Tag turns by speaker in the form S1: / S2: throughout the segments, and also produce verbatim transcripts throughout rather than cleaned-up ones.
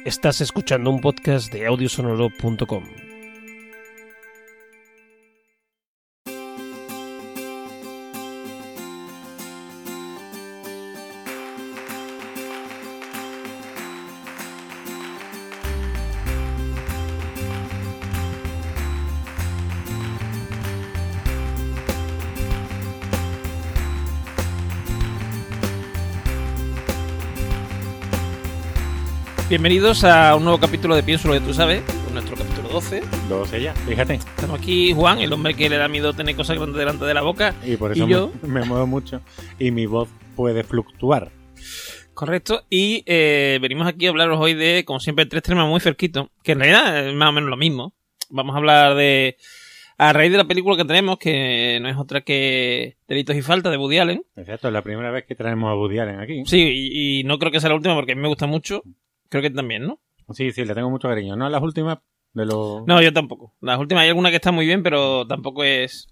S1: Estás escuchando un podcast de audio sonoro punto com. Bienvenidos a un nuevo capítulo de Pienso lo que tú sabes, nuestro capítulo doce.
S2: doce ya, fíjate.
S1: Estamos aquí, Juan, el hombre que le da miedo tener cosas grandes delante de la boca.
S2: Y por eso
S1: y yo.
S2: me, me muevo mucho. Y mi voz puede fluctuar.
S1: Correcto. Y eh, venimos aquí a hablaros hoy de, como siempre, tres temas muy cerquitos, que en realidad es más o menos lo mismo. Vamos a hablar de, a raíz de la película que tenemos, que no es otra que Delitos y Faltas, de Woody Allen.
S2: Exacto, es la primera vez que traemos a Woody Allen aquí.
S1: Sí, y, y no creo que sea la última porque a mí me gusta mucho. Creo que también, ¿no?
S2: Sí, sí, le tengo mucho cariño. No a las últimas de los...
S1: No, yo tampoco. Las últimas hay alguna que está muy bien, pero tampoco es...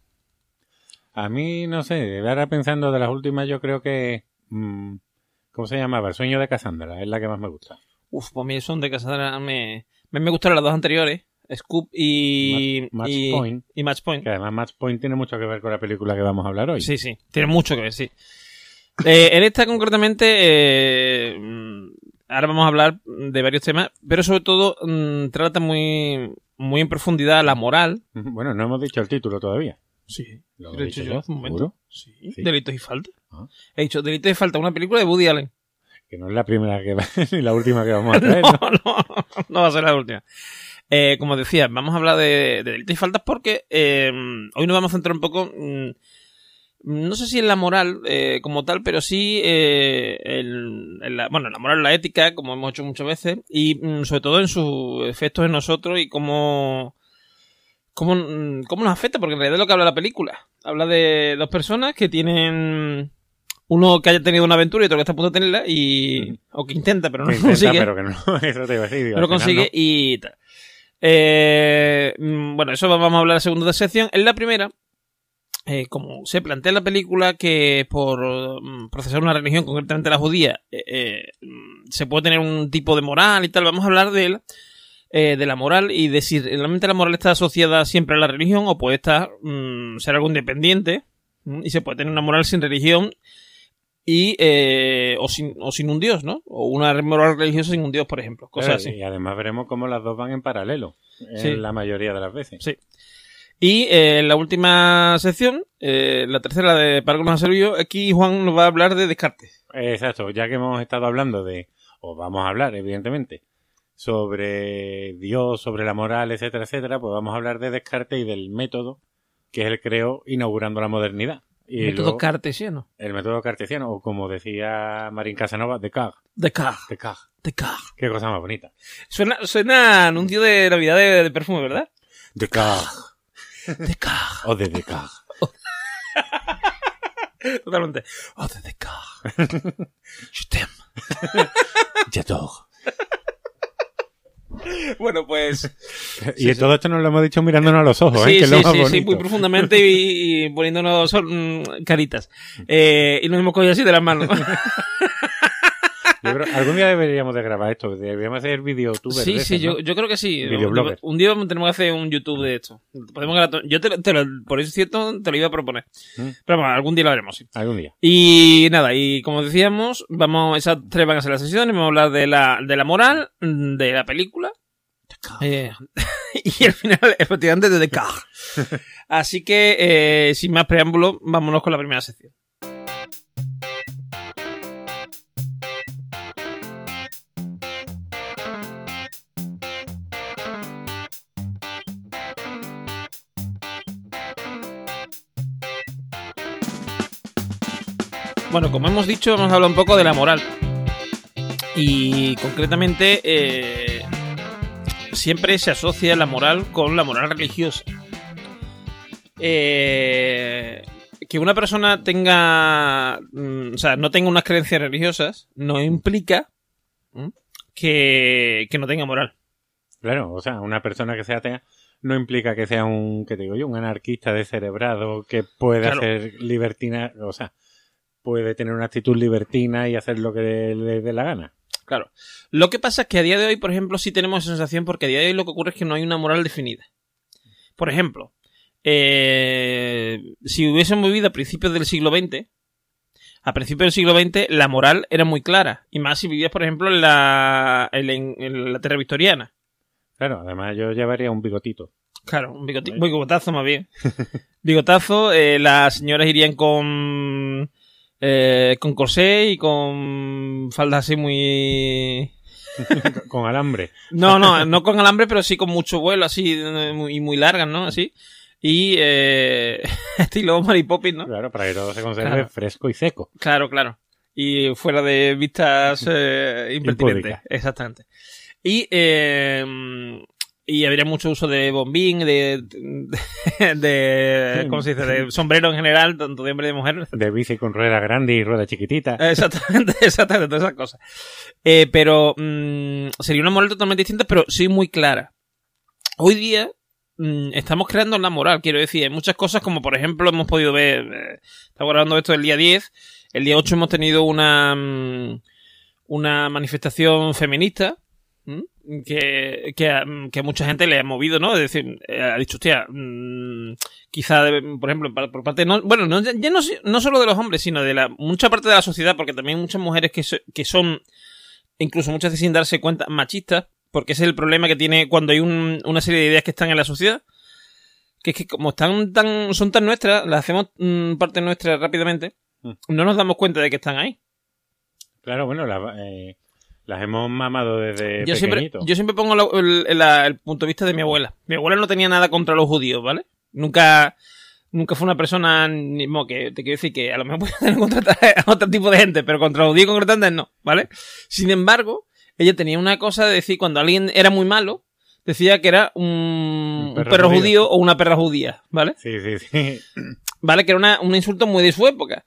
S2: A mí, no sé, ahora pensando de las últimas yo creo que... Mmm, ¿cómo se llamaba? El sueño de Cassandra, es la que más me gusta.
S1: Uf, pues a mí son de Cassandra me... Me, me gustaron las dos anteriores, Scoop y...
S2: Match, Match
S1: y,
S2: Point.
S1: Y Match Point.
S2: Que además Match Point tiene mucho que ver con la película que vamos a hablar hoy.
S1: Sí, sí, tiene mucho que ver, sí. eh, en esta concretamente... Eh, ahora vamos a hablar de varios temas, pero sobre todo mmm, trata muy, muy en profundidad la moral.
S2: Bueno, no hemos dicho el título todavía.
S1: Sí,
S2: lo
S1: he dicho yo hace un momento. Sí. ¿Sí? Delitos y Faltas.
S2: Ah.
S1: He dicho Delitos y Faltas, una película de Woody Allen.
S2: Que no es la primera que va, ni la última que vamos a traer,
S1: no,
S2: ¿no?
S1: No, no va a ser la última. Eh, como decía, vamos a hablar de, de Delitos y Faltas porque eh, hoy nos vamos a centrar un poco... Mmm, no sé si en la moral eh, como tal, pero sí eh, en, en la, bueno, en la moral, la ética, como hemos hecho muchas veces, y mm, sobre todo en sus efectos en nosotros y cómo, cómo, cómo nos afecta, porque en realidad es lo que habla la película. Habla de dos personas que tienen... Uno que haya tenido una aventura y otro que está a punto de tenerla, y mm. o que intenta, pero no
S2: que
S1: lo consigue.
S2: Intenta, pero que no, eso te iba a decir. Digo,
S1: no lo consigue no. y tal. Eh, bueno, eso vamos a hablar en la segunda sección. En la primera... Eh, como se plantea en la película que por um, procesar una religión, concretamente la judía, eh, eh, se puede tener un tipo de moral y tal. Vamos a hablar de, él, eh, de la moral y de si realmente la moral está asociada siempre a la religión o puede estar um, ser algo independiente um, y se puede tener una moral sin religión y eh, o, sin, o sin un dios, ¿no? O una moral religiosa sin un dios, por ejemplo. Cosas
S2: claro,
S1: así.
S2: Y además veremos cómo las dos van en paralelo en
S1: sí.
S2: la mayoría de las veces.
S1: Sí. Y eh, en la última sección, eh, la tercera de Para algo nos ha servido, aquí Juan nos va a hablar de Descartes.
S2: Exacto, ya que hemos estado hablando de, o vamos a hablar evidentemente, sobre Dios, sobre la moral, etcétera, etcétera, pues vamos a hablar de Descartes y del método que él creó inaugurando la modernidad. Y
S1: método
S2: luego,
S1: cartesiano.
S2: El método cartesiano, o como decía Marín Casanova, Descartes.
S1: Descartes.
S2: Descartes.
S1: Descartes.
S2: Qué cosa más bonita.
S1: Suena, suena anuncio de Navidad de, de perfume, ¿verdad?
S2: Descartes.
S1: Descartes.
S2: O de Descartes.
S1: Totalmente. O de Descartes. Je t'aime.
S2: J'adore.
S1: Bueno, pues...
S2: Y
S1: sí,
S2: todo
S1: sí.
S2: esto nos lo hemos dicho mirándonos a los ojos,
S1: sí,
S2: ¿eh? Que
S1: sí,
S2: es lo más
S1: sí,
S2: bonito.
S1: sí, muy profundamente y, y poniéndonos mm, caritas. Eh, y nos hemos cogido así de las manos.
S2: Yo creo, algún día deberíamos de grabar esto, deberíamos hacer videotuber.
S1: Sí,
S2: de
S1: sí,
S2: esos,
S1: yo,
S2: ¿no?
S1: yo creo que sí.
S2: Videoblogger.
S1: Un día tenemos que hacer un YouTube de esto. Podemos grabar, yo te, te lo, por eso es cierto, te lo iba a proponer. ¿Mm? Pero bueno, algún día lo haremos, sí.
S2: Algún día.
S1: Y nada, y como decíamos, vamos, esas tres van a ser las sesiones, vamos a hablar de la, de la moral, de la película. Eh, y al final, efectivamente, de Descartes. Así que, eh, sin más preámbulo, vámonos con la primera sección. Bueno, como hemos dicho, vamos a hablar un poco de la moral. Y concretamente, eh, siempre se asocia la moral con la moral religiosa. Eh, que una persona tenga, mm, o sea, no tenga unas creencias religiosas, no implica ¿m? que, que no tenga moral.
S2: Claro, o sea, una persona que sea atea no implica que sea un, que te digo yo, un anarquista descerebrado que puede
S1: Claro.
S2: hacer libertina, o sea, puede tener una actitud libertina y hacer lo que le dé la gana.
S1: Claro. Lo que pasa es que a día de hoy, por ejemplo, sí tenemos esa sensación porque a día de hoy lo que ocurre es que no hay una moral definida. Por ejemplo, eh, si hubiésemos vivido a principios del siglo veinte, a principios del siglo veinte la moral era muy clara. Y más si vivías, por ejemplo, en la, en, en la tierra victoriana.
S2: Claro, además yo llevaría un bigotito.
S1: Claro, un bigotito, un bigotazo más bien. Bigotazo, eh, las señoras irían con... Eh, con corsé y con faldas así muy...
S2: con alambre.
S1: No, no, no con alambre, pero sí con mucho vuelo, así, muy, muy largas, ¿no? Así. Y eh, estilo Mary Poppins, ¿no?
S2: Claro, para que todo se conserve
S1: Claro.
S2: fresco y seco.
S1: Claro, claro. Y fuera de vistas eh, impertinentes.
S2: Impúdicas.
S1: Exactamente. Y... Eh, Y habría mucho uso de bombín, de, de, de ¿cómo se dice? De sombrero en general, tanto de hombre y de mujer.
S2: De bici con rueda grande y rueda chiquitita.
S1: Exactamente, exactamente, todas esas cosas. Eh, pero mmm, sería una moral totalmente distinta, pero sí muy clara. Hoy día mmm, estamos creando la moral, quiero decir. Hay muchas cosas como, por ejemplo, hemos podido ver, eh, estamos grabando esto el día diez, el día ocho hemos tenido una, mmm, una manifestación feminista, Que, que, a, que a mucha gente le ha movido, ¿no? Es decir, ha dicho, hostia, mmm, quizá, por ejemplo, por parte, no, bueno, no, ya no, no solo de los hombres, sino de la mucha parte de la sociedad, porque también hay muchas mujeres que, so, que son, incluso muchas veces sin darse cuenta, machistas, porque ese es el problema que tiene cuando hay un, una serie de ideas que están en la sociedad, que es que como están tan, son tan nuestras, las hacemos mmm, parte nuestra rápidamente, no nos damos cuenta de que están ahí.
S2: Claro, bueno, la... Eh... Las hemos mamado desde
S1: yo
S2: pequeñito.
S1: Siempre, yo siempre pongo la, el, la, el punto de vista de mi abuela. Mi abuela no tenía nada contra los judíos, ¿vale? Nunca nunca fue una persona... Ni, mo, que te quiero decir que a lo mejor puede tener contra a otro tipo de gente, pero contra los judíos concretamente no, ¿vale? Sin embargo, ella tenía una cosa de decir, cuando alguien era muy malo, decía que era un, un perro, un perro judío. judío o una perra judía, ¿vale?
S2: Sí, sí, sí.
S1: ¿Vale? Que era una, un insulto muy de su época.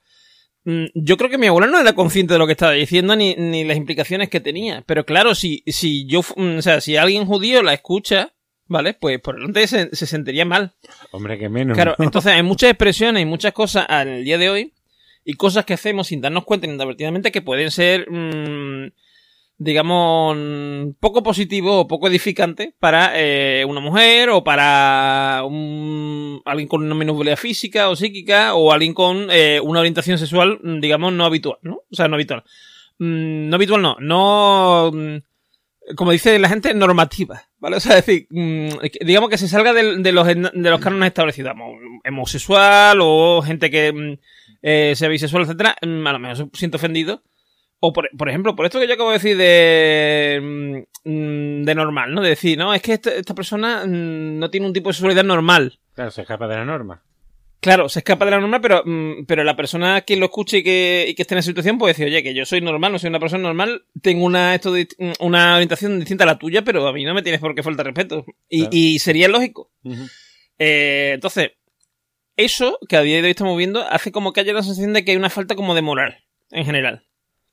S1: Yo creo que mi abuela no era consciente de lo que estaba diciendo ni, ni las implicaciones que tenía. Pero claro, si, si yo, o sea, si alguien judío la escucha, ¿vale? Pues por delante se, se sentiría mal.
S2: Hombre, que menos.
S1: Claro, entonces hay muchas expresiones y muchas cosas al día de hoy y cosas que hacemos sin darnos cuenta inadvertidamente que pueden ser, mmm, digamos, poco positivo o poco edificante para eh, una mujer o para un, alguien con una minusvalía física o psíquica o alguien con eh, una orientación sexual, digamos, no habitual, ¿no? O sea, no habitual. Mm, no habitual no, no, mm, como dice la gente, normativa, ¿vale? O sea, es decir, mm, digamos que se salga de, de, los, de los cánones establecidos, homosexual o gente que mm, eh, sea bisexual, etcétera, mm, a lo mejor se siente ofendido. O, por, por ejemplo, por esto que yo acabo de decir de, de normal, ¿no? De decir, no, es que esta, esta persona no tiene un tipo de sexualidad normal.
S2: Claro, se escapa de la norma.
S1: Claro, se escapa de la norma, pero, pero la persona que lo escuche y que, y que esté en esa situación puede decir, oye, que yo soy normal, no soy una persona normal, tengo una, esto de, una orientación distinta a la tuya, pero a mí no me tienes por qué faltar respeto. Y, claro. y sería lógico. Uh-huh. Eh, entonces, eso que a día de hoy estamos viendo hace como que haya la sensación de que hay una falta como de moral, en general.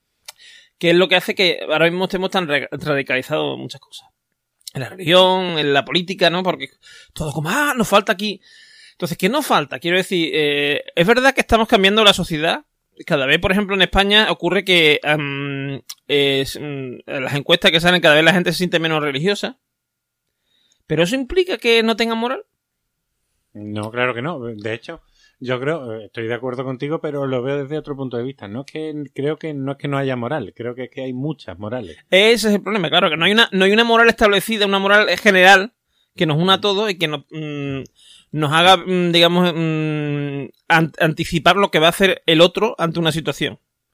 S1: Que es lo que hace que ahora mismo estemos tan radicalizados en muchas cosas. En la religión, en la política, ¿no? Porque todo como, ah, nos falta aquí. Entonces, ¿qué nos falta? Quiero decir, eh, es verdad que estamos cambiando la sociedad. Cada vez, por ejemplo, en España ocurre que um, eh, las encuestas que salen, cada vez la gente se siente menos religiosa. ¿Pero eso implica que no tengan moral?
S2: No, claro que no. De hecho... Yo creo, estoy de acuerdo contigo, pero lo veo desde otro punto de vista. No es que creo que no es que no haya moral, creo que es que hay muchas morales.
S1: Ese es el problema, claro, que no hay una, no hay una moral establecida, una moral general que nos una a todos y que nos, mmm, nos haga, mmm, digamos, mmm, an- anticipar lo que va a hacer el otro ante una situación.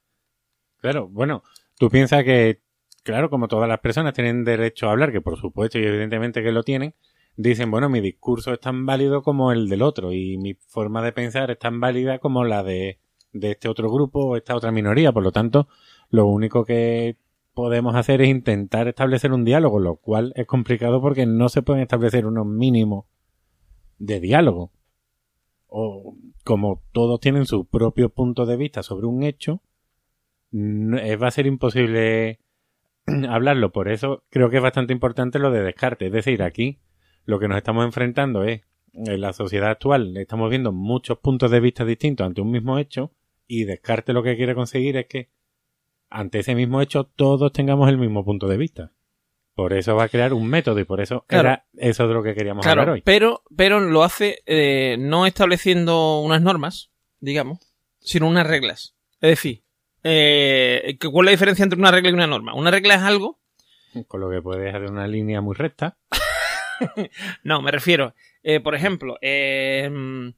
S2: Claro, bueno, tú piensas que, claro, como todas las personas tienen derecho a hablar, que por supuesto y evidentemente que lo tienen, dicen, bueno, mi discurso es tan válido como el del otro y mi forma de pensar es tan válida como la de, de este otro grupo o esta otra minoría. Por lo tanto, lo único que podemos hacer es intentar establecer un diálogo, lo cual es complicado porque no se pueden establecer unos mínimos de diálogo. O como todos tienen su propio punto de vista sobre un hecho, va a ser imposible hablarlo. Por eso creo que es bastante importante lo de Descartes. Es decir, aquí lo que nos estamos enfrentando es, en la sociedad actual, estamos viendo muchos puntos de vista distintos ante un mismo hecho y Descartes lo que quiere conseguir es que ante ese mismo hecho todos tengamos el mismo punto de vista. Por eso va a crear un método y por eso
S1: Claro.
S2: era eso de lo que queríamos
S1: Claro,
S2: hablar hoy.
S1: pero, pero lo hace eh, no estableciendo unas normas, digamos, sino unas reglas. Es decir, eh, ¿cuál es la diferencia entre una regla y una norma? Una regla es algo...
S2: Con lo que puedes hacer una línea muy recta.
S1: No, me refiero, eh, por ejemplo, eh,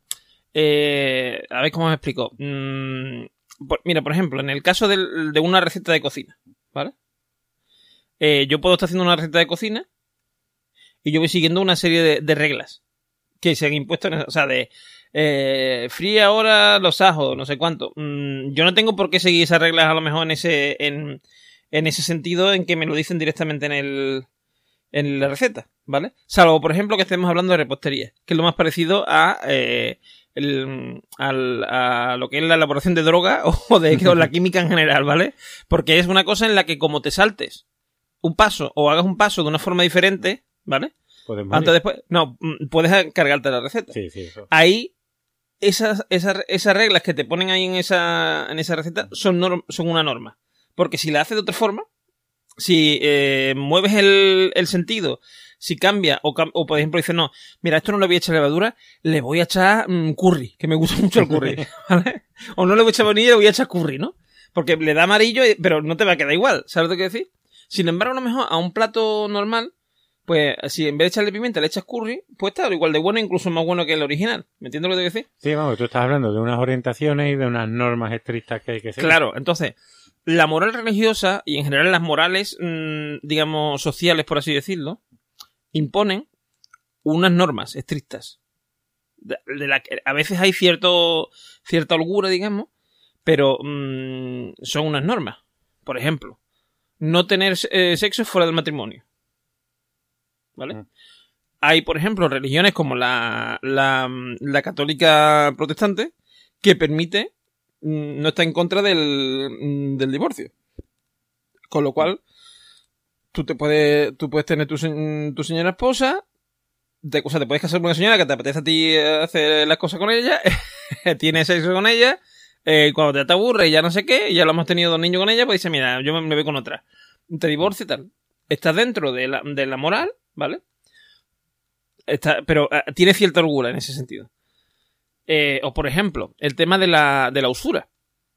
S1: eh, a ver cómo me explico. Mm, por- mira, por ejemplo, en el caso del- de una receta de cocina, ¿vale? Eh, yo puedo estar haciendo una receta de cocina y yo voy siguiendo una serie de, de reglas que se han impuesto, en, o sea, de eh, fría ahora los ajos, no sé cuánto. Mm, yo no tengo por qué seguir esas reglas a lo mejor en ese, en, en ese sentido en que me lo dicen directamente en el, en la receta, ¿vale? Salvo, por ejemplo, que estemos hablando de repostería, que es lo más parecido a, eh, el, al- a lo que es la elaboración de droga o de o la química en general, ¿vale? Porque es una cosa en la que como te saltes un paso o hagas un paso de una forma diferente, ¿vale?
S2: Puedes morir.
S1: Antes después, no, mm, puedes cargarte la receta.
S2: Sí, sí, eso.
S1: Ahí, esas, esas, esas reglas que te ponen ahí en esa, en esa receta son, norm- son una norma. Porque si la haces de otra forma, si eh, mueves el, el sentido, si cambia, o, cam- o por ejemplo dices, no, mira, esto no le voy a echar levadura, le voy a echar mm, curry, que me gusta mucho el curry, ¿vale? O no le voy a echar vainilla, le voy a echar curry, ¿no? Porque le da amarillo, y- pero no te va a quedar igual, ¿sabes lo que quiero decir? Sin embargo, a lo mejor a un plato normal, pues si en vez de echarle pimienta le echas curry, pues está igual de bueno, incluso más bueno que el original. ¿Me entiendes lo que te quiero decir?
S2: Sí, vamos, tú estás hablando de unas orientaciones y de unas normas estrictas que hay que seguir.
S1: Claro, entonces, la moral religiosa y en general las morales, mmm, digamos, sociales, por así decirlo, imponen unas normas estrictas. De, de la que a veces hay cierto cierta holgura, digamos, pero mmm, son unas normas. Por ejemplo, no tener eh, sexo fuera del matrimonio. ¿Vale?
S2: Mm.
S1: Hay, por ejemplo, religiones como la, la, la católica protestante que permite, mm, no está en contra del, mm, del divorcio. Con lo cual, tú te puedes, tú puedes tener tu, se- tu señora esposa, te, o sea, te puedes casar con una señora que te apetece a ti hacer las cosas con ella, tienes sexo con ella, eh, cuando te, te aburre y ya no sé qué, y ya lo hemos tenido dos niños con ella, pues dice, mira, yo me, me voy con otra. Te divorcio y tal. Estás dentro de la, de la moral, ¿vale? Está, pero uh, tiene cierta holgura en ese sentido. Eh, o por ejemplo, el tema de la, de la usura.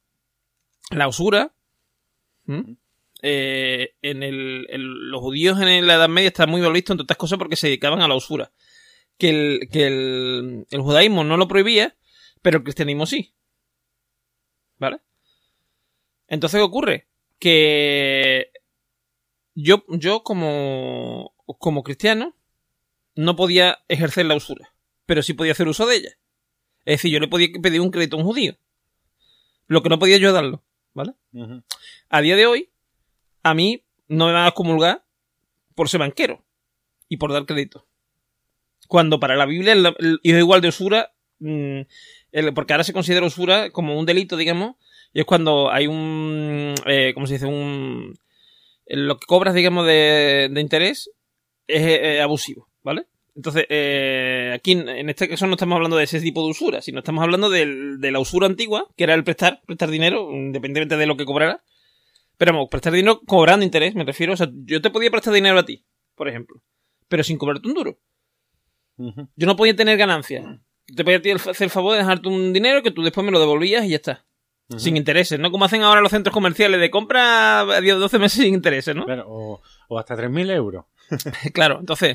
S1: La usura, ¿m? eh, en el, el, los judíos en la Edad Media está muy mal visto, entre otras cosas, porque se dedicaban a la usura. Que el, que el, el judaísmo no lo prohibía, pero el cristianismo sí. ¿Vale? Entonces, ¿qué ocurre? Que yo, yo como, como cristiano no podía ejercer la usura, pero sí podía hacer uso de ella. Es decir, yo le podía pedir un crédito a un judío. Lo que no podía yo darlo, ¿vale?
S2: Uh-huh.
S1: A día de hoy, a mí no me van a comulgar por ser banquero y por dar crédito. Cuando para la Biblia el, el, es igual de usura, mmm, el, porque ahora se considera usura como un delito, digamos, y es cuando hay un, eh, ¿cómo se dice? Un, lo que cobras, digamos, de, de interés es eh, abusivo, ¿vale? Entonces, eh, aquí en este caso no estamos hablando de ese tipo de usura, sino estamos hablando de, de la usura antigua, que era el prestar, prestar dinero, independientemente de lo que cobrara. Pero vamos, prestar dinero cobrando interés, me refiero. O sea, yo te podía prestar dinero a ti, por ejemplo, pero sin cobrarte un duro.
S2: Uh-huh.
S1: Yo no podía tener ganancias. Te podía hacer el favor de dejarte un dinero que tú después me lo devolvías y ya está. Uh-huh. Sin intereses, ¿no? Como hacen ahora los centros comerciales de compra a doce meses sin intereses, ¿no?
S2: Claro, o, o hasta tres mil euros.
S1: Claro, entonces,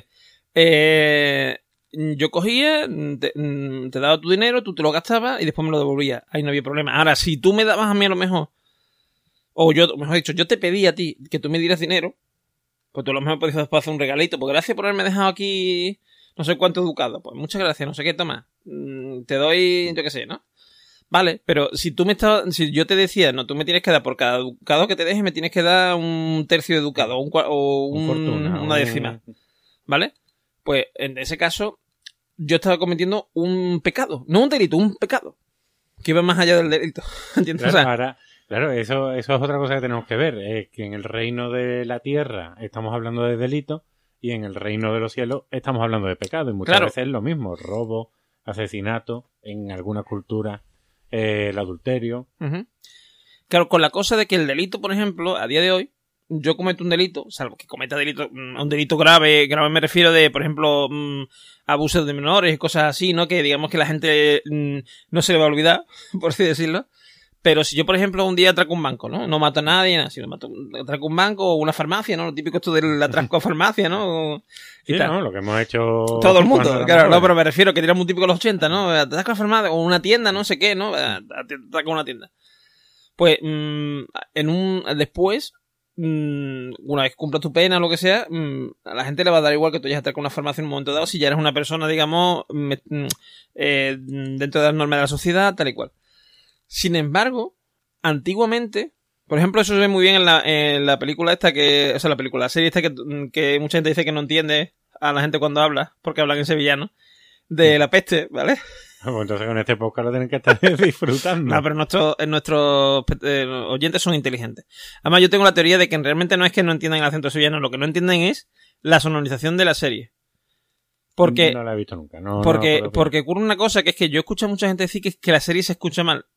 S1: eh, yo cogía, te, te daba tu dinero, tú te lo gastabas y después me lo devolvías. Ahí no había problema. Ahora, si tú me dabas a mí a lo mejor, o yo, mejor dicho, yo te pedí a ti que tú me dieras dinero, pues tú a lo mejor podías después hacer un regalito, pues gracias por haberme dejado aquí no sé cuánto educado. Pues muchas gracias, no sé qué, toma. Te doy, yo qué sé, ¿no? Vale, pero si tú me estabas, si yo te decía, no, tú me tienes que dar por cada educado que te deje, me tienes que dar un tercio de educado, o, un, o un, un fortuna, una décima, un... ¿vale? Pues en ese caso, yo estaba cometiendo un pecado, no un delito, un pecado, que iba más allá del delito, ¿entiendes?
S2: Claro,
S1: o sea,
S2: ahora, claro, eso, eso es otra cosa que tenemos que ver, es que en el reino de la tierra estamos hablando de delito y en el reino de los cielos estamos hablando de pecado, y muchas
S1: claro.
S2: veces es lo mismo, robo, asesinato, en alguna cultura. Eh, el adulterio.
S1: Uh-huh. Claro, con la cosa de que el delito, por ejemplo, a día de hoy, yo cometo un delito, salvo que cometa delito, un delito grave, grave me refiero de, por ejemplo, mmm, abusos de menores y cosas así, ¿no? Que digamos que la gente mmm, no se le va a olvidar, por así decirlo. Pero si yo, por ejemplo, un día atraco un banco, ¿no? No mato a nadie, nada, sino mato, atraco un banco o una farmacia, ¿no? Lo típico esto del atraco a farmacia, ¿no? Y
S2: sí,
S1: tal.
S2: ¿no? Lo que hemos hecho...
S1: Todo el mundo, claro, no, pero me refiero que era muy típico de los ochenta, ¿no? Atraco a la farmacia o una tienda, no sé qué, ¿no? Atraco a una tienda. Pues, mmm, en un... después... una vez que cumplas tu pena o lo que sea, a la gente le va a dar igual que tú hayas atracado una farmacia en un momento dado si ya eres una persona, digamos, eh, dentro de las normas de la sociedad, tal y cual. Sin embargo, antiguamente, por ejemplo, eso se ve muy bien en la, en la película esta que, o sea, la película, la serie esta que, que mucha gente dice que no entiende a la gente cuando habla, porque hablan en sevillano, de La Peste, ¿vale?
S2: Pues entonces con este podcast lo tienen que estar disfrutando.
S1: No, pero nuestros nuestros eh, oyentes son inteligentes. Además, yo tengo la teoría de que realmente no es que no entiendan el acento sevillano, lo que no entienden es la sonorización de la serie. Porque,
S2: no la he visto nunca. No,
S1: porque,
S2: no
S1: porque ocurre una cosa que es que yo escucho a mucha gente decir que, que la serie se escucha mal.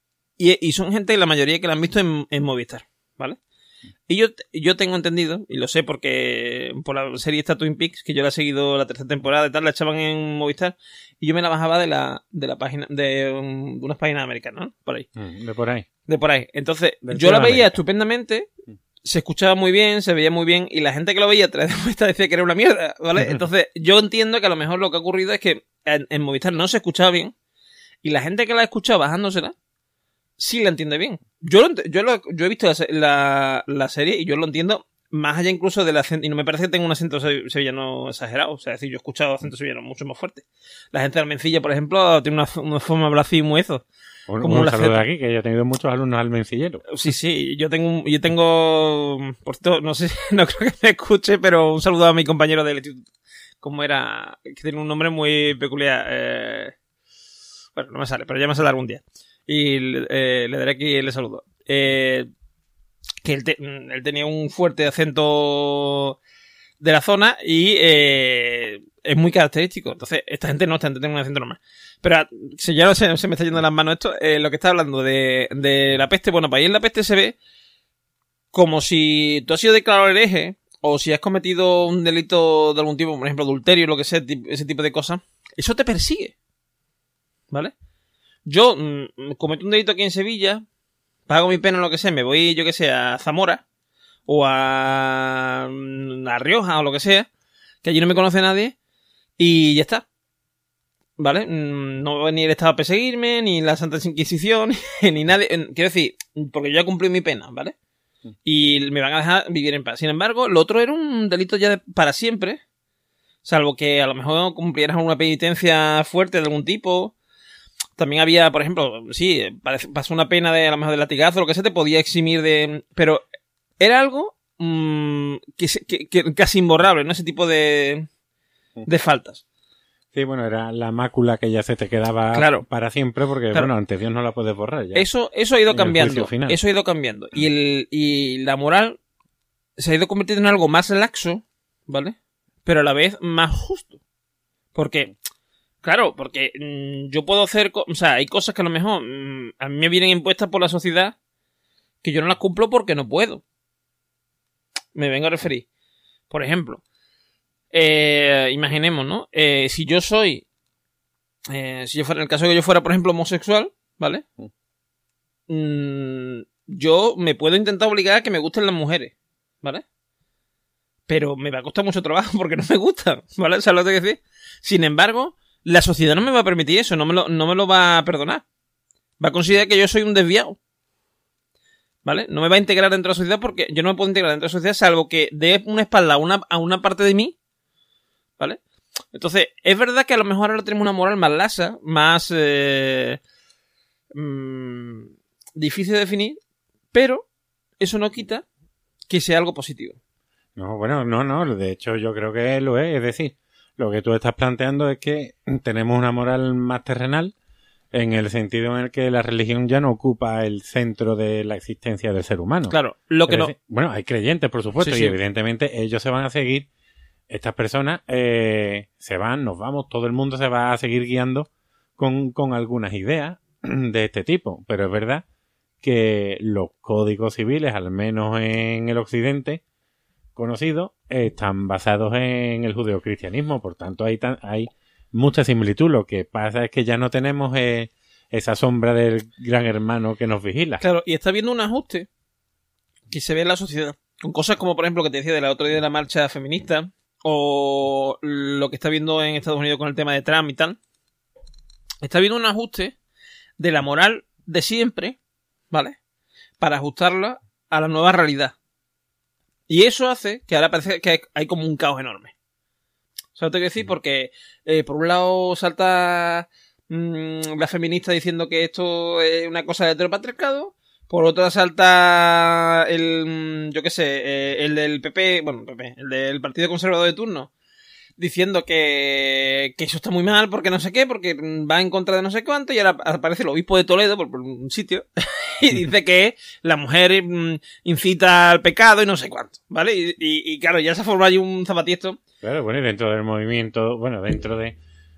S1: Y, y son gente, la mayoría, que la han visto en, en Movistar, ¿vale? Y yo, yo tengo entendido, y lo sé porque por la serie esta Twin Peaks, que yo la he seguido la tercera temporada y tal, la echaban en Movistar, y yo me la bajaba de la, de la página, de, um, de unas páginas americanas, ¿no? Por ahí.
S2: De por ahí.
S1: De por ahí. Entonces,
S2: Del
S1: yo la veía
S2: América.
S1: Estupendamente, se escuchaba muy bien, se veía muy bien, y la gente que lo veía a través de Movistar decía que era una mierda, ¿vale? Entonces, yo entiendo que a lo mejor lo que ha ocurrido es que en, en Movistar no se escuchaba bien, y la gente que la ha escuchado bajándosela, sí la entiende bien. Yo lo, yo lo, yo he visto la, la, la serie y yo lo entiendo más allá incluso del acento, y no me parece que tenga un acento sevillano exagerado, o sea, es decir, yo he escuchado acento sevillano mucho más fuerte. La gente de Almencilla, por ejemplo, tiene una, una forma de hablar así muy eso.
S2: Un,
S1: como
S2: un saludo de aquí, que yo he tenido muchos alumnos almencilleros.
S1: Sí, sí, yo tengo, yo tengo, por cierto, no sé, no creo que me escuche, pero un saludo a mi compañero del instituto. ¿Cómo era? Que tiene un nombre muy peculiar. Eh... Bueno, no me sale, pero ya me sale algún día. Y eh, le daré aquí el saludo. Eh, que él, te, él tenía un fuerte acento de la zona y eh, es muy característico. Entonces, esta gente no, esta gente tiene un acento normal. Pero si ya no se, se me está yendo de las manos esto, eh, lo que está hablando de, de La Peste, bueno, para ahí en La Peste se ve como si tú has sido declarado hereje o si has cometido un delito de algún tipo, por ejemplo, adulterio, lo que sea, ese tipo de cosas, eso te persigue. ¿Vale? Yo mmm, cometo un delito aquí en Sevilla, pago mi pena o lo que sea, me voy, yo que sé, a Zamora o a La Rioja o lo que sea, que allí no me conoce nadie y ya está. ¿Vale? No va a venir el Estado a perseguirme, ni la Santa Inquisición, ni nadie. Quiero decir, porque yo ya cumplí mi pena, ¿vale? Y me van a dejar vivir en paz. Sin embargo, lo otro era un delito ya de, para siempre, salvo que a lo mejor cumplieras una penitencia fuerte de algún tipo. También había, por ejemplo, sí, pasó una pena de a lo mejor de latigazo, lo que sea, te podía eximir de... Pero era algo mmm, que, que, que casi imborrable, ¿no? Ese tipo de, de faltas.
S2: Sí, bueno, era la mácula que ya se te quedaba
S1: claro.
S2: para siempre, porque,
S1: claro.
S2: bueno, ante Dios no la puedes borrar ya.
S1: Eso, eso ha ido cambiando. Eso ha ido cambiando. Y, el, y la moral se ha ido convirtiendo en algo más laxo, ¿vale? Pero a la vez más justo. Porque... Claro, porque mmm, yo puedo hacer... O sea, hay cosas que a lo mejor mmm, a mí me vienen impuestas por la sociedad que yo no las cumplo porque no puedo. Me vengo a referir. Por ejemplo, eh, imaginemos, ¿no? Eh, si yo soy... Eh, si yo fuera, en el caso de que yo fuera, por ejemplo, homosexual, ¿vale? Mm, yo me puedo intentar obligar a que me gusten las mujeres, ¿vale? Pero me va a costar mucho trabajo porque no me gustan, ¿vale? ¿Sabes lo que quiero decir? Sin embargo... La sociedad no me va a permitir eso, no me, lo, no me lo va a perdonar. Va a considerar que yo soy un desviado. ¿Vale? No me va a integrar dentro de la sociedad porque yo no me puedo integrar dentro de la sociedad salvo que dé una espalda a una, a una parte de mí. ¿Vale? Entonces, es verdad que a lo mejor ahora tenemos una moral más laxa, más eh, mmm, difícil de definir, pero eso no quita que sea algo positivo.
S2: No, bueno, no, no, de hecho yo creo que lo es, es decir... Lo que tú estás planteando es que tenemos una moral más terrenal en el sentido en el que la religión ya no ocupa el centro de la existencia del ser humano.
S1: Claro, lo que
S2: es
S1: no...
S2: decir, bueno, hay creyentes, por supuesto,
S1: sí,
S2: y
S1: sí.
S2: evidentemente ellos se van a seguir, estas personas eh, se van, nos vamos, todo el mundo se va a seguir guiando con, con algunas ideas de este tipo, pero es verdad que los códigos civiles, al menos en el occidente conocido, están basados en el judeocristianismo. Por tanto, hay, tan, hay mucha similitud. Lo que pasa es que ya no tenemos eh, esa sombra del gran hermano que nos vigila.
S1: Claro, y está habiendo un ajuste que se ve en la sociedad. Con cosas como, por ejemplo, que te decía del otro día de la marcha feminista, o lo que está viendo en Estados Unidos con el tema de Trump y tal. Está habiendo un ajuste de la moral de siempre, ¿vale? Para ajustarla a la nueva realidad. Y eso hace que ahora parece que hay, hay como un caos enorme. ¿Sabes lo que quiero decir? Porque eh, por un lado salta mmm, la feminista diciendo que esto es una cosa del heteropatriarcado. Por otro salta el, yo qué sé, eh, el del P P, bueno, P P, el del Partido Conservador de turno, diciendo que, que eso está muy mal porque no sé qué, porque va en contra de no sé cuánto, y ahora aparece el obispo de Toledo por, por un sitio y dice que la mujer mm, incita al pecado y no sé cuánto, ¿vale? Y, y, y claro, ya se ha formado ahí un zapatiesto.
S2: Claro, bueno, y dentro del movimiento, bueno, dentro de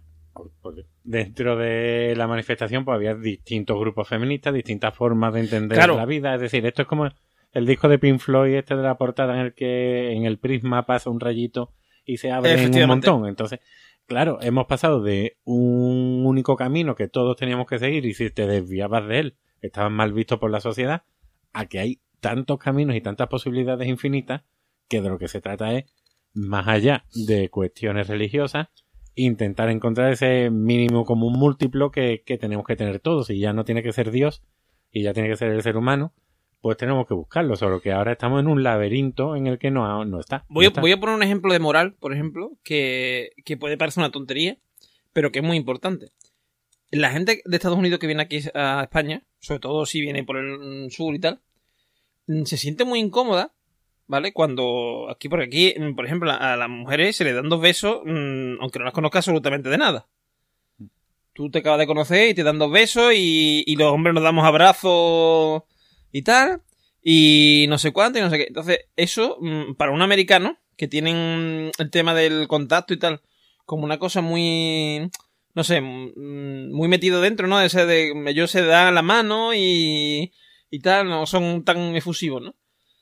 S2: dentro de la manifestación pues había distintos grupos feministas, distintas formas de entender claro. la vida. Es decir, esto es como el disco de Pink Floyd, este de la portada, en el que en el prisma pasa un rayito y se abre en un montón. Entonces, claro, hemos pasado de un único camino que todos teníamos que seguir, y si te desviabas de él, estabas mal visto por la sociedad, a que hay tantos caminos y tantas posibilidades infinitas que de lo que se trata es, más allá de cuestiones religiosas, intentar encontrar ese mínimo común múltiplo que, que tenemos que tener todos. Y ya no tiene que ser Dios y ya tiene que ser el ser humano, pues tenemos que buscarlo. Solo que ahora estamos en un laberinto en el que no, no está.
S1: Voy,
S2: no
S1: a,
S2: está.
S1: voy a poner un ejemplo de moral, por ejemplo, que, que puede parecer una tontería, pero que es muy importante. La gente de Estados Unidos que viene aquí a España, sobre todo si viene por el sur y tal, se siente muy incómoda, ¿vale? Cuando aquí, por aquí, por ejemplo, a las mujeres se le dan dos besos, mmm, aunque no las conozca absolutamente de nada. Tú te acabas de conocer y te dan dos besos, y, y los hombres nos damos abrazos y tal, y no sé cuánto y no sé qué. Entonces, eso, mmm, para un americano que tienen el tema del contacto y tal como una cosa muy, no sé, muy metido dentro, ¿no? Ese de ellos se dan la mano y, y tal, no son tan efusivos, ¿no?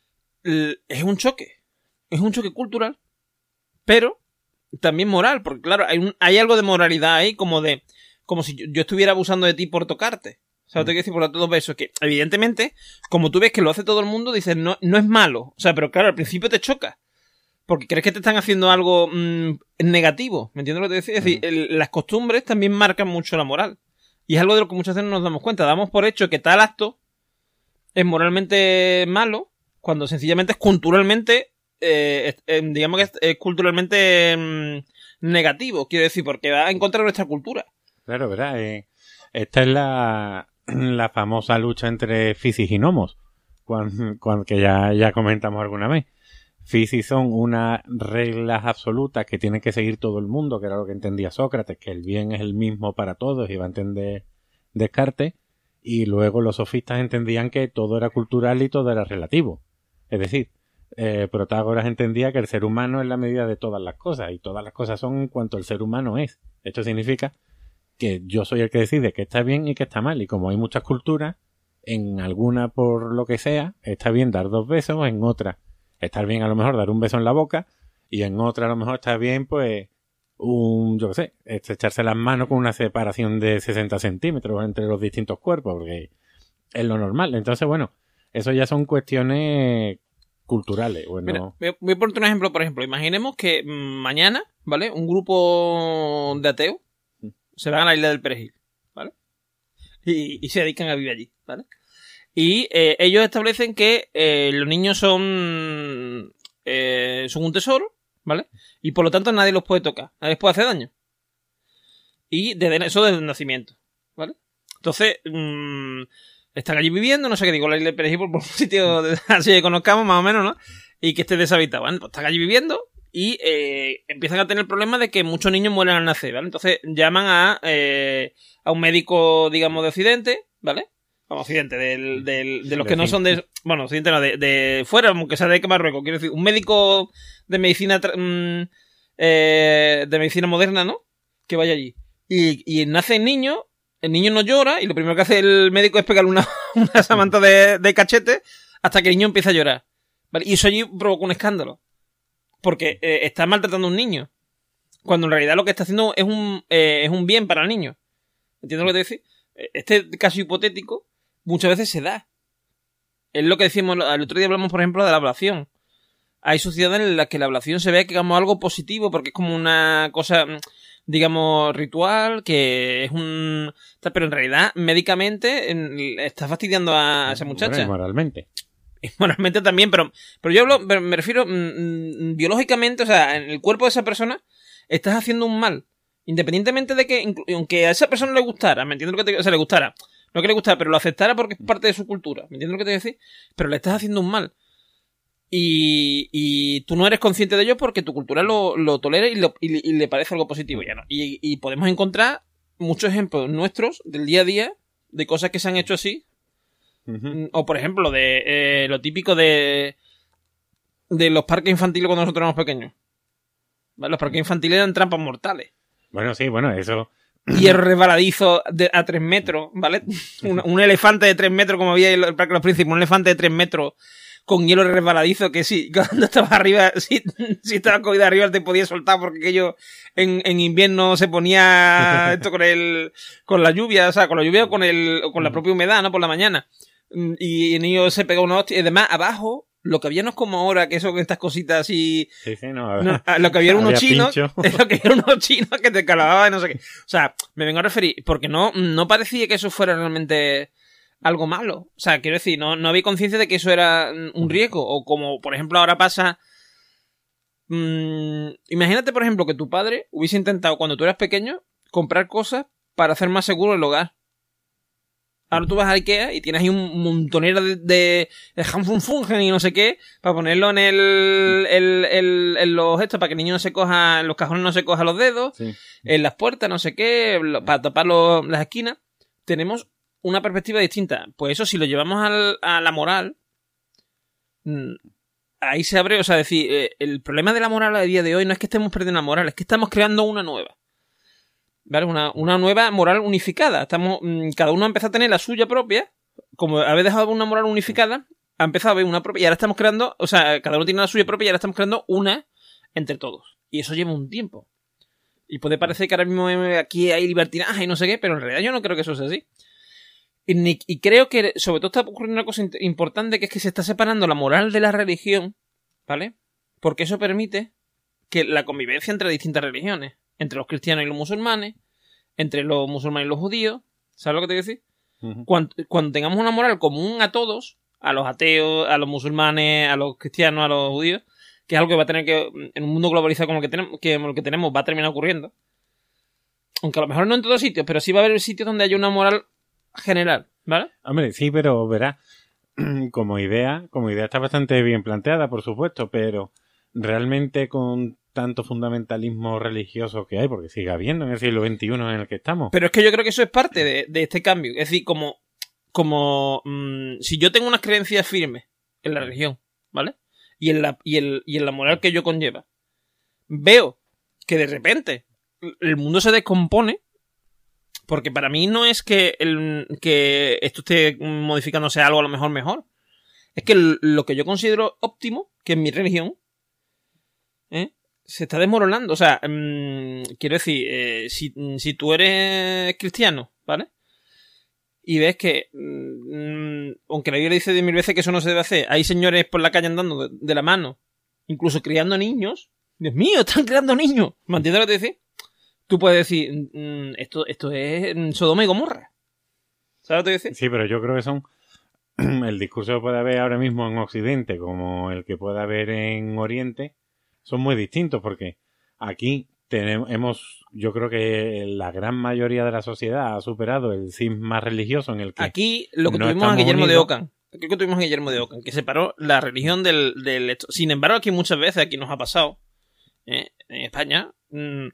S1: Es un choque, es un choque cultural, pero también moral, porque claro, hay, un, hay algo de moralidad ahí, como de, como si yo, yo estuviera abusando de ti por tocarte, o sea, mm. te quiero decir por todos besos, que evidentemente, como tú ves que lo hace todo el mundo, dices, no, no es malo, o sea, pero claro, al principio te choca, porque crees que te están haciendo algo mmm, negativo, ¿me entiendes lo que te decía? Es decir, el, las costumbres también marcan mucho la moral, y es algo de lo que muchas veces no nos damos cuenta, damos por hecho que tal acto es moralmente malo, cuando sencillamente es culturalmente, eh, eh, digamos que es, es culturalmente eh, negativo, quiero decir, porque va en contra de nuestra cultura.
S2: Claro, ¿verdad? Eh, esta es la, la famosa lucha entre fisis y nomos, cuando, cuando, que ya, ya comentamos alguna vez. Fisis son unas reglas absolutas que tiene que seguir todo el mundo, que era lo que entendía Sócrates, que el bien es el mismo para todos, y va a entender Descartes, y luego los sofistas entendían que todo era cultural y todo era relativo. Es decir, eh, Protágoras entendía que el ser humano es la medida de todas las cosas, y todas las cosas son en cuanto el ser humano es. Esto significa que yo soy el que decide qué está bien y qué está mal, y como hay muchas culturas, en alguna por lo que sea, está bien dar dos besos, en otra está bien a lo mejor dar un beso en la boca, y en otra a lo mejor está bien, pues, un, yo qué sé, estrecharse las manos con una separación de sesenta centímetros entre los distintos cuerpos, porque es lo normal. Entonces, bueno, eso ya son cuestiones culturales. Bueno.
S1: Mira, voy a ponerte un ejemplo, por ejemplo. Imaginemos que mañana, ¿vale? Un grupo de ateos se van a la isla del Perejil, ¿vale? Y, y se dedican a vivir allí, ¿vale? Y eh, ellos establecen que eh, los niños son, eh, son un tesoro, ¿vale? Y por lo tanto nadie los puede tocar, nadie les puede hacer daño. Y desde eso desde el nacimiento, ¿vale? Entonces, mmm, están allí viviendo, no sé qué digo, la isla del Perejil, por un sitio de, así que conozcamos más o menos, ¿no? Y que esté deshabitado, ¿vale? Pues están allí viviendo y eh, empiezan a tener problemas de que muchos niños mueren al nacer, ¿vale? Entonces llaman a, eh, a un médico, digamos, de Occidente, ¿vale? Como Occidente, del, del, de los que no son de... Bueno, Occidente no, de, de fuera, aunque sea de Marruecos, quiero decir, un médico de medicina mmm, eh, de medicina moderna, ¿no? Que vaya allí. Y, y nace el niño el niño no llora y lo primero que hace el médico es pegarle una, una samanta de, de cachete hasta que el niño empieza a llorar. ¿Vale? Y eso allí provoca un escándalo. Porque eh, está maltratando a un niño. Cuando en realidad lo que está haciendo es un, eh, es un bien para el niño. ¿Entiendes lo que te decía? Este caso hipotético muchas veces se da. Es lo que decimos, el otro día hablamos, por ejemplo, de la ablación. Hay sociedades en las que la ablación se ve como algo positivo porque es como una cosa, digamos, ritual, que es un... Pero en realidad, médicamente, está fastidiando a esa muchacha.
S2: Bueno, moralmente.
S1: Y moralmente también, pero, pero yo hablo, pero me refiero mmm, biológicamente, o sea, en el cuerpo de esa persona estás haciendo un mal. Independientemente de que, aunque a esa persona le gustara, ¿me entiendes lo que te... O sea, le gustara... No que le gustara, pero lo aceptara porque es parte de su cultura. ¿Me entiendes lo que te voy a decir? Pero le estás haciendo un mal. Y, y tú no eres consciente de ello porque tu cultura lo, lo tolera y, lo, y, y le parece algo positivo. Ya no. Y, y podemos encontrar muchos ejemplos nuestros del día a día de cosas que se han hecho así. Uh-huh. O, por ejemplo, de eh, lo típico de, de los parques infantiles cuando nosotros éramos pequeños. ¿Vale? Los parques infantiles eran trampas mortales.
S2: Bueno, sí, bueno, eso...
S1: Hierro resbaladizo de, a tres metros, ¿vale? Un, un elefante de tres metros, como había en el Parque de los Príncipes, un elefante de tres metros con hielo resbaladizo que sí, cuando estabas arriba, si, si estabas cogido arriba te podías soltar porque aquello en, en invierno se ponía esto con el, con la lluvia, o sea, con la lluvia o con el, o con la propia humedad, ¿no? Por la mañana. Y el niño se pegó una hostia. Y además, abajo, lo que había no es como ahora, que eso, estas cositas así.
S2: Sí, sí, no,
S1: no lo que había era unos chinos. Lo que había unos chinos que te calababan y no sé qué. O sea, me vengo a referir, porque no, no parecía que eso fuera realmente algo malo. O sea, quiero decir, no, no había conciencia de que eso era un riesgo. O como, por ejemplo, ahora pasa. Mmm, imagínate, por ejemplo, que tu padre hubiese intentado, cuando tú eras pequeño, comprar cosas para hacer más seguro el hogar. Ahora tú vas a Ikea y tienes ahí un montonero de, de, de Hanfunfungen y no sé qué, para ponerlo en el, el, el, en los estos, para que el niño no se coja, en los cajones no se coja los dedos, sí. En las puertas, no sé qué, para tapar los, las esquinas. Tenemos una perspectiva distinta. Pues eso, si lo llevamos al, a la moral, ahí se abre, o sea, decir, eh, el problema de la moral a día de hoy no es que estemos perdiendo la moral, es que estamos creando una nueva. ¿Vale? Una, una nueva moral unificada. Estamos, cada uno ha empezado a tener la suya propia. Como habéis dejado una moral unificada, ha empezado a haber una propia. Y ahora estamos creando, o sea, cada uno tiene la suya propia y ahora estamos creando una entre todos. Y eso lleva un tiempo. Y puede parecer que ahora mismo aquí hay libertinaje y no sé qué, pero en realidad yo no creo que eso sea así. Y, y creo que sobre todo está ocurriendo una cosa importante, que es que se está separando la moral de la religión, ¿vale? Porque eso permite que la convivencia entre distintas religiones. Entre los cristianos y los musulmanes, entre los musulmanes y los judíos, ¿sabes lo que te quiero decir? Uh-huh. Cuando, cuando tengamos una moral común a todos, a los ateos, a los musulmanes, a los cristianos, a los judíos, que es algo que va a tener que, en un mundo globalizado como el que tenemos, que, el que tenemos va a terminar ocurriendo. Aunque a lo mejor no en todos sitios, pero sí va a haber sitios donde haya una moral general, ¿vale?
S2: Hombre, sí, pero verás, como idea, como idea está bastante bien planteada, por supuesto, pero realmente con tanto fundamentalismo religioso que hay, porque sigue habiendo en el siglo veintiuno en el que estamos.
S1: Pero es que yo creo que eso es parte de, de este cambio. Es decir, como, como mmm, si yo tengo unas creencias firmes en la religión, ¿vale? Y en la, y el, y en la moral que ello conlleva, veo que de repente el mundo se descompone, porque para mí no es que, el, que esto esté modificándose algo a lo mejor mejor. Es que el, lo que yo considero óptimo, que es mi religión, ¿eh? Se está desmoronando. O sea, mmm, quiero decir, eh, si, si tú eres cristiano, ¿vale? Y ves que, mmm, aunque la Biblia dice de mil veces que eso no se debe hacer, hay señores por la calle andando de, de la mano, incluso criando niños. Dios mío, están criando niños. ¿Me entiendes lo que te decía? Tú puedes decir, mmm, esto, esto es Sodoma y Gomorra. ¿Sabes lo que te decía?
S2: Sí, pero yo creo que son el discurso que puede haber ahora mismo en Occidente como el que puede haber en Oriente. Son muy distintos porque aquí tenemos, hemos, yo creo que la gran mayoría de la sociedad ha superado el cisma religioso en el que
S1: aquí lo que no tuvimos a Guillermo unidos. de Ockham, aquí lo que tuvimos a Guillermo de Ockham, que separó la religión del, del sin embargo aquí muchas veces aquí nos ha pasado ¿eh? En España mmm,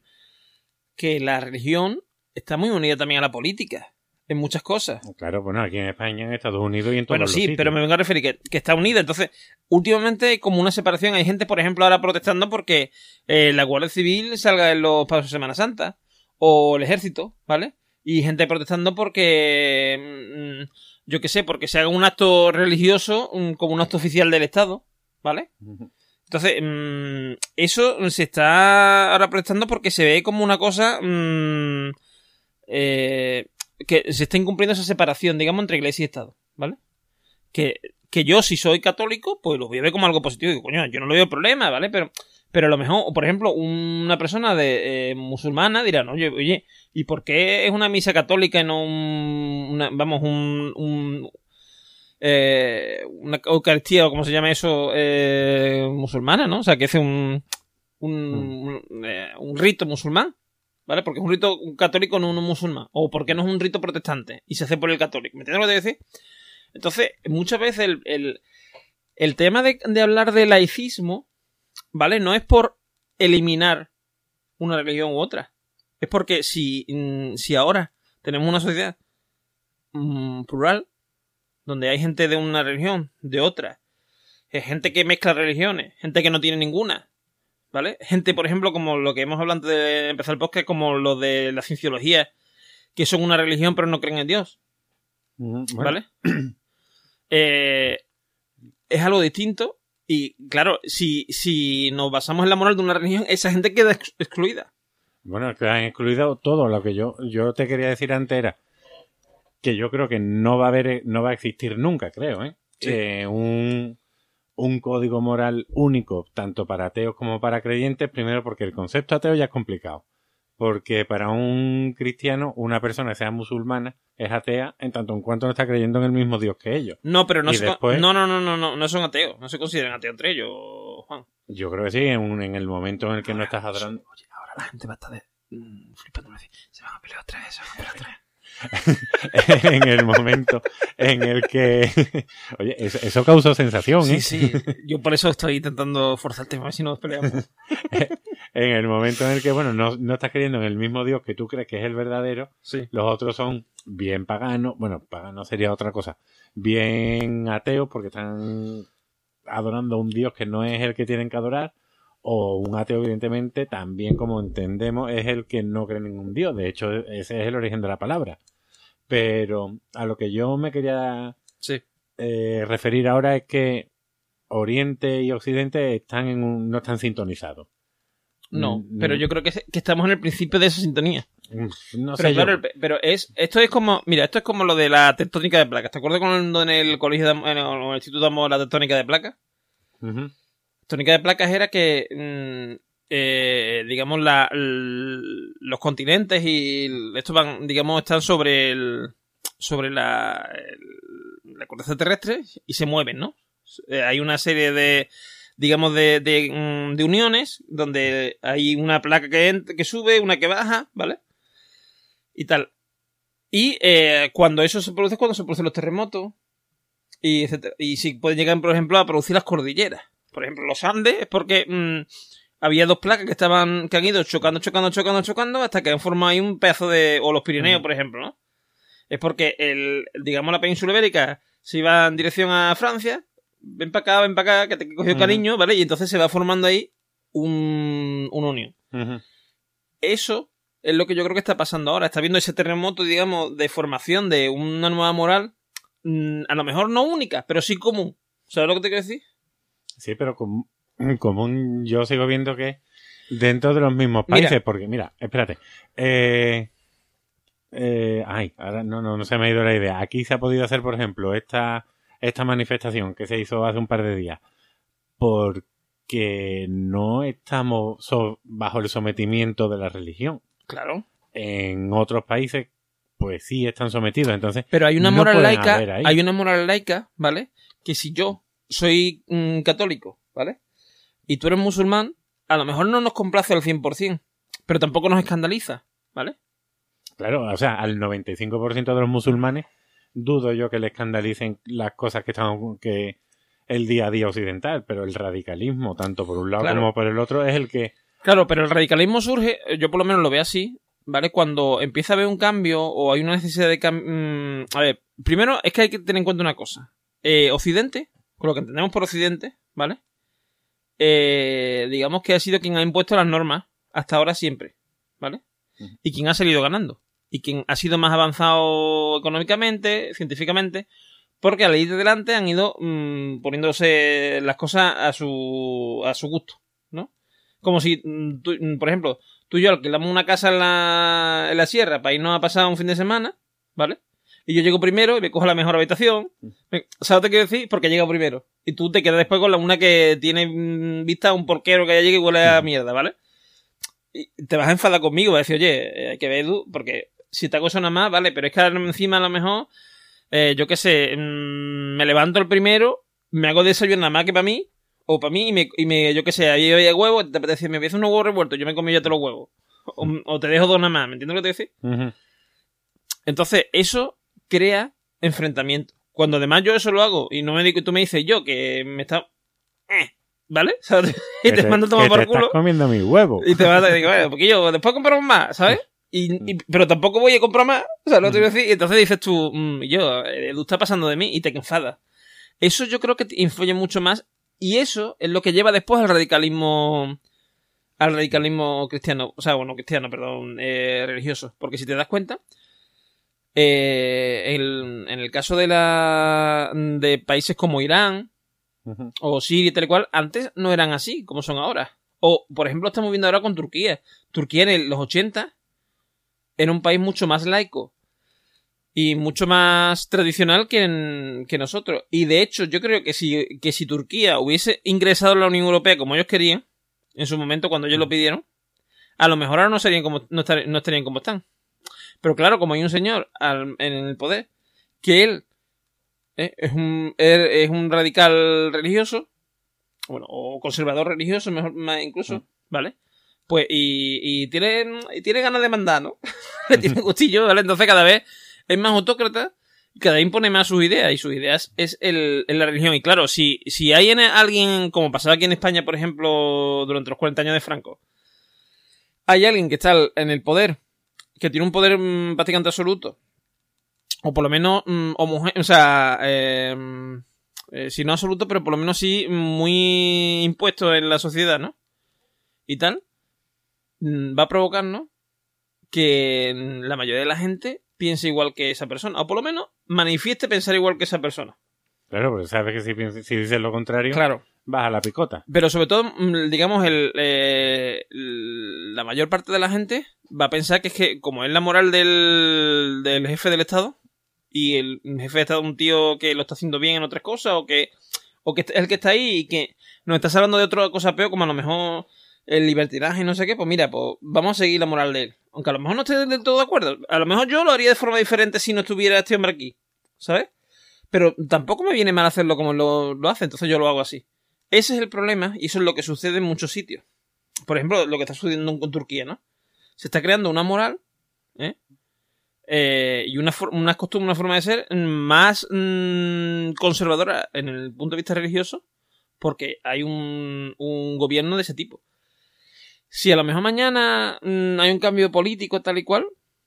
S1: que la religión está muy unida también a la política. En muchas cosas.
S2: Claro, bueno, aquí en España, en Estados Unidos y en todos
S1: bueno,
S2: los
S1: sí,
S2: sitios.
S1: Pero me vengo a referir que, que está unida. Entonces, últimamente hay como una separación. Hay gente, por ejemplo, ahora protestando porque eh, la Guardia Civil salga en los pasos de Semana Santa. O el Ejército, ¿vale? Y gente protestando porque, mmm, yo qué sé, porque se haga un acto religioso um, como un acto oficial del Estado, ¿vale? Entonces, mmm, eso se está ahora protestando porque se ve como una cosa mmm, eh, que se está incumpliendo esa separación, digamos, entre Iglesia y Estado, ¿vale? Que, que yo, si soy católico, pues lo voy a ver como algo positivo. Digo, coño, yo no lo veo problema, ¿vale? Pero, pero a lo mejor, por ejemplo, una persona de eh, musulmana dirá, no, oye, oye, ¿y por qué es una misa católica y no un, una, vamos, un, un eh, una Eucaristía o como se llama eso, eh, musulmana, ¿no? O sea, que es un, un, un, eh, un rito musulmán, ¿vale? Porque es un rito católico, no un musulmán. O porque no es un rito protestante y se hace por el católico. ¿Me entiendes lo que te decir? Entonces, muchas veces el, el, el tema de, de hablar de laicismo, ¿vale? No es por eliminar una religión u otra. Es porque si, si ahora tenemos una sociedad mmm, plural, donde hay gente de una religión, de otra, gente que mezcla religiones, gente que no tiene ninguna, ¿vale? Gente, por ejemplo, como lo que hemos hablado antes de empezar el podcast, como lo de la cienciología, que son una religión pero no creen en Dios, ¿vale? Bueno. Eh, es algo distinto y, claro, si, si nos basamos en la moral de una religión, esa gente queda ex- excluida.
S2: Bueno, es que han excluido todo. Lo que yo, yo te quería decir antes era que yo creo que no va a haber, no va a existir nunca, creo, ¿eh? Sí. Eh, un, un código moral único, tanto para ateos como para creyentes, primero porque el concepto ateo ya es complicado. Porque para un cristiano, una persona que sea musulmana es atea en tanto en cuanto no está creyendo en el mismo Dios que ellos.
S1: No, pero no,
S2: y
S1: se
S2: después,
S1: no, no, no, no, no, no son ateos. No se consideran ateos entre ellos, Juan.
S2: Yo creo que sí, en, un, en el momento en el que ahora, no estás adorando.
S1: Oye, ahora la gente va a estar de, mmm, flipando. Se van a pelear otra vez, se van a pelear otra vez.
S2: En el momento en el que... Oye, eso, eso causó sensación, ¿eh?
S1: Sí, sí. Yo por eso estoy intentando forzar el tema, a ver si nos peleamos.
S2: En el momento en el que, bueno, no, no estás creyendo en el mismo Dios que tú crees que es el verdadero,
S1: sí.
S2: Los otros son bien paganos, bueno, pagano sería otra cosa, bien ateos porque están adorando a un Dios que no es el que tienen que adorar, o un ateo, evidentemente, también como entendemos, es el que no cree en ningún Dios. De hecho, ese es el origen de la palabra. Pero a lo que yo me quería
S1: sí.
S2: eh, referir ahora es que Oriente y Occidente están en un, no están sintonizados.
S1: No, mm, pero yo creo que, que estamos en el principio de esa sintonía.
S2: No
S1: pero
S2: sé
S1: claro,
S2: yo.
S1: El, pero es esto es como, mira, esto es como lo de la tectónica de placas. ¿Te acuerdas cuando en el colegio, de, en el instituto damos la tectónica de placas?
S2: Uh-huh.
S1: Tectónica de placas era que, mmm, eh, digamos, la, l, los continentes y estos van, digamos, están sobre el, sobre la, el, la corteza terrestre y se mueven, ¿no? Eh, hay una serie de, digamos, de, de, de uniones donde hay una placa que, entra, que sube, una que baja, ¿vale? Y tal. Y eh, cuando eso se produce, cuando se producen los terremotos y etcétera. Y si pueden llegar, por ejemplo, a producir las cordilleras. Por ejemplo, los Andes es porque mmm, había dos placas que estaban que han ido chocando, chocando, chocando, chocando hasta que han formado ahí un pedazo de... O los Pirineos, por ejemplo, ¿no? Es porque, el digamos, la península ibérica se iba en dirección a Francia. Ven para acá, ven para acá, que te cogió cariño, ¿vale? Y entonces se va formando ahí un, una unión.
S2: Uh-huh.
S1: Eso es lo que yo creo que está pasando ahora. Está viendo ese terremoto, digamos, de formación de una nueva moral, a lo mejor no única, pero sí común. ¿Sabes lo que te quiero decir?
S2: Sí, pero común, común yo sigo viendo que dentro de los mismos países, mira, porque mira, espérate. Eh, eh, ay, ahora no, no, no se me ha ido la idea. Aquí se ha podido hacer, por ejemplo, esta, esta manifestación que se hizo hace un par de días, porque no estamos so, bajo el sometimiento de la religión.
S1: Claro.
S2: En otros países, pues sí están sometidos, entonces.
S1: Pero hay una moral no laica, hay una moral laica, ¿vale? Que si yo soy mmm, católico, ¿vale? Y tú eres musulmán, a lo mejor no nos complace al cien por ciento, pero tampoco nos escandaliza, ¿vale?
S2: Claro, o sea, al noventa y cinco por ciento de los musulmanes dudo yo que le escandalicen las cosas que están que el día a día occidental, pero el radicalismo, tanto por un lado claro. como por el otro, es el que...
S1: Claro, pero el radicalismo surge, yo por lo menos lo veo así, ¿vale? Cuando empieza a haber un cambio o hay una necesidad de cambio... Mmm, a ver, primero es que hay que tener en cuenta una cosa. Eh, Occidente, con lo que entendemos por Occidente, ¿vale? Eh, digamos que ha sido quien ha impuesto las normas hasta ahora siempre, ¿vale? Uh-huh. Y quien ha salido ganando. y quien ha sido más avanzado económicamente, científicamente, porque a la de delante han ido mmm, poniéndose las cosas a su a su gusto, ¿no? Como si, tú, por ejemplo, tú y yo alquilamos una casa en la, en la sierra para irnos a pasar un fin de semana, ¿vale? Y yo llego primero y me cojo la mejor habitación. ¿Sabes lo que quiero decir? Porque he llegado primero. Y tú te quedas después con la una que tiene vista a un porquero que ya llega y huele a mierda, ¿vale? Y te vas a enfadar conmigo, vas a decir, oye, hay que ver, porque si te hago eso nada más, vale, pero es que encima a lo mejor, eh, yo qué sé, mmm, me levanto el primero, me hago desayuno nada más que para mí, o para mí, y me, y me yo qué sé, ahí hay huevos, te apetece, me voy a hacer unos huevos revueltos, yo me comí ya todos los huevos. O, o te dejo dos nada más, ¿me entiendes lo que te decís?
S2: Uh-huh.
S1: Entonces, eso crea enfrentamiento. Cuando además yo eso lo hago y no me digo, tú me dices yo que me está... Eh, ¿vale? ¿Sabes? Y te, te mando a tomar por culo.
S2: Estás comiendo mi huevo.
S1: Y te vas a decir, bueno, porque yo después compramos más, ¿sabes? Y, y, pero tampoco voy a comprar más, o sea, lo te voy a decir. Y entonces dices tú, mmm, yo, Edu está pasando de mí y te enfadas. Eso yo creo que te influye mucho más y eso es lo que lleva después al radicalismo... al radicalismo cristiano, o sea, bueno, cristiano, perdón, eh, religioso. Porque si te das cuenta... Eh, el, en el caso de la de países como Irán uh-huh. o Siria y tal y cual, antes no eran así como son ahora. O, por ejemplo, estamos viendo ahora con Turquía. Turquía en el, los ochenta era un país mucho más laico y mucho más tradicional que, en, que nosotros. Y de hecho, yo creo que si, que si Turquía hubiese ingresado a la Unión Europea como ellos querían, en su momento cuando ellos uh-huh. lo pidieron, a lo mejor ahora no, serían como, no, estar, no estarían como están. Pero claro, como hay un señor al, en el poder, que él eh, es, un, él es un radical religioso, bueno, o conservador religioso, mejor más incluso, ¿vale? Pues, y, y, tiene, y tiene ganas de mandar, ¿no? Le tiene gustillo, ¿vale? Entonces cada vez es más autócrata y cada vez impone más sus ideas, y sus ideas es el, el la religión. Y claro, si, si hay en alguien, como pasaba aquí en España, por ejemplo, durante los cuarenta años de Franco, hay alguien que está en el poder, que tiene un poder mmm, prácticamente absoluto, o por lo menos mmm, homogen- o sea, eh, eh, si no absoluto, pero por lo menos sí muy impuesto en la sociedad, ¿no? Y tal, mmm, va a provocarnos que la mayoría de la gente piense igual que esa persona, o por lo menos manifieste pensar igual que esa persona.
S2: Claro, porque sabes que si, piensas, si dices lo contrario,
S1: claro,
S2: vas a la picota.
S1: Pero sobre todo, digamos, el, eh, la mayor parte de la gente va a pensar que es que, como es la moral del, del jefe del Estado, y el jefe de Estado es un tío que lo está haciendo bien en otras cosas, o que, o que es el que está ahí y que nos estás hablando de otra cosa peor, como a lo mejor el libertinaje y no sé qué, pues mira, pues vamos a seguir la moral de él. Aunque a lo mejor no esté del todo de acuerdo. A lo mejor yo lo haría de forma diferente si no estuviera este hombre aquí, ¿sabes? Pero tampoco me viene mal hacerlo como lo, lo hace, entonces yo lo hago así. Ese es el problema y eso es lo que sucede en muchos sitios. Por ejemplo, lo que está sucediendo con Turquía, ¿no? Se está creando una moral, ¿eh? Eh, y una, for- una costumbre, una forma de ser más mmm, conservadora en el punto de vista religioso, porque hay un, un gobierno de ese tipo. Si a lo mejor mañana mmm, hay un cambio político tal y cual,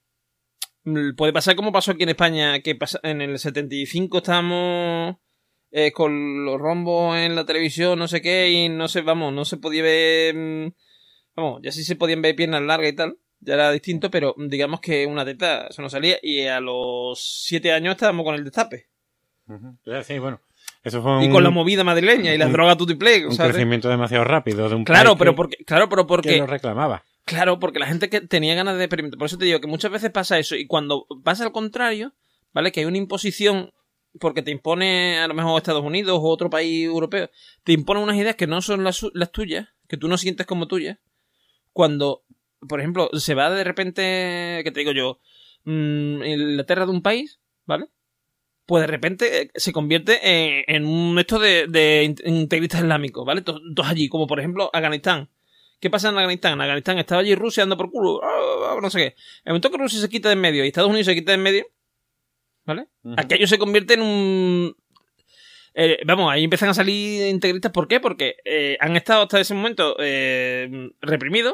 S1: puede pasar como pasó aquí en España, que pasa, en el setenta y cinco estábamos eh, con los rombos en la televisión, no sé qué, y no sé, vamos, no se podía ver, vamos, ya sí se podían ver piernas largas y tal, ya era distinto, pero digamos que una teta se nos salía y a los siete años estábamos con el destape.
S2: Uh-huh. Sí, bueno. Eso fue un,
S1: y con la movida madrileña y las
S2: un,
S1: drogas tutiplay.
S2: Un
S1: ¿sabes?
S2: crecimiento demasiado rápido de un
S1: claro,
S2: país
S1: pero
S2: que,
S1: porque, claro, pero porque
S2: que lo reclamaba.
S1: Claro, porque la gente que tenía ganas de experimentar. Por eso te digo que muchas veces pasa eso. Y cuando pasa al contrario, ¿vale? Que hay una imposición porque te impone a lo mejor Estados Unidos o otro país europeo. Te impone unas ideas que no son las, las tuyas, que tú no sientes como tuyas. Cuando, por ejemplo, se va de repente, ¿qué te digo yo? Mmm, en la tierra de un país, ¿vale? Pues de repente se convierte en, en un esto de, de integristas islámicos, ¿vale? Todos, todos allí, como por ejemplo Afganistán. ¿Qué pasa en Afganistán? En Afganistán estaba allí Rusia dando por culo, no sé qué. En el momento que Rusia se quita de en medio y Estados Unidos se quita de en medio, ¿vale? Uh-huh. Aquello se convierte en un... Eh, vamos, ahí empiezan a salir integristas. ¿Por qué? Porque eh, han estado hasta ese momento eh, reprimidos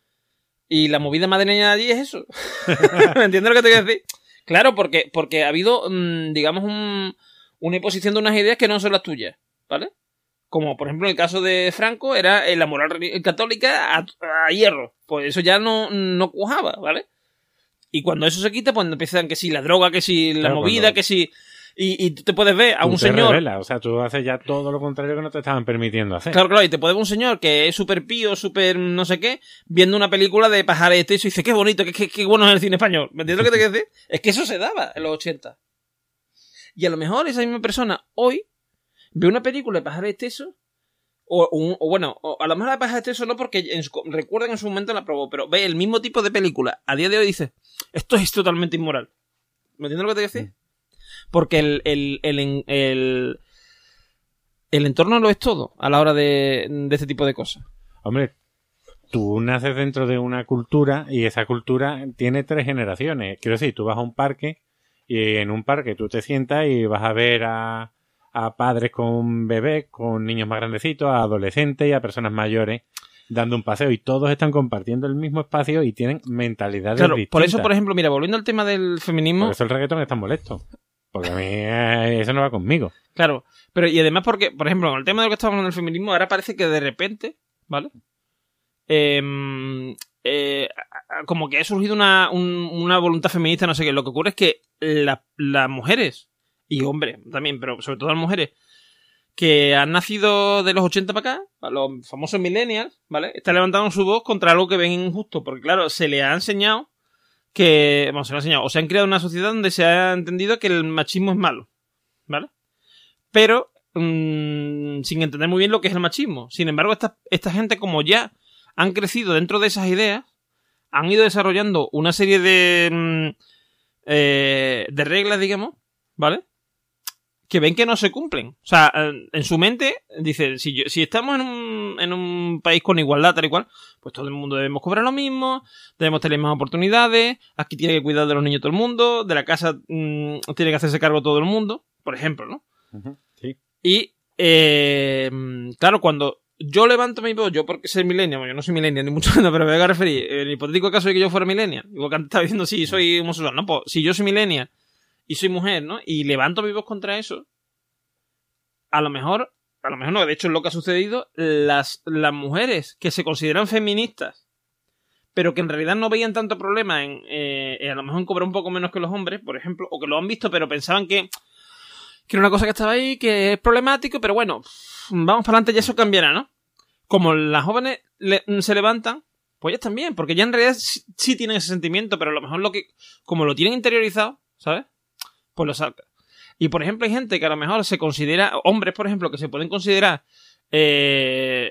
S1: y la movida madrileña de allí es eso. ¿Me entiendes lo que te quiero decir? Claro, porque, porque ha habido, mmm, digamos, un, una imposición de unas ideas que no son las tuyas, ¿vale? Como, por ejemplo, en el caso de Franco, era la moral católica a, a hierro. Pues eso ya no, no cuajaba, ¿vale? Y cuando eso se quita, pues empiezan que si la droga, que si la
S2: Claro,
S1: movida,
S2: cuando-
S1: que si... Y, y tú te puedes ver a
S2: Tú
S1: un
S2: te
S1: señor...
S2: revelas, o sea, tú haces ya todo lo contrario que no te estaban permitiendo hacer.
S1: Claro, claro, y te puede ver un señor que es súper pío, súper no sé qué, viendo una película de pajares de eso y dice, qué bonito, qué, qué, qué bueno es el cine español. ¿Me entiendes lo que te quiero decir? Es que eso se daba en los ochenta. Y a lo mejor esa misma persona hoy ve una película de pajares excesos, o, o, o bueno, o a lo mejor la de pajares excesos no porque en su, recuerdan en su momento la probó, pero ve el mismo tipo de película a día de hoy y dice, esto es totalmente inmoral. ¿Me entiendes lo que te quiero decir? Porque el, el, el, el, el entorno lo es todo a la hora de, de este tipo de cosas.
S2: Hombre, tú naces dentro de una cultura y esa cultura tiene tres generaciones. Quiero decir, tú vas a un parque y en un parque tú te sientas y vas a ver a, a padres con bebés, con niños más grandecitos, a adolescentes y a personas mayores dando un paseo y todos están compartiendo el mismo espacio y tienen mentalidades
S1: Claro,
S2: distintas.
S1: por eso, por ejemplo, mira, volviendo al tema del feminismo...
S2: Por eso el reggaetón es tan molesto. Porque a mí eh, eso no va conmigo.
S1: Claro, pero y además porque, por ejemplo, en el tema de lo que estamos hablando del feminismo, ahora parece que de repente, ¿vale? Eh, eh, como que ha surgido una, un, una voluntad feminista, no sé qué. Lo que ocurre es que la, las mujeres, y hombres también, pero sobre todo las mujeres, que han nacido de los ochenta para acá, los famosos millennials, ¿vale? Están levantando su voz contra algo que ven injusto, porque claro, se les ha enseñado que, bueno, se les ha enseñado, o se han creado una sociedad donde se ha entendido que el machismo es malo, ¿vale? Pero mmm, sin entender muy bien lo que es el machismo. Sin embargo, esta, esta gente, como ya han crecido dentro de esas ideas, han ido desarrollando una serie de mmm, eh, de reglas, digamos, ¿vale? Que ven que no se cumplen. O sea, en su mente, dice, si, yo, si estamos en un, en un país con igualdad, tal y cual, pues todo el mundo debemos cobrar lo mismo, debemos tener más oportunidades, aquí tiene que cuidar de los niños todo el mundo, de la casa mmm, tiene que hacerse cargo todo el mundo, por ejemplo, ¿no?
S2: Uh-huh, sí.
S1: Y, eh, claro, cuando yo levanto mi voz, yo porque soy millennial, bueno, yo no soy millennial ni mucho menos, pero me voy a referir, en el hipotético caso de que yo fuera millennial, igual que antes estaba diciendo, sí, soy homosexual, no, pues si yo soy millennial y soy mujer, ¿no? Y levanto mi voz contra eso, a lo mejor, a lo mejor no, de hecho es lo que ha sucedido, las, las mujeres que se consideran feministas, pero que en realidad no veían tanto problema en, eh, a lo mejor en cobrar un poco menos que los hombres, por ejemplo, o que lo han visto, pero pensaban que, que era una cosa que estaba ahí, que es problemático, pero bueno, vamos para adelante y eso cambiará, ¿no? Como las jóvenes le, se levantan, pues ellas también, porque ya en realidad sí, sí tienen ese sentimiento, pero a lo mejor lo que, como lo tienen interiorizado, ¿sabes? Pues lo saca. Y por ejemplo hay gente que a lo mejor se considera, hombres por ejemplo, que se pueden considerar eh,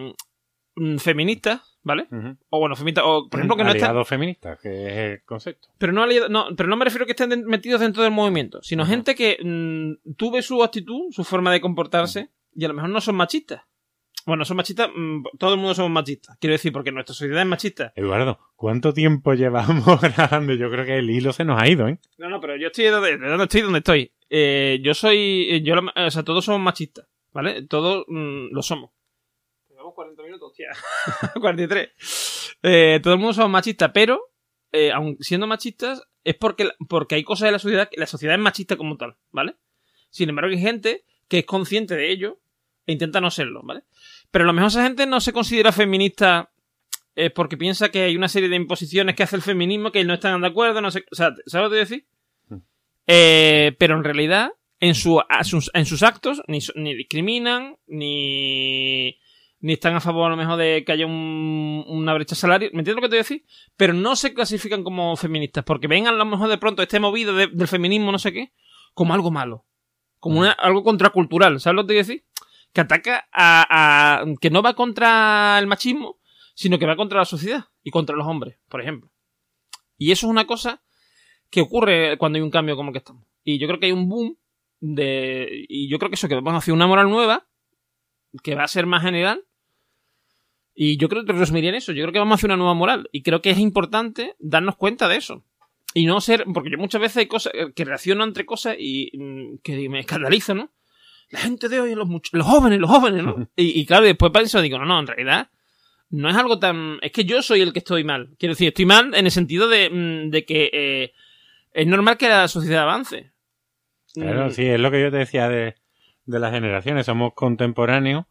S1: mm, feministas, ¿vale?
S2: Uh-huh.
S1: O bueno, feministas, o por ejemplo que no están...
S2: Aliados feministas, que es el concepto.
S1: Pero no, no, pero no me refiero a que estén de, metidos dentro del movimiento, sino uh-huh. gente que mmm, tuve su actitud, su forma de comportarse, y a lo mejor no son machistas. Bueno, son machistas, mmm, todo el mundo somos machistas. Quiero decir, porque nuestra sociedad es machista.
S2: Eduardo, ¿cuánto tiempo llevamos grabando? Yo creo que el hilo se nos ha ido, ¿eh?
S1: No, no, pero yo estoy donde, donde estoy, donde estoy. Eh, yo soy, yo, o sea, todos somos machistas, ¿vale? Todos mmm, lo somos. Llevamos cuarenta minutos, hostia. cuarenta y tres. Eh, todo el mundo somos machistas, pero, eh, aun siendo machistas, es porque, porque hay cosas de la sociedad, la sociedad es machista como tal, ¿vale? Sin embargo, hay gente que es consciente de ello e intenta no serlo, ¿vale? Pero a lo mejor esa gente no se considera feminista eh, porque piensa que hay una serie de imposiciones que hace el feminismo que no están de acuerdo, no sé, o sea, ¿sabes lo que te decir? Mm. Eh, pero en realidad, en, su, a sus, en sus actos, ni, ni discriminan, ni, ni están a favor a lo mejor de que haya un, una brecha salarial, ¿me entiendes lo que te voy a decir? Pero no se clasifican como feministas, porque ven a lo mejor de pronto este movido de, del feminismo, no sé qué, como algo malo, como una, algo contracultural, ¿sabes lo que te voy a decir? Que ataca a, a... que no va contra el machismo, sino que va contra la sociedad y contra los hombres, por ejemplo. Y eso es una cosa que ocurre cuando hay un cambio como el que estamos. Y yo creo que hay un boom de... Y yo creo que eso, que vamos hacia una moral nueva, que va a ser más general. Y yo creo que resumiría en eso. Yo creo que vamos hacia una nueva moral. Y creo que es importante darnos cuenta de eso. Y no ser... Porque yo muchas veces hay cosas que reacciono entre cosas y que me escandalizo, ¿no? La gente de hoy, los, los jóvenes, los jóvenes, ¿no? Y, y claro, después pienso, digo, no, no, en realidad no es algo tan... Es que yo soy el que estoy mal. Quiero decir, estoy mal en el sentido de, de que eh, es normal que la sociedad avance.
S2: Claro, sí, es lo que yo te decía de, de las generaciones. Somos contemporáneos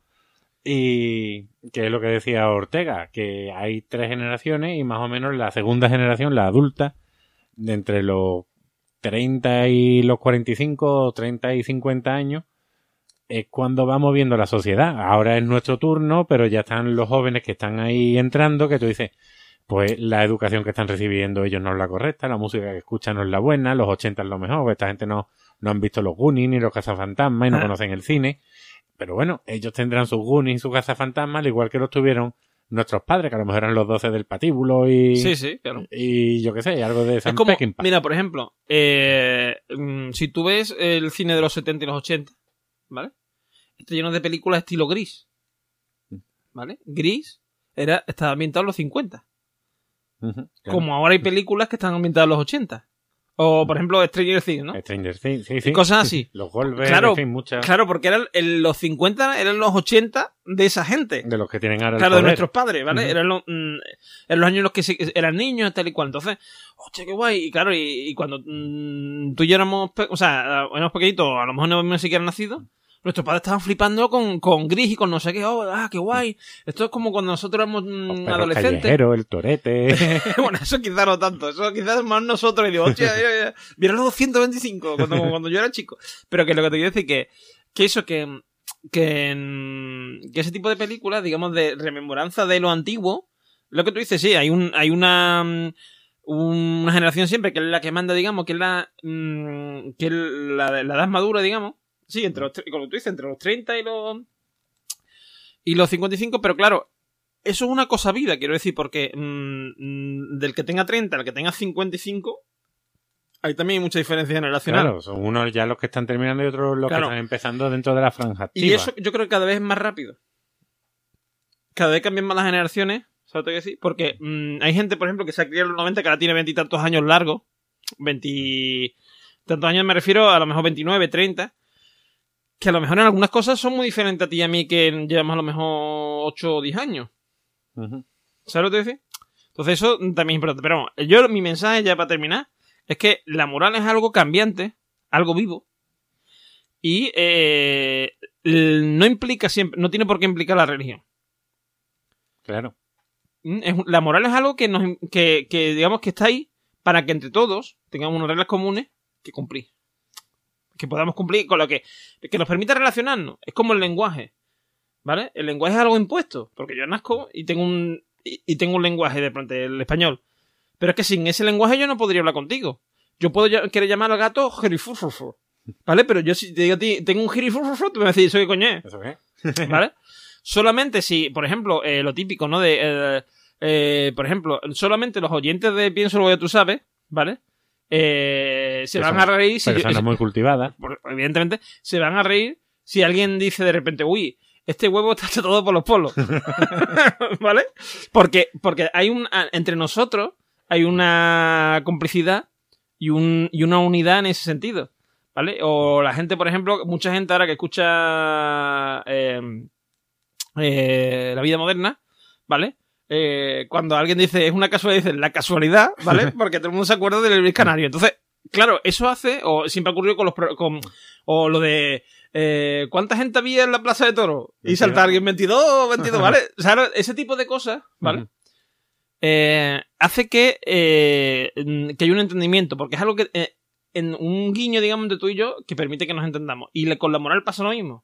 S2: y que es lo que decía Ortega, que hay tres generaciones y más o menos la segunda generación, la adulta, de entre los treinta y los cuarenta y cinco, treinta y cincuenta años, es cuando vamos viendo la sociedad. Ahora es nuestro turno, pero ya están los jóvenes que están ahí entrando, que tú dices, pues la educación que están recibiendo ellos no es la correcta, la música que escuchan no es la buena, los ochenta es lo mejor, porque esta gente no, no han visto los Goonies ni los cazafantasmas y no ah. conocen el cine. Pero bueno, ellos tendrán sus Goonies y sus cazafantasmas, al igual que los tuvieron nuestros padres, que a lo mejor eran los doce del patíbulo y...
S1: Sí, sí, claro.
S2: Y yo qué sé, algo de Sam
S1: es como,
S2: Peckinpah.
S1: Mira, por ejemplo, eh, si tú ves el cine de los setenta y los ochenta, ¿vale? Está lleno de películas estilo Gris, ¿vale? Gris era, estaba ambientado en los cincuenta. Uh-huh, claro. Como ahora hay películas que están ambientadas en los ochenta. O, por ejemplo, Stranger Things, ¿no?
S2: Stranger Things, sí, sí.
S1: Y cosas así.
S2: Los golpes,
S1: claro,
S2: en fin, muchas...
S1: Claro, porque eran en los cincuenta eran los ochenta de esa gente.
S2: De los que tienen ahora el
S1: Claro,
S2: poder.
S1: de nuestros padres, ¿vale? Uh-huh. Eran, los, mm, eran los años en los que se, eran niños, tal y cual. Entonces, hostia, qué guay. Y claro, y, y cuando mm, tú y yo éramos, pe- o sea, éramos pequeñitos, a lo mejor no habíamos siquiera nacido, nuestros padres estaban flipando con, con Gris y con no sé qué. Oh, ah, qué guay. Esto es como cuando nosotros éramos mmm, adolescentes.
S2: El el torete.
S1: Bueno, eso quizás no tanto. Eso quizás más nosotros. Y digo, hostia, mira los doscientos veinticinco cuando, cuando yo era chico. Pero que lo que te quiero decir que, que eso, que, que, que ese tipo de películas, digamos, de rememoranza de lo antiguo, lo que tú dices, sí, hay un, hay una, una generación siempre que es la que manda, digamos, que es la, que es la, la edad madura, digamos. Sí, entre los, como tú dices, entre los treinta y los y los cincuenta y cinco, pero claro, eso es una cosa viva, quiero decir, porque mmm, del que tenga treinta al que tenga cincuenta y cinco, hay también mucha diferencia generacional.
S2: Claro, son unos ya los que están terminando y otros los
S1: claro.
S2: que están empezando dentro de la franja activa.
S1: Y eso yo creo que cada vez es más rápido. Cada vez cambian más las generaciones, ¿sabes lo que decir? Porque mmm, hay gente, por ejemplo, que se ha criado en los noventa, que ahora tiene veintitantos años largos, veinte tantos años me refiero a lo mejor veintinueve, treinta, que a lo mejor en algunas cosas son muy diferentes a ti y a mí, que llevamos a lo mejor ocho o diez años. Uh-huh. ¿Sabes lo que te decir? Entonces eso también es importante. Pero vamos, yo, mi mensaje ya para terminar, es que la moral es algo cambiante, algo vivo, y eh, no implica siempre, no tiene por qué implicar la religión.
S2: Claro.
S1: Es, la moral es algo que, nos, que, que digamos que está ahí para que entre todos tengamos unas reglas comunes que cumplir. Que podamos cumplir con lo que, que nos permita relacionarnos. Es como el lenguaje, ¿vale? El lenguaje es algo impuesto, porque yo nazco y tengo un y, y tengo un lenguaje de pronto, el español. Pero es que sin ese lenguaje yo no podría hablar contigo. Yo puedo querer llamar al gato jirifurfurfur, ¿vale? Pero yo si te digo a ti, tengo un jirifurfurfur, tú me vas a decir, ¿eso qué coño es?
S2: ¿Eso qué?
S1: ¿Vale? Solamente si, por ejemplo, eh, lo típico, ¿no? De, eh, eh, por ejemplo, solamente los oyentes de Pienso lo que tú sabes, ¿vale? Eh, se van a reír si
S2: personas
S1: yo,
S2: muy cultivadas,
S1: evidentemente se van a reír si alguien dice de repente, uy, este huevo está hecho todo por los polos. ¿Vale? Porque, porque hay un entre nosotros hay una complicidad y un y una unidad en ese sentido, ¿vale? O la gente, por ejemplo, mucha gente ahora que escucha eh, eh, La Vida Moderna, ¿vale? Eh, cuando alguien dice es una casualidad, dice la casualidad, ¿vale? Porque todo el mundo se acuerda del Luis Canario. Entonces, claro, eso hace, o siempre ha ocurrido con los con, o lo de eh, ¿cuánta gente había en la Plaza de Toros? Y salta alguien veintidós, veintidós, ¿vale? O sea, ese tipo de cosas, ¿vale? Uh-huh. Eh, hace que eh, que haya un entendimiento, porque es algo que eh, en un guiño, digamos, de tú y yo, que permite que nos entendamos. Y le, con la moral pasa lo mismo.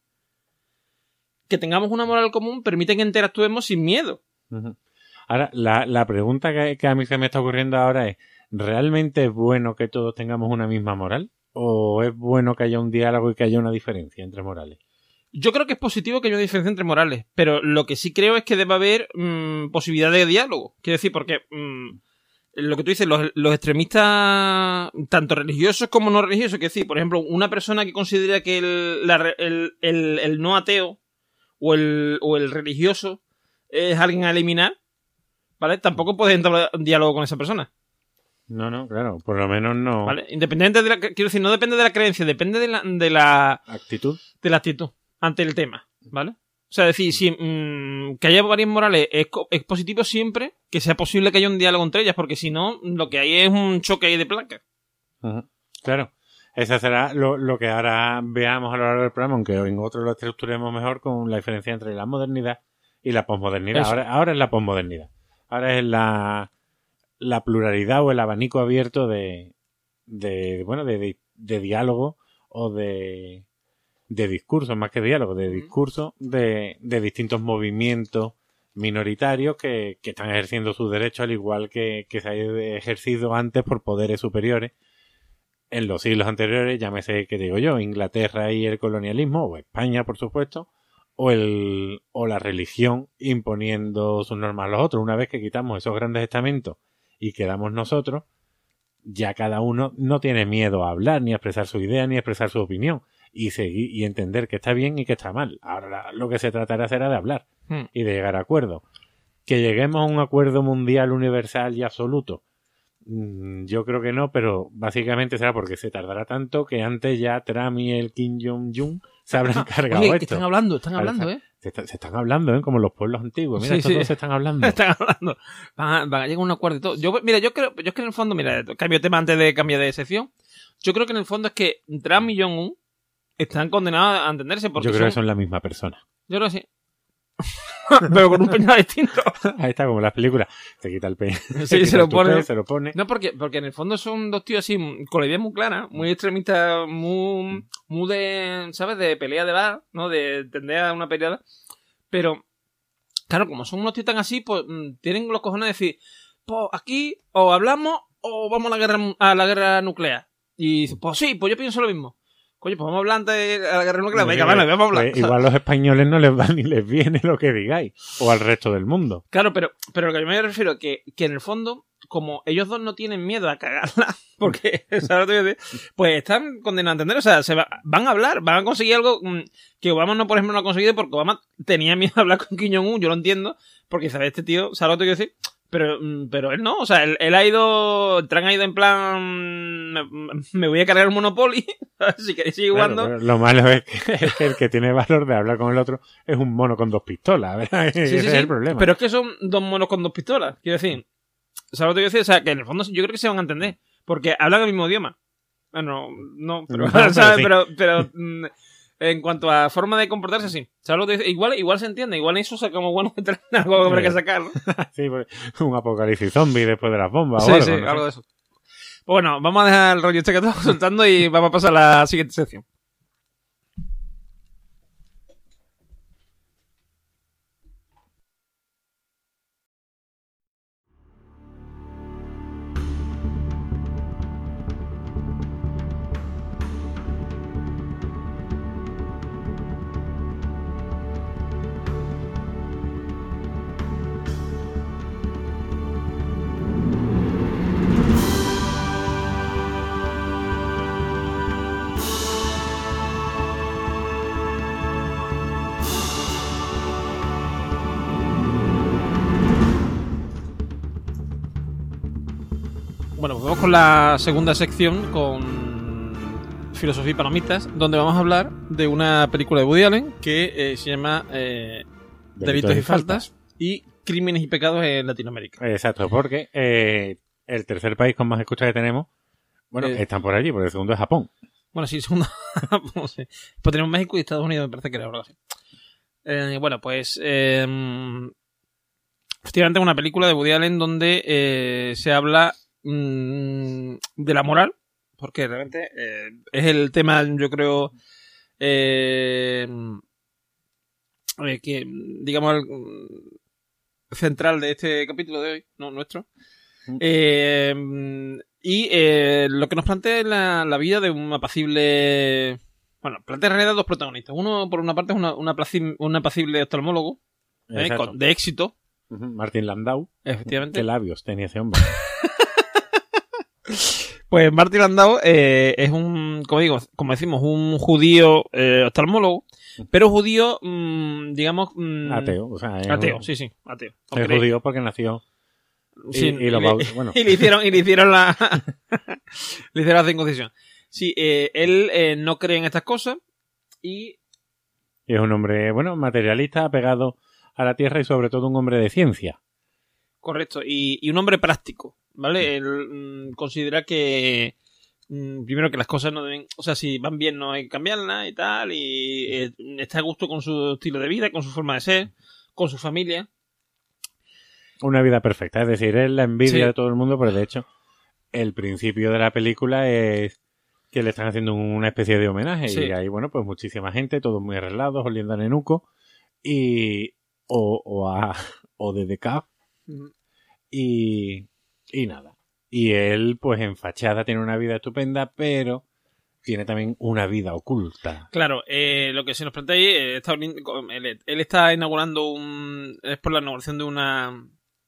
S1: Que tengamos una moral común permite que interactuemos sin miedo.
S2: Uh-huh. Ahora, la, la pregunta que, que a mí se me está ocurriendo ahora es, ¿realmente es bueno que todos tengamos una misma moral? ¿O es bueno que haya un diálogo y que haya una diferencia entre morales?
S1: Yo creo que es positivo que haya una diferencia entre morales, pero lo que sí creo es que debe haber mmm, posibilidad de diálogo. Quiero decir, porque mmm, lo que tú dices, los, los extremistas, tanto religiosos como no religiosos, quiero decir, por ejemplo, una persona que considera que el, la, el, el, el no ateo o el, o el religioso es alguien a eliminar, ¿vale? Tampoco puedes entrar en diálogo con esa persona.
S2: No, no, claro, por lo menos no.
S1: ¿Vale? Independiente de la, quiero decir, no depende de la creencia, depende de la, de la
S2: actitud.
S1: De la actitud ante el tema, ¿vale? O sea, decir, si mmm, que haya varias morales es, es positivo siempre que sea posible que haya un diálogo entre ellas, porque si no, lo que hay es un choque ahí de placas.
S2: Uh-huh. Claro. Ese será lo, lo que ahora veamos a lo largo del programa, aunque en otro lo estructuremos mejor con la diferencia entre la modernidad y la posmodernidad. Ahora, ahora es la posmodernidad. Ahora es la la pluralidad o el abanico abierto de, de bueno, de, de, de diálogo o de, de discurso, más que diálogo, de discurso de, de distintos movimientos minoritarios que, que están ejerciendo sus derechos al igual que, que se ha ejercido antes por poderes superiores en los siglos anteriores, llámese, que digo yo, Inglaterra y el colonialismo, o España, por supuesto, o el o la religión imponiendo sus normas a los otros. Una vez que quitamos esos grandes estamentos y quedamos nosotros, ya cada uno no tiene miedo a hablar, ni a expresar su idea, ni a expresar su opinión, y seguir y entender que está bien y que está mal. Ahora lo que se tratará será de hablar hmm. y de llegar a acuerdos. Que lleguemos a un acuerdo mundial, universal y absoluto, yo creo que no, pero básicamente será porque se tardará tanto que antes ya Trump y el Kim Jong-un se habrán cargado
S1: Oye,
S2: esto.
S1: Están hablando, están hablando, ¿eh?
S2: Se, está, se están hablando, ¿eh? Como los pueblos antiguos. Mira,
S1: sí,
S2: estos
S1: sí.
S2: dos se están hablando.
S1: Están hablando. Van a, van a llegar a un acuerdo y todo. Yo, mira, yo creo, yo creo que en el fondo, mira, cambio de tema antes de cambiar de sección. Yo creo que en el fondo es que Trump y Jong-un están condenados a entenderse porque
S2: Yo creo
S1: son...
S2: que son la misma persona.
S1: Yo creo que sí. Pero con un peinado distinto.
S2: Ahí está, como las películas. Se quita el peinado.
S1: Sí,
S2: se,
S1: se lo pone.
S2: Tupé, se lo pone.
S1: No, porque, porque en el fondo son dos tíos así, con la idea muy clara, muy extremistas, muy, muy de, ¿sabes? De pelea de bar, ¿no? De tender a una peleada. Pero, claro, como son unos tíos tan así, pues tienen los cojones de decir, pues aquí o hablamos o vamos a la guerra, a la guerra nuclear. Y dice, pues sí, pues yo pienso lo mismo. Coño, pues vamos a hablar antes de la guerra nuclear. Venga, vale, vamos a hablar.
S2: Pues igual los españoles no les va ni les viene lo que digáis. O al resto del mundo.
S1: Claro, pero, pero lo que yo me refiero es que, que en el fondo, como ellos dos no tienen miedo a cagarla, porque, ¿sabes lo que te voy a decir? Pues están condenados a entender. O sea, se va, van a hablar, van a conseguir algo que Obama no, por ejemplo, no ha conseguido porque Obama tenía miedo a hablar con Kim Jong-un. Yo lo entiendo, porque, ¿sabes? Este tío, ¿sabes lo que te quiero decir? Pero, pero él no, o sea, él, él ha ido, Trump ha ido en plan, me, me voy a cargar el Monopoly, si queréis seguir jugando.
S2: Claro, lo malo es que, es que el que tiene valor de hablar con el otro es un mono con dos pistolas, ¿verdad? Sí, Ese sí, es sí. el problema.
S1: Pero es que son dos monos con dos pistolas, quiero decir, ¿sabes lo que quiero decir? O sea, que en el fondo yo creo que se van a entender, porque hablan el mismo idioma. Bueno, no, pero, no, pero, ¿sabes? Sí. pero, pero en cuanto a forma de comportarse, sí. ¿Sabes lo que dice? Igual, igual se entiende, igual eso sacamos bueno de algo que habrá que sacar, ¿no?
S2: Sí, un apocalipsis zombie después de las bombas
S1: sí,
S2: o algo.
S1: Sí,
S2: ¿no?
S1: algo de eso. Pues bueno, vamos a dejar el rollo este que estamos soltando y vamos a pasar a la siguiente sección. Bueno, pues vamos con la segunda sección, con Filosofía y Palomitas, donde vamos a hablar de una película de Woody Allen que eh, se llama eh, Delitos, Delitos y Faltas y Crímenes y Pecados en Latinoamérica.
S2: Exacto, porque eh, el tercer país con más escuchas que tenemos, bueno, eh, están por allí, porque el segundo es Japón.
S1: Bueno, sí, el segundo Japón, sí. Pues tenemos México y Estados Unidos, me parece que era algo así. Eh, bueno, pues eh, efectivamente es una película de Woody Allen donde eh, se habla de la moral, porque realmente eh, es el tema, yo creo, eh, eh, que digamos el, central de este capítulo de hoy, no nuestro. Eh, y eh, lo que nos plantea es la, la vida de un apacible, bueno, plantea en realidad dos protagonistas. Uno, por una parte, es una, una apacible, un apacible oftalmólogo eh, con, de éxito.
S2: Uh-huh. Martin Landau.
S1: Efectivamente.
S2: Qué labios tenía ese hombre.
S1: Pues Martin Landau eh, es un, como digo, como decimos, un judío eh, oftalmólogo, pero judío, mmm, digamos... Mmm,
S2: ateo, o sea... Es
S1: ateo,
S2: un,
S1: sí, sí, ateo.
S2: Es judío porque nació... Y,
S1: sí,
S2: y, lo,
S1: y, le,
S2: bueno.
S1: y le hicieron y le hicieron la... le hicieron la circuncisión. Sí, eh, él eh, no cree en estas cosas y...
S2: Y es un hombre, bueno, materialista, apegado a la tierra y sobre todo un hombre de ciencia.
S1: Correcto, y, y un hombre práctico. ¿Vale? Él mmm, considera que mmm, primero que las cosas no deben, o sea, si van bien no hay que cambiarlas y tal, y eh, está a gusto con su estilo de vida, con su forma de ser, con su familia.
S2: una vida perfecta. Es decir, es la envidia
S1: Sí.
S2: de todo el mundo, pero de hecho, el principio de la película es que le están haciendo una especie de homenaje.
S1: Sí.
S2: Y hay, bueno, pues muchísima gente, todos muy arreglados, oliendo a nenuco. Y. O, o a. O de decaf. Y. Y nada. Y él, pues en fachada, tiene una vida estupenda, pero tiene también una vida oculta.
S1: Claro, eh, lo que se nos plantea ahí, eh, está, él, él está inaugurando un... Es por la inauguración de una...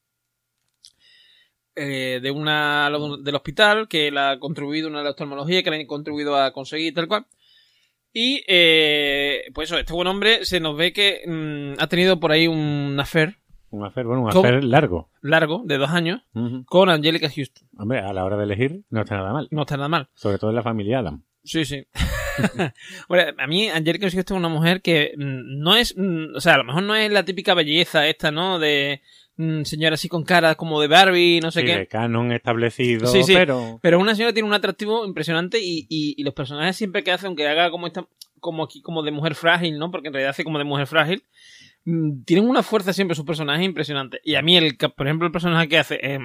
S1: Eh, de una del hospital que él ha contribuido, una de la oftalmología que le ha contribuido a conseguir tal cual. Y, eh, pues eso, este buen hombre se nos ve que mmm, ha tenido por ahí un affair.
S2: Un affair, bueno, un
S1: ¿Cómo?
S2: affair largo.
S1: Largo, de dos años,
S2: Uh-huh.
S1: con Angelica Houston.
S2: Hombre, a la hora de elegir no está nada mal.
S1: No está nada mal.
S2: Sobre todo en la familia Adam.
S1: Sí, sí. Bueno, a mí Angelica Houston es una mujer que mm, no es... Mm, o sea, a lo mejor no es la típica belleza esta, ¿no? De mm, señora así con cara como de Barbie, no sé
S2: Sí,
S1: qué.
S2: de canon establecido,
S1: Sí, sí.
S2: pero...
S1: Pero una señora tiene un atractivo impresionante y, y, y los personajes siempre que hace, aunque haga como esta, como aquí, como de mujer frágil, ¿no? Porque en realidad hace como de mujer frágil. mmm, Tienen una fuerza siempre sus personajes impresionantes. Y a mí, el por ejemplo, el personaje que hace... Eh,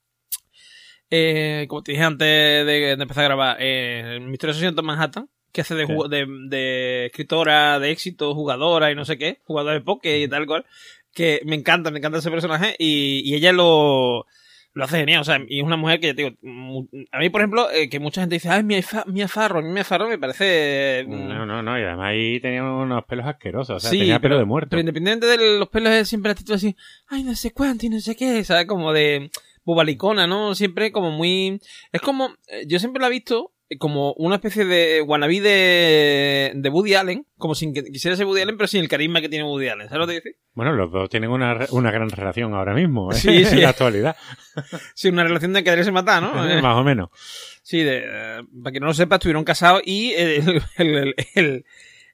S1: eh, como te dije antes de, de empezar a grabar, eh, el misterioso asesinato de Manhattan, que hace de,
S2: Sí.
S1: de, de escritora de éxito, jugadora y no sé qué, jugadora de póker y tal cual, que me encanta, me encanta ese personaje y, y ella lo, lo hace genial, o sea, y es una mujer que, ya te digo, mu- a mí, por ejemplo, eh, que mucha gente dice, ay, Mia, Fa- Mia Farrow, a mí Mia Farrow me parece... mm,
S2: No, no, no, y además ahí tenía unos pelos asquerosos, o sea,
S1: sí,
S2: tenía pelo
S1: pero,
S2: de muerto.
S1: pero independiente de los pelos, es siempre la actitud así, ay, no sé cuánto y no sé qué, ¿sabes? Como de bobalicona, ¿no? Siempre como muy... Es como... eh, Yo siempre la he visto como una especie de wannabe de, de Woody Allen, como si que- quisiera ser Woody Allen, pero sin el carisma que tiene Woody Allen, ¿sabes lo que te digo?
S2: Bueno, los dos tienen una, re- una gran relación ahora mismo, ¿eh?
S1: Sí, sí.
S2: En la actualidad,
S1: Sí, una relación de quererse matar, ¿no? Eh,
S2: más o menos.
S1: Sí, de, eh, para que no lo sepa, estuvieron casados y el, el, el, el,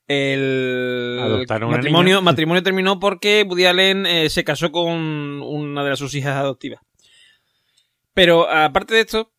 S1: el
S2: Adoptaron una
S1: matrimonio,
S2: niña.
S1: matrimonio terminó porque Woody Allen eh, se casó con una de sus hijas adoptivas. Pero aparte de esto,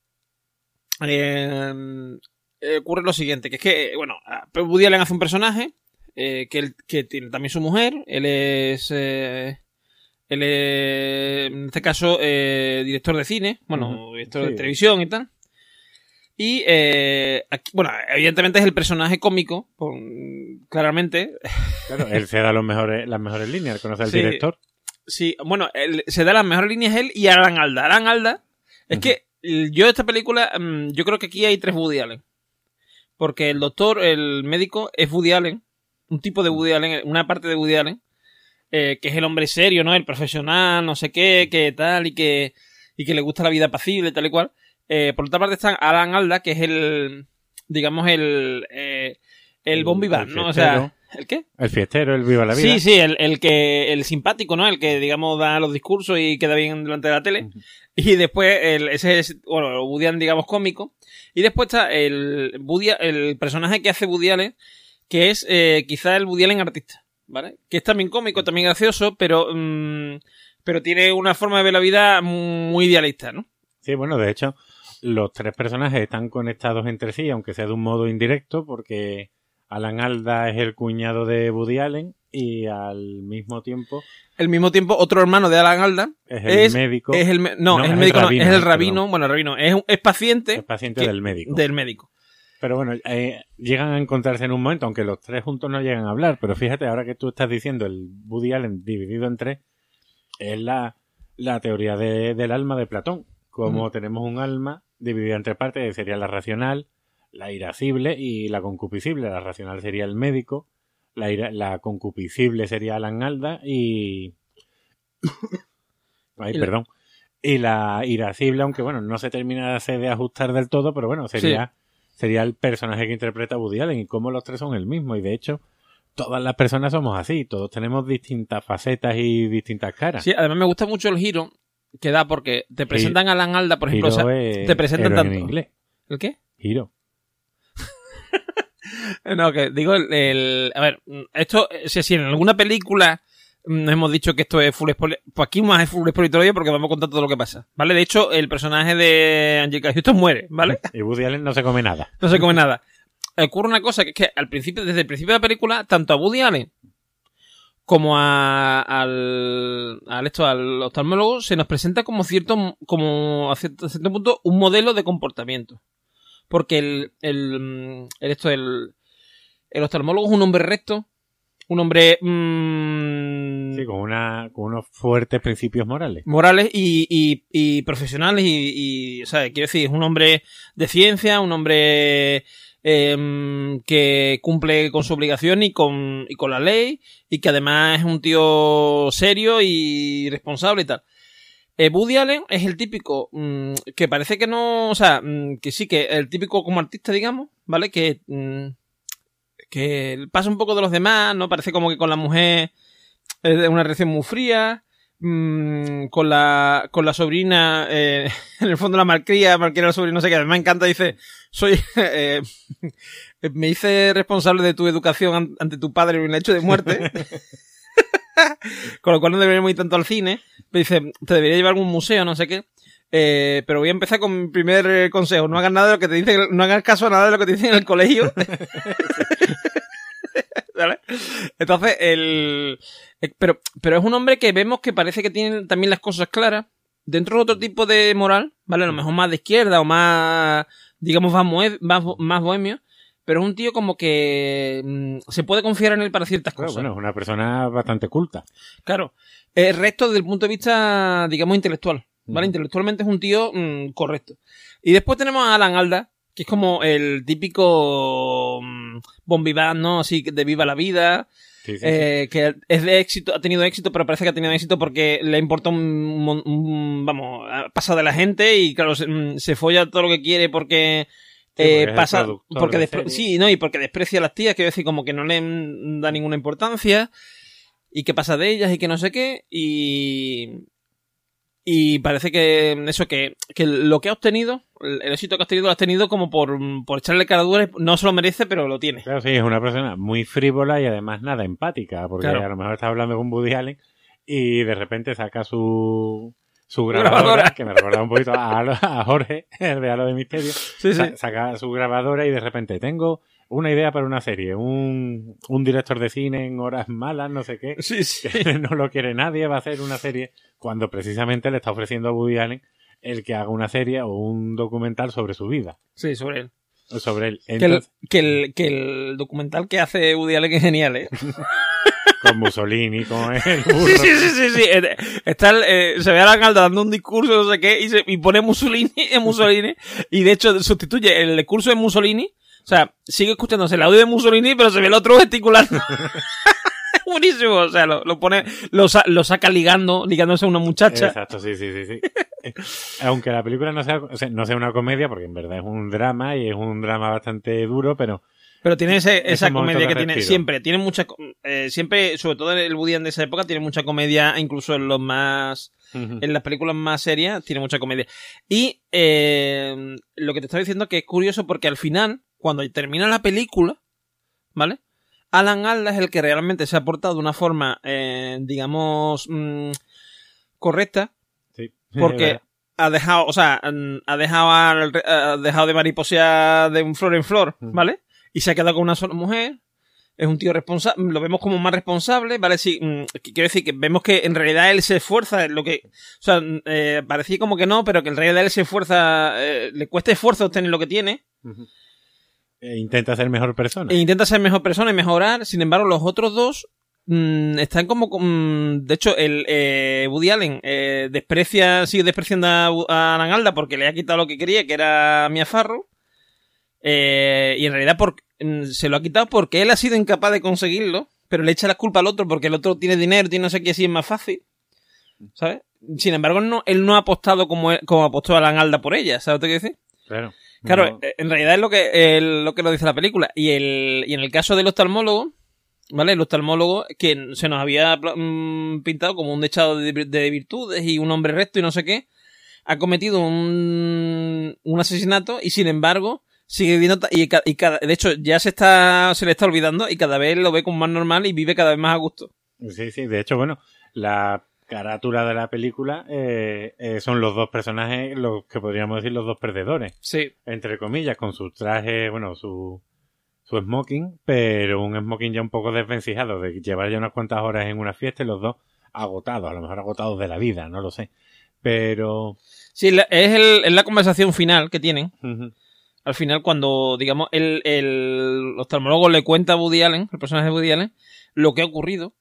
S1: eh, eh, ocurre lo siguiente, que es que, eh, bueno, Woody Allen hace un personaje eh, que, él, que tiene también su mujer, él es... Eh, él es, en este caso, eh, director de cine, bueno,
S2: Ujú.
S1: director
S2: Sí.
S1: de televisión y tal. Y, eh, aquí, bueno, evidentemente es el personaje cómico, por- claramente.
S2: Claro, él se da los mejores, las mejores líneas, conoce al
S1: Sí.
S2: director.
S1: Sí, bueno, él- se da las mejores líneas él y Alan Alda. Alan Alda, es
S2: Ujú.
S1: que yo esta película, mm, yo creo que aquí hay tres Woody Allen. Porque el doctor, el médico, es Woody Allen, un tipo de Woody Allen, una parte de Woody Allen, eh, que es el hombre serio, ¿no? El profesional, no sé qué, que tal, y que, y que le gusta la vida apacible, tal y cual. Eh, por otra parte está Alan Alda, que es el, digamos, el, eh, el
S2: El-
S1: bon vivant,
S2: el
S1: ¿no? O sea,
S2: fiestero.
S1: ¿el qué?
S2: El fiestero, el viva la vida.
S1: Sí, sí, el, el que, el simpático, ¿no? El que, digamos, da los discursos y queda bien delante de la tele.
S2: Ujú.
S1: Y después, el, ese es, bueno, Woody Allen, digamos, cómico. Y después está el, Woody, el personaje que hace Woody Allen, que es eh, quizá el Woody Allen artista, ¿vale? Que es también cómico, también gracioso, pero, mm, pero tiene una forma de ver la vida muy idealista, ¿no?
S2: Sí, bueno, de hecho, los tres personajes están conectados entre sí, aunque sea de un modo indirecto, porque Alan Alda es el cuñado de Woody Allen y al mismo tiempo
S1: Al mismo tiempo, otro hermano de Alan Alda
S2: es el
S1: es,
S2: médico,
S1: es el, me- no,
S2: No,
S1: es el
S2: es el
S1: médico, no,
S2: rabino,
S1: es el
S2: perdón.
S1: rabino, bueno, el rabino, es, un- es paciente
S2: es paciente
S1: que-
S2: del médico.
S1: del médico.
S2: Pero bueno, eh, llegan a encontrarse en un momento, aunque los tres juntos no llegan a hablar. Pero fíjate, ahora que tú estás diciendo el Woody Allen dividido en tres, es la, la teoría de- del alma de Platón. Como
S1: Ujú.
S2: tenemos un alma dividida en tres partes, que sería la racional, la irascible y la concupiscible. La racional sería el médico, la, ira- la concupiscible sería Alan Alda y... Ay,
S1: Y la-
S2: perdón. Y la irascible, aunque bueno, no se termina de ajustar del todo, pero bueno, sería, sería el personaje que interpreta Woody Allen y como los tres son el mismo. Y de hecho, todas las personas somos así, todos tenemos distintas facetas y distintas caras.
S1: Sí, además me gusta mucho el giro que da porque te presentan a Alan Alda, por ejemplo, o sea,
S2: Hiro es
S1: te presentan
S2: héroe
S1: tanto.
S2: en inglés.
S1: ¿El qué?
S2: Hiro.
S1: No, que digo el, el- a ver, esto, si, si en alguna película mm, hemos dicho que esto es full spoiler, pues aquí más es full spoiler todavía porque vamos a contar todo lo que pasa, ¿vale? De hecho, el personaje de Angelica Houston muere, ¿vale?
S2: Y Woody Allen no se come nada.
S1: No se come nada. Ocurre una cosa que es que al principio, desde el principio de la película, tanto a Woody Allen como a, al, al esto, al oftalmólogo, se nos presenta como cierto, como a cierto, a cierto punto, un modelo de comportamiento. Porque el, el, el esto, el, el oftalmólogo es un hombre recto, un hombre mmm,
S2: sí, con una, con unos fuertes principios morales.
S1: Morales y, y, y profesionales y, y, o sea, quiero decir, es un hombre de ciencia, un hombre eh, que cumple con su obligación y con, y con la ley, y que además es un tío serio y responsable y tal. Eh, Woody Allen es el típico mmm, que parece que no, o sea, mmm, que sí, que el típico como artista, digamos, ¿vale? Que, mmm, que pasa un poco de los demás, ¿no? Parece como que con la mujer es de una relación muy fría, mmm, con la con la sobrina, eh, en el fondo la malcría, malcría la sobrina, no sé qué, además me encanta, dice, soy, eh, me hice responsable de tu educación ante tu padre en un hecho de muerte. Con lo cual no deberíamos ir tanto al cine. Me dice, te debería llevar a algún museo, no sé qué. Eh, pero voy a empezar con mi primer eh, consejo. No hagas nada de lo que te dicen, no hagas caso a nada de lo que te dicen en el colegio. ¿Vale? Entonces, el... Pero, pero es un hombre que vemos que parece que tiene también las cosas claras. Dentro de otro tipo de moral, ¿vale? A lo mejor más de izquierda o más, digamos, más, moe- más, más bohemio. Pero es un tío como que mmm, se puede confiar en él para ciertas
S2: Claro,
S1: cosas.
S2: bueno, es una persona bastante culta.
S1: Claro. El resto desde el punto de vista, digamos, intelectual. ¿Vale?
S2: Uh-huh.
S1: Intelectualmente es un tío mmm, correcto. Y después tenemos a Alan Alda, que es como el típico mmm, bon vivant, ¿no? Así de viva la vida.
S2: Sí, sí,
S1: eh, sí. Que es de éxito, ha tenido éxito, pero parece que ha tenido éxito porque le importa un, un, un vamos, pasa de la gente y claro, se, se folla todo lo que quiere porque...
S2: Sí,
S1: eh,
S2: porque
S1: pasa porque
S2: de
S1: despre- sí, no, y porque desprecia a las tías, quiero decir, como que no le da ninguna importancia y que pasa de ellas y que no sé qué, y y parece que eso, que, que lo que ha obtenido, el, el éxito que ha obtenido lo ha tenido como por, por echarle cara dura, no se lo merece, pero lo tiene.
S2: Claro, sí, es una persona muy frívola y además nada empática, porque
S1: Claro.
S2: a lo mejor está hablando con Woody Allen y de repente saca su su grabadora,
S1: grabadora.
S2: que me recuerda un poquito a, a Jorge, el de Halo de Misterio.
S1: Sí, sí.
S2: Sa- saca su grabadora y de repente tengo una idea para una serie, un, un director de cine en horas malas, no sé qué,
S1: Sí, sí.
S2: que no lo quiere nadie, va a hacer una serie, cuando precisamente le está ofreciendo a Woody Allen el que haga una serie o un documental sobre su vida,
S1: Sí, sobre él.
S2: o sobre él.
S1: Que el,
S2: Entonces,
S1: que, el, que el documental que hace Woody Allen es genial, ¿eh?
S2: con Mussolini, con el burro.
S1: Sí, sí, sí, sí, sí. Está el, eh, se ve a la Alda dando un discurso, no sé qué, y, se, y pone Mussolini en Mussolini, y de hecho sustituye el discurso de Mussolini, o sea, sigue escuchándose el audio de Mussolini, pero se ve el otro gesticulando. Es buenísimo, o sea, lo, lo pone, lo, sa- lo saca ligando, ligándose a una muchacha.
S2: Exacto, sí, sí, sí, sí. Aunque la película no sea, o sea, no sea una comedia, porque en verdad es un drama y es un drama bastante duro, pero
S1: Pero tiene ese, esa
S2: Ese momento
S1: comedia
S2: de
S1: que tiene
S2: respiro.
S1: siempre, tiene mucha, co- eh, siempre, sobre todo el Woody Allen de esa época, tiene mucha comedia, incluso en los más,
S2: ujú.
S1: en las películas más serias, tiene mucha comedia. Y eh, lo que te estaba diciendo que es curioso porque al final, cuando termina la película, ¿vale? Alan Alda es el que realmente se ha portado de una forma, eh, digamos, mm, correcta,
S2: Sí, es
S1: porque
S2: verdad.
S1: ha dejado, o sea, mm, ha dejado, al re- ha dejado de mariposear de un flor en flor,
S2: Ujú.
S1: ¿vale? Y se ha quedado con una sola mujer. Es un tío responsable, lo vemos como más responsable, ¿vale? Sí, mm, qu- quiero decir que vemos que en realidad él se esfuerza en lo que, o sea, mm, eh, parecía como que no, pero que en realidad él se esfuerza, eh, le cuesta esfuerzo obtener lo que tiene,
S2: Ujú. E intenta ser mejor persona.
S1: e intenta ser mejor persona y mejorar. Sin embargo, los otros dos mm, están como, mm, de hecho, el eh, Woody Allen eh, desprecia, sigue despreciando a, a Alan Alda porque le ha quitado lo que quería, que era Mia Farrow. Eh, y en realidad por, mm, se lo ha quitado porque él ha sido incapaz de conseguirlo, pero le echa la culpa al otro porque el otro tiene dinero, tiene no sé qué, así es más fácil, ¿sabes? Sin embargo, no, él no ha apostado como, él- como apostó Alan Alda por ella, ¿sabes lo que quiero decir?
S2: Claro.
S1: Claro,
S2: No-
S1: eh, en realidad es lo que, el- lo que nos dice la película. Y, el, y en el caso del oftalmólogo, ¿vale? El oftalmólogo, que se nos había mm, pintado como un dechado de, de virtudes y un hombre recto y no sé qué, ha cometido un, un asesinato y sin embargo sigue viviendo ta- y, ca- y cada, de hecho ya se está se le está olvidando y cada vez lo ve como más normal y vive cada vez más a gusto.
S2: Sí, sí, de hecho, bueno, la carátula de la película eh, eh, son los dos personajes, los que podríamos decir los dos perdedores,
S1: Sí.
S2: entre comillas, con sus trajes, bueno, su, su smoking, pero un smoking ya un poco desvencijado, de llevar ya unas cuantas horas en una fiesta y los dos agotados, a lo mejor agotados de la vida, no lo sé. Pero...
S1: Sí, la, es, el, es la conversación final que tienen.
S2: Uh-huh.
S1: Al final, cuando, digamos, el, el oftalmólogo le cuenta a Woody Allen, el personaje de Woody Allen, lo que ha ocurrido.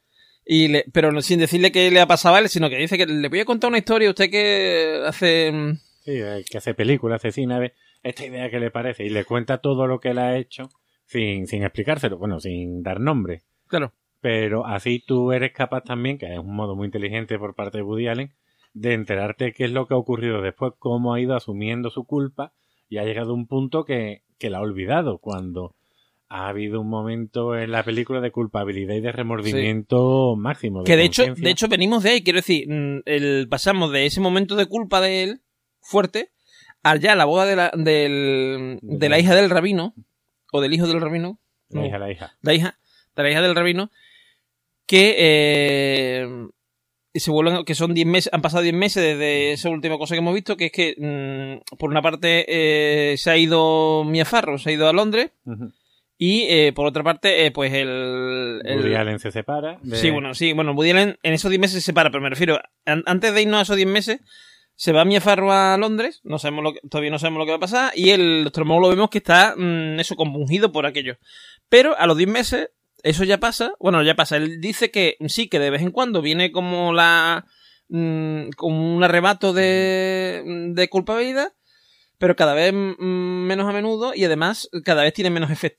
S1: Y le, pero sin decirle qué le ha pasado a él, sino que dice que le voy a contar una historia, usted que hace...
S2: Sí, que hace películas, hace cine, esta idea que le parece, y le cuenta todo lo que él ha hecho sin, sin explicárselo, bueno, sin dar nombre.
S1: Claro.
S2: Pero así tú eres capaz también, que es un modo muy inteligente por parte de Woody Allen, de enterarte qué es lo que ha ocurrido después, cómo ha ido asumiendo su culpa y ha llegado a un punto que, que la ha olvidado, cuando ha habido un momento en la película de culpabilidad y de remordimiento sí. máximo. De
S1: que de hecho, de hecho venimos de ahí, quiero decir, el, pasamos de ese momento de culpa de él, fuerte, allá la boda de la, del, de, de la hija del rabino, o del hijo del rabino.
S2: La
S1: no,
S2: hija, la hija.
S1: La hija, de la hija del rabino, que... Eh, y se vuelven, que son diez meses, han pasado diez meses desde esa última cosa que hemos visto, que es que mmm, por una parte eh, se ha ido Mia Farrow, se ha ido a Londres, uh-huh. y eh, por otra parte, eh, pues el, el...
S2: Woody Allen se separa. De...
S1: Sí, bueno, sí, bueno, Woody Allen en esos diez meses se separa, pero me refiero, an- antes de irnos a esos diez meses, se va Mia Farrow a Londres, no sabemos lo que, todavía no sabemos lo que va a pasar, y el oftalmólogo lo vemos que está, mmm, eso, compungido por aquello. Pero a los diez meses... Eso ya pasa, bueno, ya pasa. Él dice que sí, que de vez en cuando viene como la mmm, como un arrebato de, de culpabilidad, pero cada vez mmm, menos a menudo y además cada vez tiene menos efecto.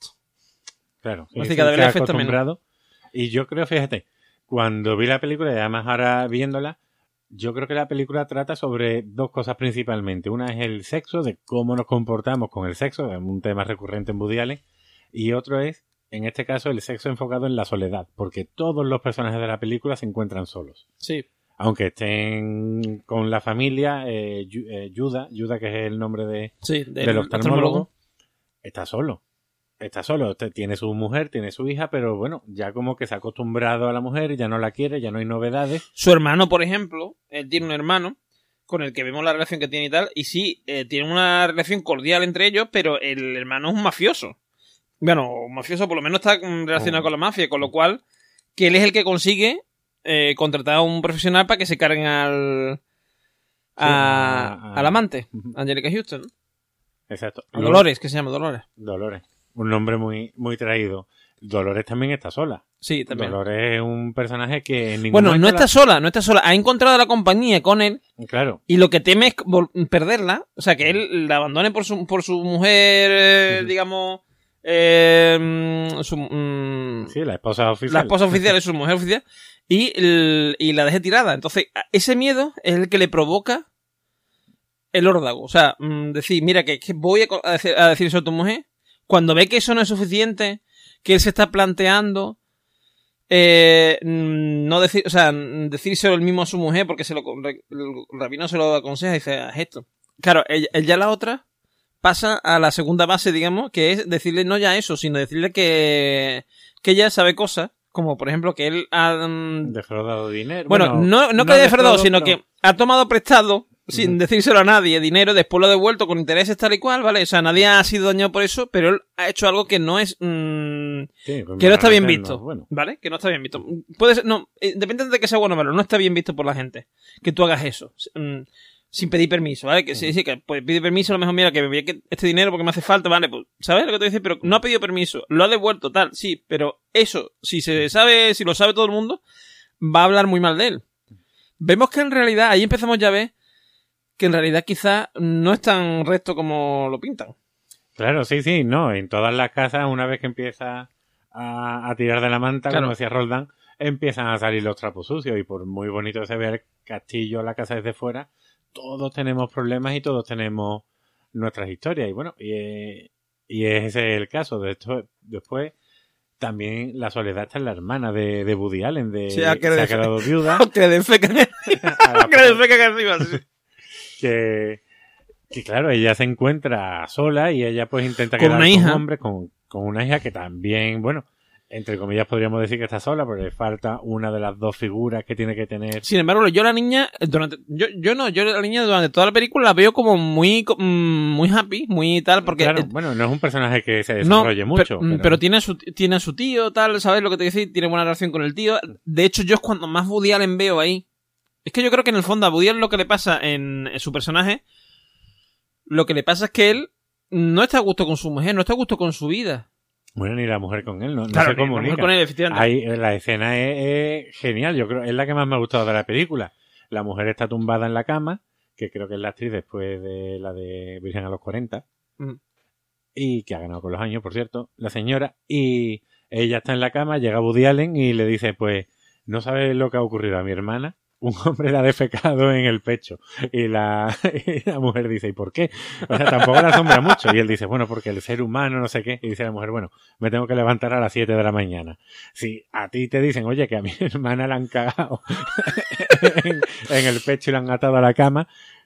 S2: Claro, sí,
S1: así cada vez le afecta menos.
S2: Y yo creo, fíjate, cuando vi la película y además ahora viéndola, yo creo que la película trata sobre dos cosas principalmente. Una es el sexo, de cómo nos comportamos con el sexo, es un tema recurrente en Woody Allen, y otro es, en este caso, el sexo enfocado en la soledad, porque todos los personajes de la película se encuentran solos.
S1: Sí.
S2: Aunque estén con la familia, eh, Yuda, Yuda, que es el nombre de,
S1: sí, del,
S2: del oftalmólogo, está solo. Está solo. Tiene su mujer, tiene su hija, pero bueno, ya como que se ha acostumbrado a la mujer, ya no la quiere, ya no hay novedades.
S1: Su hermano, por ejemplo, él tiene un hermano con el que vemos la relación que tiene y tal, y sí, eh, tiene una relación cordial entre ellos, pero el hermano es un mafioso. Bueno, un mafioso por lo menos está relacionado oh. con la mafia, con lo cual que él es el que consigue eh, contratar a un profesional para que se carguen al a, sí, a, a, al amante, uh-huh. Angelica Houston.
S2: Exacto.
S1: Dolores, que se llama Dolores.
S2: Dolores, un nombre muy muy traído. Dolores también está sola.
S1: Sí, también.
S2: Dolores es un personaje que en ningún
S1: Bueno, no
S2: la...
S1: está sola, no está sola. Ha encontrado la compañía con él.
S2: Claro.
S1: Y lo que teme es perderla. O sea, que él la abandone por su, por su mujer, uh-huh. digamos... Eh, su, mm,
S2: sí, la esposa oficial.
S1: La esposa oficial es su mujer oficial. Y, el, y la deje tirada. Entonces, ese miedo es el que le provoca el órdago. O sea, mm, decir, mira, que, que voy a, decir, a decir eso a tu mujer. Cuando ve que eso no es suficiente, que él se está planteando eh, no decir, o sea, decírselo el mismo a su mujer, porque se lo, el rabino se lo aconseja y dice, haz esto. Claro, él, él ya la otra pasa a la segunda base, digamos, que es decirle no ya eso, sino decirle que, que ella sabe cosas, como por ejemplo que él ha... Um...
S2: defraudado dinero.
S1: Bueno, bueno no, no, no que haya defraudado, sino pero... que ha tomado prestado, sin uh-huh. decírselo a nadie, dinero, después lo ha devuelto con intereses tal y cual, ¿vale? O sea, nadie ha sido dañado por eso, pero él ha hecho algo que no es... Mmm, sí, pues que no está bien visto, no, bueno. ¿Vale? Que no está bien visto. Puede ser, no, depende de que sea bueno o malo, no está bien visto por la gente que tú hagas eso. Mm, sin pedir permiso, ¿vale? Que sí, sí, que pues, pide permiso, a lo mejor mira que me voy a que este dinero porque me hace falta, ¿vale? Pues, ¿sabes lo que te dice? Pero no ha pedido permiso, lo ha devuelto, tal, sí, pero eso, si se sabe, si lo sabe todo el mundo, va a hablar muy mal de él. Vemos que en realidad, ahí empezamos ya a ver que en realidad quizás no es tan recto como lo pintan.
S2: Claro, sí, sí, no, en todas las casas, una vez que empieza a, a tirar de la manta, claro. Como decía Roldán, empiezan a salir los trapos sucios y por muy bonito que se vea el castillo, la casa desde fuera, todos tenemos problemas y todos tenemos nuestras historias. Y bueno, y, y ese es el caso. De esto, después, también la soledad está en la hermana de, de Woody Allen. De,
S1: sí, que
S2: se ha quedado viuda.
S1: Que le defecan. Que le defecan encima. Sí.
S2: Que, que, claro, ella se encuentra sola y ella pues intenta
S1: con
S2: quedar
S1: una
S2: con
S1: hija.
S2: hombres, con, con una hija que también, bueno, entre comillas podríamos decir que está sola, porque falta una de las dos figuras que tiene que tener.
S1: Sin embargo, yo la niña, durante yo, yo no, yo la niña durante toda la película la veo como muy muy happy, muy tal, porque...
S2: Claro, bueno, no es un personaje que se desarrolle
S1: no,
S2: mucho.
S1: Pero,
S2: pero...
S1: pero tiene, a su, tiene a su tío, tal, ¿sabes lo que te quiero decir? Tiene buena relación con el tío. De hecho, yo es cuando más Woody Allen veo ahí. Es que yo creo que en el fondo a Woody Allen lo que le pasa en, en su personaje, lo que le pasa es que él no está a gusto con su mujer, no está a gusto con su vida.
S2: Bueno, ni la mujer con él, no,
S1: claro,
S2: no se comunica.
S1: La mujer con él, efectivamente.
S2: Ahí, la escena es, es genial, yo creo, es la que más me ha gustado de la película. La mujer está tumbada en la cama, que creo que es la actriz después de la de Virgen a los cuarenta, mm. y que ha ganado con los años, por cierto, la señora, y ella está en la cama, llega Woody Allen y le dice, pues, no sabes lo que ha ocurrido a mi hermana. Un hombre la ha defecado en el pecho. Y la, y la mujer dice, ¿y por qué? O sea, tampoco le asombra mucho. Y él dice, bueno, porque el ser humano, no sé qué. Y dice la mujer, bueno, me tengo que levantar a las siete de la mañana. Si a ti te dicen, oye, que a mi hermana la han cagado en, en el pecho y la han atado a la cama.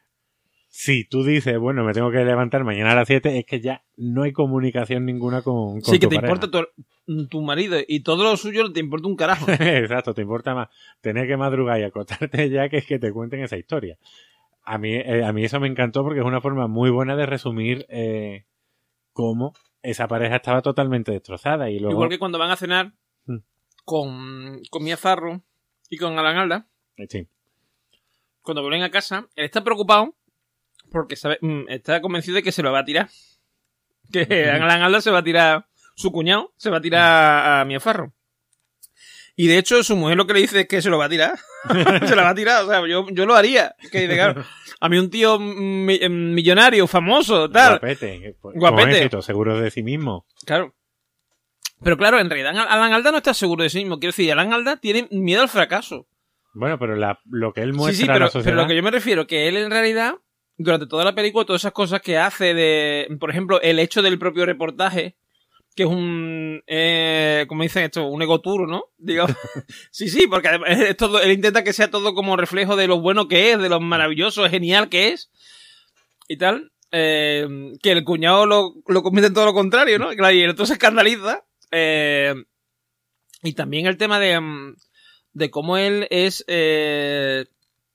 S2: Si tú dices, bueno, me tengo que levantar mañana a las siete, es que ya no hay comunicación ninguna con, con
S1: sí, que
S2: tu
S1: te
S2: pareja.
S1: importa tu, tu marido y todo lo suyo te importa un carajo.
S2: Exacto, te importa más tener que madrugar y acostarte ya que es que te cuenten esa historia. A mí, eh, a mí eso me encantó porque es una forma muy buena de resumir eh, cómo esa pareja estaba totalmente destrozada. Y luego...
S1: Igual que cuando van a cenar hmm. con, con Mia Farrow y con Alan Alda.
S2: Sí.
S1: Cuando vuelven a casa, él está preocupado porque sabe, está convencido de que se lo va a tirar. Que uh-huh. Alan Alda se va a tirar, su cuñado se va a tirar a, a Mia Farrow. Y de hecho, su mujer lo que le dice es que se lo va a tirar. Se la va a tirar, o sea, yo, yo lo haría. Que dice, claro, a mí un tío mi, millonario, famoso, tal.
S2: Guapete,
S1: Guapete.
S2: Con éxito, seguro de sí mismo.
S1: Claro. Pero claro, en realidad Alan Alda no está seguro de sí mismo. Quiero decir, Alan Alda tiene miedo al fracaso.
S2: Bueno, pero la, lo que él muestra
S1: sí, sí, pero,
S2: a la sociedad...
S1: pero lo que yo me refiero, que él en realidad... Durante toda la película, todas esas cosas que hace de... Por ejemplo, el hecho del propio reportaje, que es un... Eh, como dicen esto, un egotour, ¿no? Digo, sí, sí, porque es todo, él intenta que sea todo como reflejo de lo bueno que es, de lo maravilloso, genial que es, y tal. Eh, que el cuñado lo, lo convierte en todo lo contrario, ¿no? Claro, y entonces se escandaliza. Eh, y también el tema de... De cómo él es... Eh,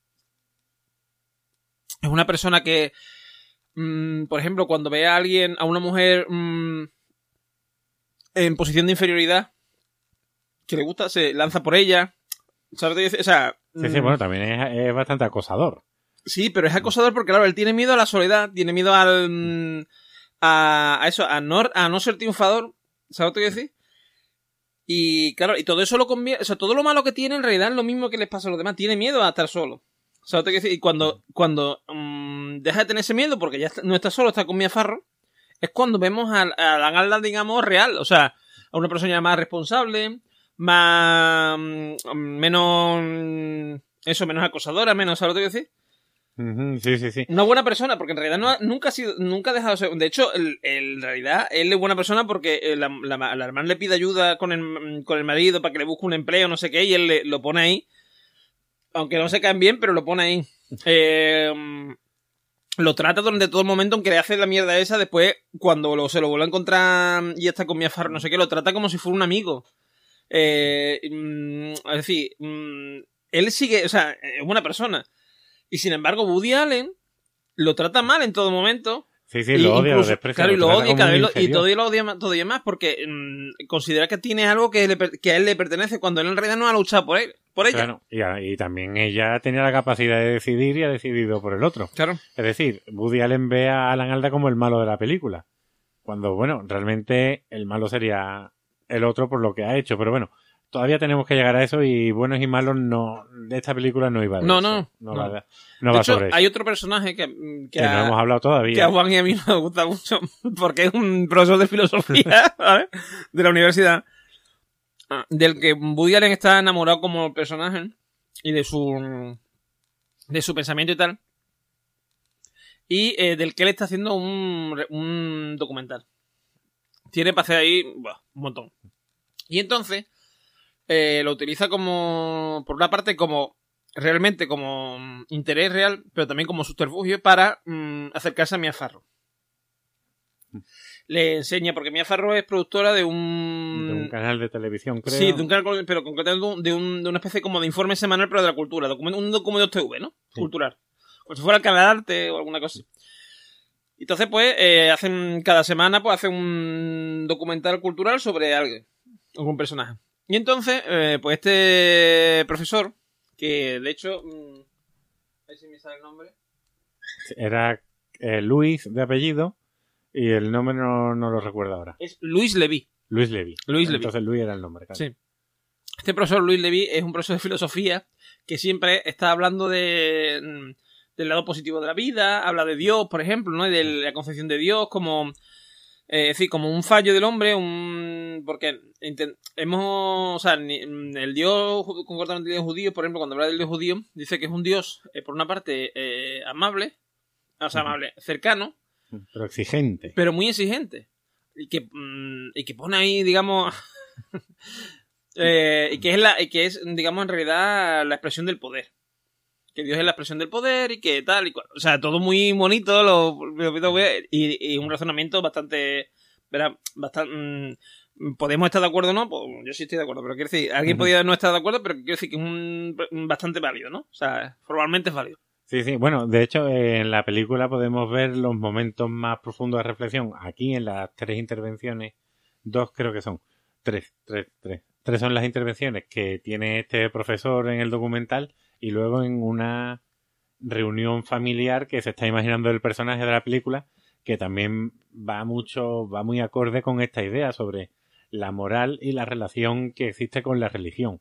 S1: Es una persona que, mmm, por ejemplo, cuando ve a alguien, a una mujer mmm, en posición de inferioridad, que le gusta, se lanza por ella. ¿Sabes? O sea,
S2: sí, sí, bueno, también es, es bastante acosador.
S1: Sí, pero es acosador porque, claro, él tiene miedo a la soledad, tiene miedo al, a, a eso, a no, a no ser triunfador. ¿Sabes lo que quiero decir? Y, claro, y todo eso lo convierte, o sea, todo lo malo que tiene en realidad es lo mismo que les pasa a los demás. Tiene miedo a estar solo. ¿Sabes lo que decir? Y cuando, cuando um, deja de tener ese miedo, porque ya está, no está solo, está con Mia Farrow, es cuando vemos a, a la Alda, digamos, real. O sea, a una persona más responsable, más... Um, menos... Eso, menos acosadora, menos... ¿Sabes lo que decir?
S2: Uh-huh, sí, sí, sí.
S1: Una buena persona, porque en realidad no ha, nunca ha sido... Nunca ha dejado de ser... De hecho, el, el, en realidad, él es buena persona porque la, la, la hermana le pide ayuda con el, con el marido para que le busque un empleo, no sé qué, y él le, lo pone ahí. Aunque no se caen bien, pero lo pone ahí. Eh, lo trata durante todo el momento, aunque le hace la mierda esa. Después, cuando lo, se lo vuelve a encontrar y está con Mia Farrow, no sé qué, lo trata como si fuera un amigo. Eh, es decir, él sigue, o sea, es buena persona. Y sin embargo, Woody Allen lo trata mal en todo momento.
S2: Sí, sí, lo odia,
S1: incluso,
S2: lo desprecia.
S1: Claro, y lo odia cada vez lo, y todavía lo odia todavía más porque mmm, considera que tiene algo que, le, que a él le pertenece cuando él en realidad no ha luchado por él, por ella.
S2: Claro, y, a, y también ella tenía la capacidad de decidir y ha decidido por el otro.
S1: Claro.
S2: Es decir, Woody Allen ve a Alan Alda como el malo de la película. Cuando, bueno, realmente el malo sería el otro por lo que ha hecho. Pero bueno, todavía tenemos que llegar a eso y buenos y malos no, de esta película no iba a
S1: No,
S2: eso.
S1: no,
S2: no.
S1: no.
S2: Va, de, no
S1: de
S2: va
S1: hecho,
S2: sobre eso.
S1: Hay otro personaje que, que,
S2: que
S1: a,
S2: no hemos hablado todavía.
S1: Que a Juan y a mí nos gusta mucho porque es un profesor de filosofía, ¿vale? De la universidad, del que Woody Allen está enamorado como personaje y de su de su pensamiento y tal, y eh, del que él está haciendo un, un documental. Tiene para hacer ahí buah, un montón. Y entonces eh, lo utiliza como, por una parte, como realmente como interés real, pero también como subterfugio para mm, acercarse a Mia Farrow. le enseña, porque Mia Farrow es productora de un...
S2: De un canal de televisión, creo.
S1: Sí, de un canal, pero concretamente de, un, de una especie como de informe semanal, pero de la cultura, documento, un documento T V, ¿no? Sí. Cultural. Como si fuera el canal de arte o alguna cosa. Entonces, pues, eh, hacen cada semana, pues, hacen un documental cultural sobre alguien, algún personaje. Y entonces, eh, pues, este profesor, que de hecho... Mmm, a ver si me sale el nombre.
S2: Era eh, Luis de apellido y el nombre no, no lo recuerdo ahora.
S1: Es Luis Levy.
S2: Luis Levy.
S1: Luis Levy.
S2: Entonces Luis era el nombre, claro.
S1: Sí. Este profesor Luis Levy es un profesor de filosofía que siempre está hablando de, del lado positivo de la vida, habla de Dios, por ejemplo, ¿no? Y de la concepción de Dios como... Eh, es decir, como un fallo del hombre, un porque hemos, o sea, el Dios, concretamente el Dios judío, por ejemplo, cuando habla del Dios judío, dice que es un Dios, eh, por una parte, eh, amable, o sea, amable, cercano,
S2: pero exigente,
S1: pero muy exigente, y que, mm, y que pone ahí, digamos, eh, y que es la, y que es, digamos, en realidad la expresión del poder. Que Dios es la expresión del poder y que tal y cual. O sea, todo muy bonito lo, lo, lo, y, y un razonamiento bastante... ¿verdad? bastante mmm, podemos estar de acuerdo o no, pues yo sí estoy de acuerdo, pero quiero decir, alguien uh-huh. podría no estar de acuerdo, pero quiero decir que es un, un bastante válido, ¿no? O sea, formalmente es válido.
S2: Sí, sí, bueno, de hecho eh, en la película podemos ver los momentos más profundos de reflexión. Aquí en las tres intervenciones, dos creo que son, tres, tres, tres. Tres son las intervenciones que tiene este profesor en el documental. Y luego en una reunión familiar que se está imaginando el personaje de la película, que también va mucho, va muy acorde con esta idea sobre la moral y la relación que existe con la religión.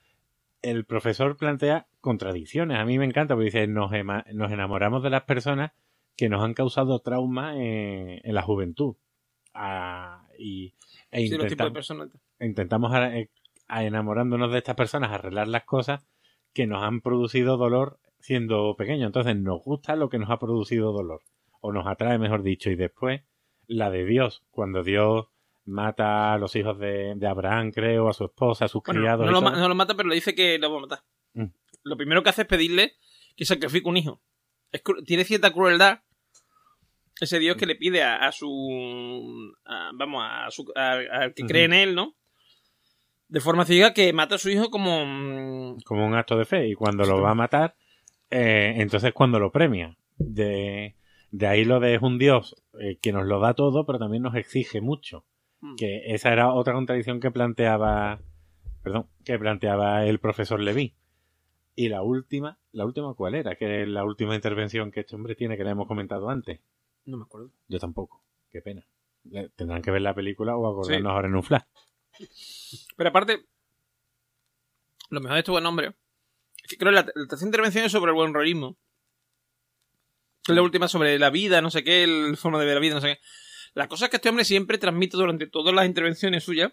S2: El profesor plantea contradicciones. A mí me encanta porque dice, nos, ema- nos enamoramos de las personas que nos han causado trauma en, en la juventud. Ah, y, e
S1: sí,
S2: intenta-
S1: los tipos de personas.
S2: intentamos a, a enamorándonos de estas personas, arreglar las cosas que nos han producido dolor siendo pequeños. Entonces nos gusta lo que nos ha producido dolor, o nos atrae, mejor dicho. Y después la de Dios, cuando Dios mata a los hijos de, de Abraham, creo, a su esposa, a sus
S1: bueno,
S2: criados.
S1: No
S2: y
S1: lo,
S2: todo.
S1: no lo mata, pero le dice que lo va a matar. Mm. Lo primero que hace es pedirle que sacrifique un hijo. Es, tiene cierta crueldad ese Dios que le pide a, a su... A, vamos, a su, al que uh-huh. cree en él, ¿no? De forma ciega, que mata a su hijo como...
S2: Como un acto de fe. Y cuando lo va a matar, eh, entonces cuando lo premia. De, de ahí lo de es un Dios eh, que nos lo da todo, pero también nos exige mucho. Mm. Que esa era otra contradicción que planteaba... Perdón, que planteaba el profesor Levy. Y la última, ¿la última cuál era? Que es la última intervención que este hombre tiene, que le hemos comentado antes.
S1: No me acuerdo.
S2: Yo tampoco. Qué pena. Tendrán que ver la película o acordarnos sí. ahora en un flash.
S1: Pero aparte, lo mejor de este buen hombre es que creo que la, la tercera intervención es sobre el buen rollismo. Que es la última sobre la vida, no sé qué, el forma de ver la vida, no sé qué. La cosa es que este hombre siempre transmite durante todas las intervenciones suyas,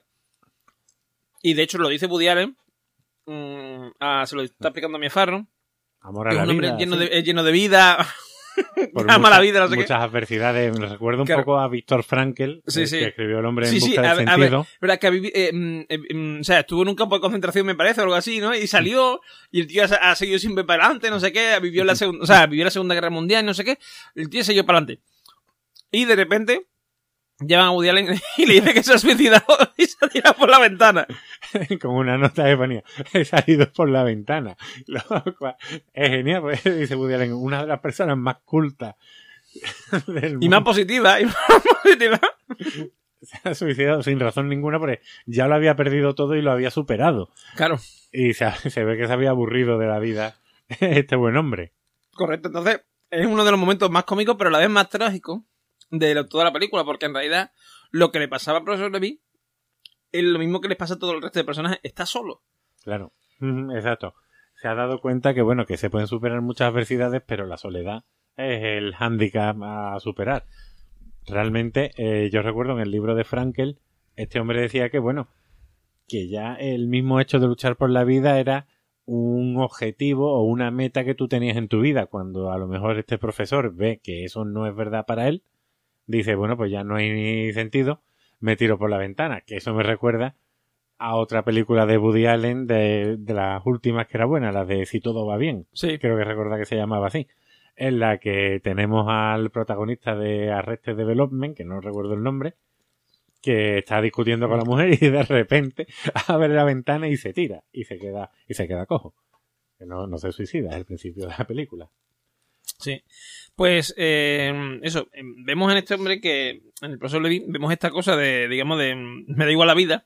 S1: y de hecho lo dice Woody Allen, mmm, ah, se lo está explicando a Mia Farrow.
S2: Amor a la vida.
S1: Es un hombre lleno,
S2: sí.
S1: de, lleno de vida.
S2: Por
S1: ama
S2: mucha,
S1: la vida, no sé
S2: muchas
S1: qué.
S2: adversidades. Me recuerdo un
S1: claro.
S2: poco a Víctor Frankl,
S1: sí,
S2: el
S1: sí.
S2: que escribió El hombre en
S1: sí,
S2: busca
S1: sí,
S2: del
S1: a,
S2: sentido.
S1: A ver, verdad que vivi, eh, eh, eh, o sea, estuvo en un campo de concentración, me parece, o algo así, ¿no? Y salió, y el tío ha, ha seguido siempre para adelante, no sé qué, vivió la segunda, o sea, vivió la Segunda Guerra Mundial, no sé qué, el tío siguió para adelante. Y de repente, llevan a Woody Allen y le dice que se ha suicidado y se ha tirado por la ventana.
S2: Con una nota de ponía, he salido por la ventana. Lo cual es genial, porque dice Woody Allen, una de las personas más cultas del mundo.
S1: Y más positiva, y más positiva.
S2: Se ha suicidado sin razón ninguna porque ya lo había perdido todo y lo había superado.
S1: Claro.
S2: Y se, se ve que se había aburrido de la vida este buen hombre.
S1: Correcto, entonces es uno de los momentos más cómicos, pero a la vez más trágicos de toda la película, porque en realidad lo que le pasaba al profesor Levy es lo mismo que les pasa a todo el resto de personajes. Está solo.
S2: Claro, exacto. Se ha dado cuenta que, bueno, que se pueden superar muchas adversidades, pero la soledad es el hándicap a superar. Realmente, eh, yo recuerdo en el libro de Frankl, este hombre decía que, bueno, que ya el mismo hecho de luchar por la vida era un objetivo o una meta que tú tenías en tu vida. Cuando a lo mejor este profesor ve que eso no es verdad para él, dice, bueno, pues ya no hay ni sentido, me tiro por la ventana. Que eso me recuerda a otra película de Woody Allen, de, de las últimas que era buena, la de Si todo va bien.
S1: Sí.
S2: Creo que recuerda que se llamaba así. en la que tenemos al protagonista de Arrested Development, que no recuerdo el nombre, que está discutiendo con la mujer y de repente abre la ventana y se tira y se queda y se queda cojo. Que no, no se suicida, es el principio de la película.
S1: Sí. Pues eh, eso, vemos en este hombre que, en el profesor Levy, vemos esta cosa de, digamos, de me da igual la vida.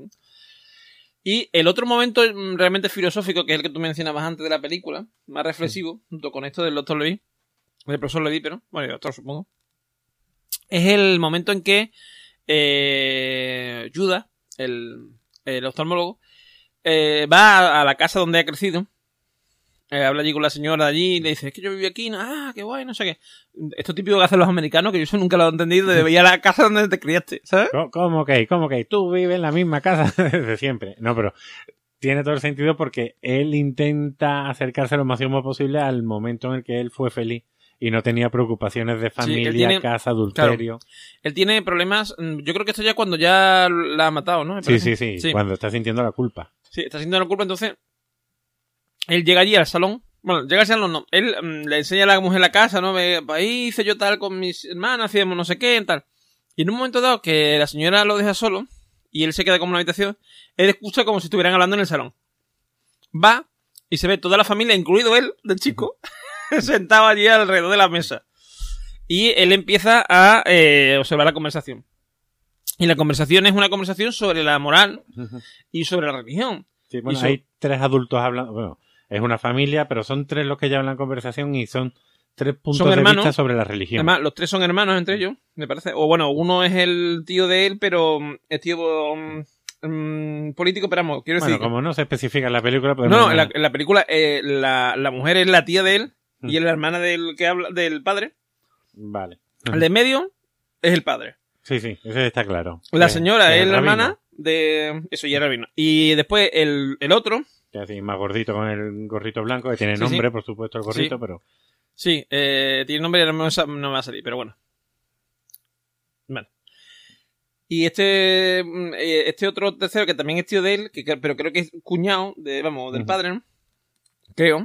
S1: Y el otro momento realmente filosófico, que es el que tú mencionabas antes de la película, más reflexivo, sí, junto con esto del doctor Levy, del profesor Levy, pero, bueno, el doctor supongo, es el momento en que eh, Judas, el, el oftalmólogo, eh, va a, a la casa donde ha crecido. Eh, habla allí con la señora de allí y le dice, es que yo viví aquí, no, ah, qué guay, no sé qué. Esto típico que hacen los americanos, que yo eso nunca lo he entendido, de ir a la casa donde te criaste, ¿sabes?
S2: ¿Cómo que? ¿Cómo que? Tú vives en la misma casa desde siempre. No, pero tiene todo el sentido porque él intenta acercarse lo máximo posible al momento en el que él fue feliz y no tenía preocupaciones de familia, sí, tiene, casa, adulterio.
S1: Claro, él tiene problemas, yo creo que esto ya cuando ya la ha matado, ¿no?
S2: Sí, sí, sí, sí, cuando está sintiendo la culpa.
S1: Sí, está sintiendo la culpa, entonces él llega allí al salón. Bueno, llega al salón, no. Él um, le enseña a la mujer la casa, ¿no? Ve, ahí hice yo tal con mis hermanas, hacíamos no sé qué, tal. Y en un momento dado que la señora lo deja solo y él se queda como en una habitación, él escucha como si estuvieran hablando en el salón. Va y se ve toda la familia, incluido él, del chico, sentado allí alrededor de la mesa. Y él empieza a eh, observar la conversación. Y la conversación es una conversación sobre la moral y sobre la religión.
S2: Sí, bueno,
S1: so-
S2: hay tres adultos hablando. Bueno, es una familia, pero son tres los que llevan la conversación y son tres puntos
S1: Son
S2: de
S1: hermanos.
S2: vista sobre la religión.
S1: Además, los tres son hermanos entre ellos, me parece. O bueno, uno es el tío de él, pero mm, es tío um, um, político, pero vamos, quiero
S2: Bueno,
S1: decir...
S2: como no se especifica en la película...
S1: No, no, en la, en la película eh, la, la mujer es la tía de él
S2: Mm.
S1: y es la hermana del que habla del padre.
S2: Vale.
S1: El de medio es el padre.
S2: Sí, sí, eso está claro.
S1: La
S2: Eh,
S1: señora
S2: que
S1: es la
S2: rabino,
S1: hermana de... Eso ya era rabino. Y después el, el otro...
S2: que así más gordito con el gorrito blanco, que tiene
S1: Sí,
S2: nombre,
S1: sí.
S2: por supuesto, el gorrito,
S1: Sí.
S2: pero...
S1: Sí, eh, tiene nombre y ahora no me sa- no me va a salir, pero bueno. Vale. Y este mm, eh, este otro tercero, que también es tío de él, que, que- pero creo que es cuñado de, vamos, del
S2: Ujú.
S1: padre, ¿no? Creo.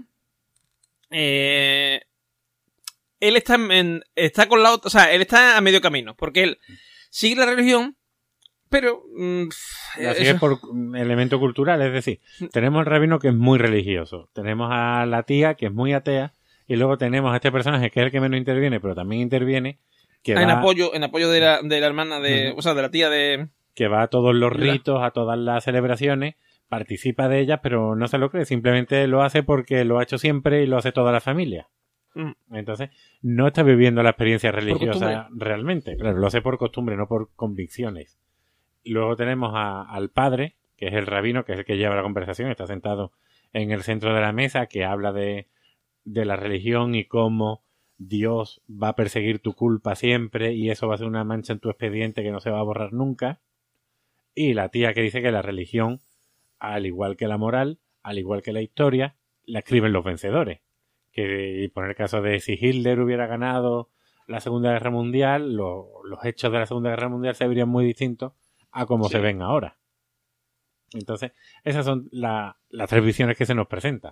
S1: Eh, él está en, está con la otra, o sea, él está a medio camino, porque él sigue la religión, pero mm,
S2: Así
S1: eso-
S2: es por elemento cultural, es decir, tenemos el rabino que es muy religioso, tenemos a la tía que es muy atea, y luego tenemos a este personaje que es el que menos interviene, pero también interviene, que
S1: en
S2: va,
S1: apoyo, en apoyo de la, de la hermana de,
S2: Ujú.
S1: o sea, de la tía de,
S2: que va a todos los
S1: ¿Verdad?
S2: ritos, a todas las celebraciones, participa de ellas, pero no se lo cree, simplemente lo hace porque lo ha hecho siempre y lo hace toda la familia.
S1: Mm.
S2: Entonces, no está viviendo la experiencia religiosa
S1: costumbre.
S2: realmente. Claro, lo hace por costumbre, no por convicciones. Luego tenemos a- al padre, que es el rabino, que es el que lleva la conversación, está sentado en el centro de la mesa, que habla de, de la religión y cómo Dios va a perseguir tu culpa siempre y eso va a ser una mancha en tu expediente que no se va a borrar nunca. Y la tía que dice que la religión, al igual que la moral, al igual que la historia, la escriben los vencedores. Que y por el caso de si Hitler hubiera ganado la Segunda Guerra Mundial, lo- los hechos de la Segunda Guerra Mundial se verían muy distintos a como
S1: Sí.
S2: se ven ahora. Entonces, esas son la- las tres visiones que se nos presentan.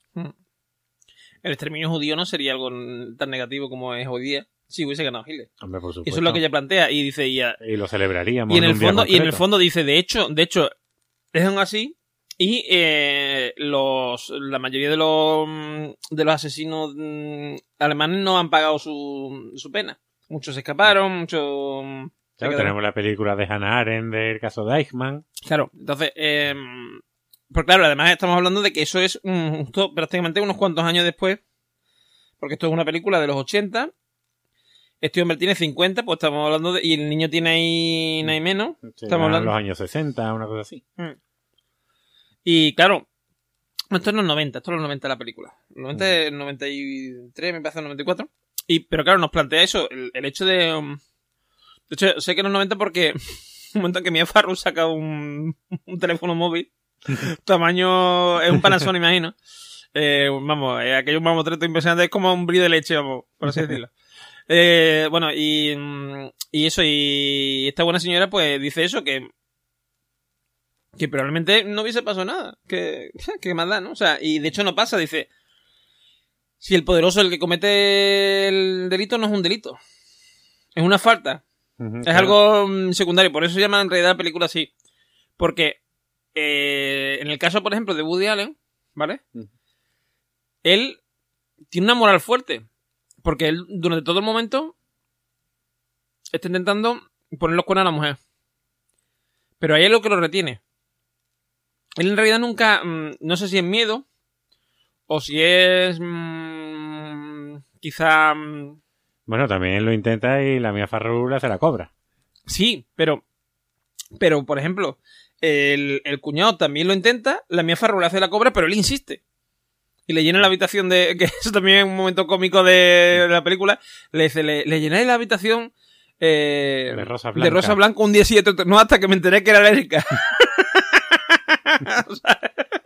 S1: el exterminio judío no sería algo tan negativo como es hoy día si hubiese ganado Hitler.
S2: Hombre, por supuesto.
S1: Y eso es lo que ella plantea y dice y, a-
S2: Y lo celebraríamos.
S1: y en el
S2: un día
S1: fondo y en el
S2: concreto.
S1: fondo dice de hecho de hecho es aún así y eh, los la mayoría de los mm, de los asesinos mm, alemanes no han pagado su, su pena. Muchos se escaparon, muchos mm, se
S2: Claro,
S1: quedaron.
S2: tenemos la película de Hannah Arendt del caso de Eichmann.
S1: Claro, entonces eh, pues claro, además estamos hablando de que eso es mm, justo prácticamente unos cuantos años después, porque esto es una película de los ochenta. Este hombre tiene cincuenta, pues estamos hablando de... Y el niño tiene ahí, no hay menos.
S2: Sí,
S1: Estamos
S2: eran
S1: hablando...
S2: los años sesenta, una cosa así.
S1: Y claro, esto es los noventa, esto es los noventa la película. Los noventa, el noventa y tres, me parece el noventa y cuatro. Y, pero claro, nos plantea eso, el, el hecho de... um, de hecho, sé que en los noventa porque un momento en que Mia Farrow saca un, un teléfono móvil, tamaño... Es un Panasonic, imagino. Eh, vamos, eh, aquello vamos treto impresionante, es como un brillo de leche, vamos, por así decirlo. Eh, bueno, y, mm, y eso, y esta buena señora pues dice eso, que que probablemente no hubiese pasado nada, que, que más da, ¿no? O sea, y de hecho no pasa, dice, si el poderoso, el que comete el delito, no es un delito. Es una falta. Uh-huh, es claro. algo mm, secundario. Por eso se llama en realidad la película así. Porque eh, en el caso, por ejemplo, de Woody Allen, ¿vale? Uh-huh. Él tiene una moral fuerte. Porque él, durante todo el momento, está intentando poner los cuernos a la mujer. Pero ahí es lo que lo retiene. Él en realidad nunca, mmm, no sé si es miedo, o si es mmm, quizá... Mmm,
S2: bueno, también lo intenta y la Mia Farrow se la cobra.
S1: Sí, pero, pero por ejemplo, el, el cuñado también lo intenta, la Mia Farrow le hace la cobra, pero él insiste. Y le llena la habitación de... que eso también es un momento cómico de la película. Le dice, le, le llenáis la habitación eh,
S2: de rosa blanca.
S1: De rosa blanca un día sí y otro. No, hasta que me enteré que era alérgica. O sea,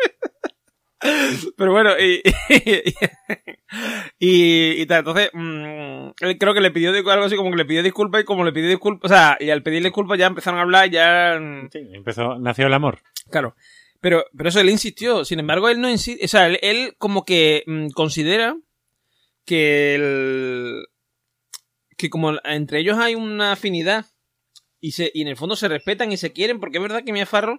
S1: pero bueno, y, y, y, y tal. Entonces, mmm, él creo que le pidió algo así como que le pidió disculpas y como le pidió disculpas, o sea, y al pedirle disculpas ya empezaron a hablar, ya...
S2: Sí, empezó, nació el amor.
S1: Claro. Pero, pero eso él insistió. Sin embargo, él no insiste. O sea, él, él como que mmm, considera que el, que como entre ellos hay una afinidad y, se, y en el fondo se respetan y se quieren, porque es verdad que Mia Farrow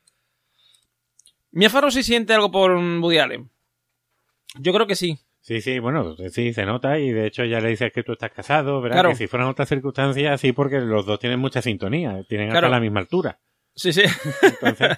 S1: Mia Farrow sí siente algo por Woody Allen. Yo creo que sí.
S2: Sí, sí, bueno, sí, se nota y de hecho ya le dices que tú estás casado, ¿verdad?
S1: Claro.
S2: Que si fueran otras circunstancias, sí, porque los dos tienen mucha sintonía, tienen
S1: claro.
S2: hasta la misma altura.
S1: Sí, sí.
S2: Entonces,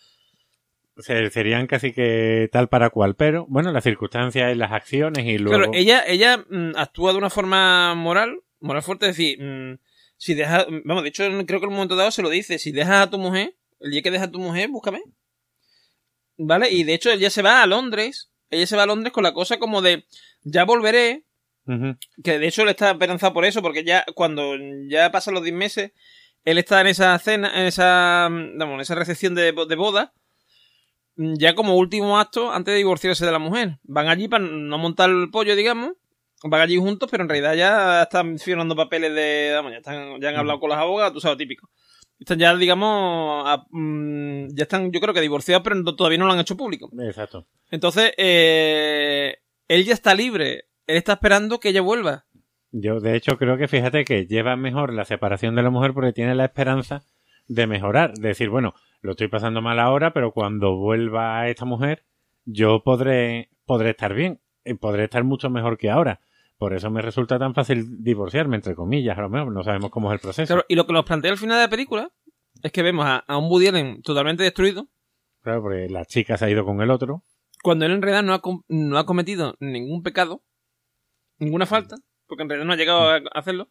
S2: serían casi que tal para cual, pero bueno, las circunstancias y las acciones y luego...
S1: Claro, ella, ella mmm, actúa de una forma moral, moral fuerte, es decir, mmm, si dejas, vamos, de hecho creo que en un momento dado se lo dice, si dejas a tu mujer, el día que dejas a tu mujer, búscame. ¿Vale? Y de hecho ella se va a Londres, ella se va a Londres con la cosa como de, ya volveré, uh-huh. Que de hecho él está esperanzado por eso, porque ya cuando ya pasan los diez meses, él está en esa cena, en esa, vamos, en esa recepción de, de boda, ya como último acto antes de divorciarse de la mujer. Van allí para no montar el pollo, digamos, van allí juntos, pero en realidad ya están firmando papeles de, vamos, ya, están, ya han hablado uh-huh. con las abogadas, tú sabes, típico. Están ya, digamos, a, mmm, ya están, yo creo que divorciados, pero no, todavía no lo han hecho público.
S2: Exacto.
S1: Entonces, eh, él ya está libre. Él está esperando que ella vuelva.
S2: Yo, de hecho, creo que fíjate que lleva mejor la separación de la mujer porque tiene la esperanza de mejorar. De decir, bueno, lo estoy pasando mal ahora, pero cuando vuelva esta mujer, yo podré, podré estar bien. Y podré estar mucho mejor que ahora. Por eso me resulta tan fácil divorciarme, entre comillas, a lo mejor no sabemos cómo es el proceso.
S1: Claro, y lo que nos plantea al final de la película es que vemos a, a un Woody Allen totalmente destruido.
S2: Claro, porque la chica se ha ido con el otro.
S1: Cuando él en realidad no ha, no ha cometido ningún pecado, ninguna falta, porque en realidad no ha llegado a hacerlo.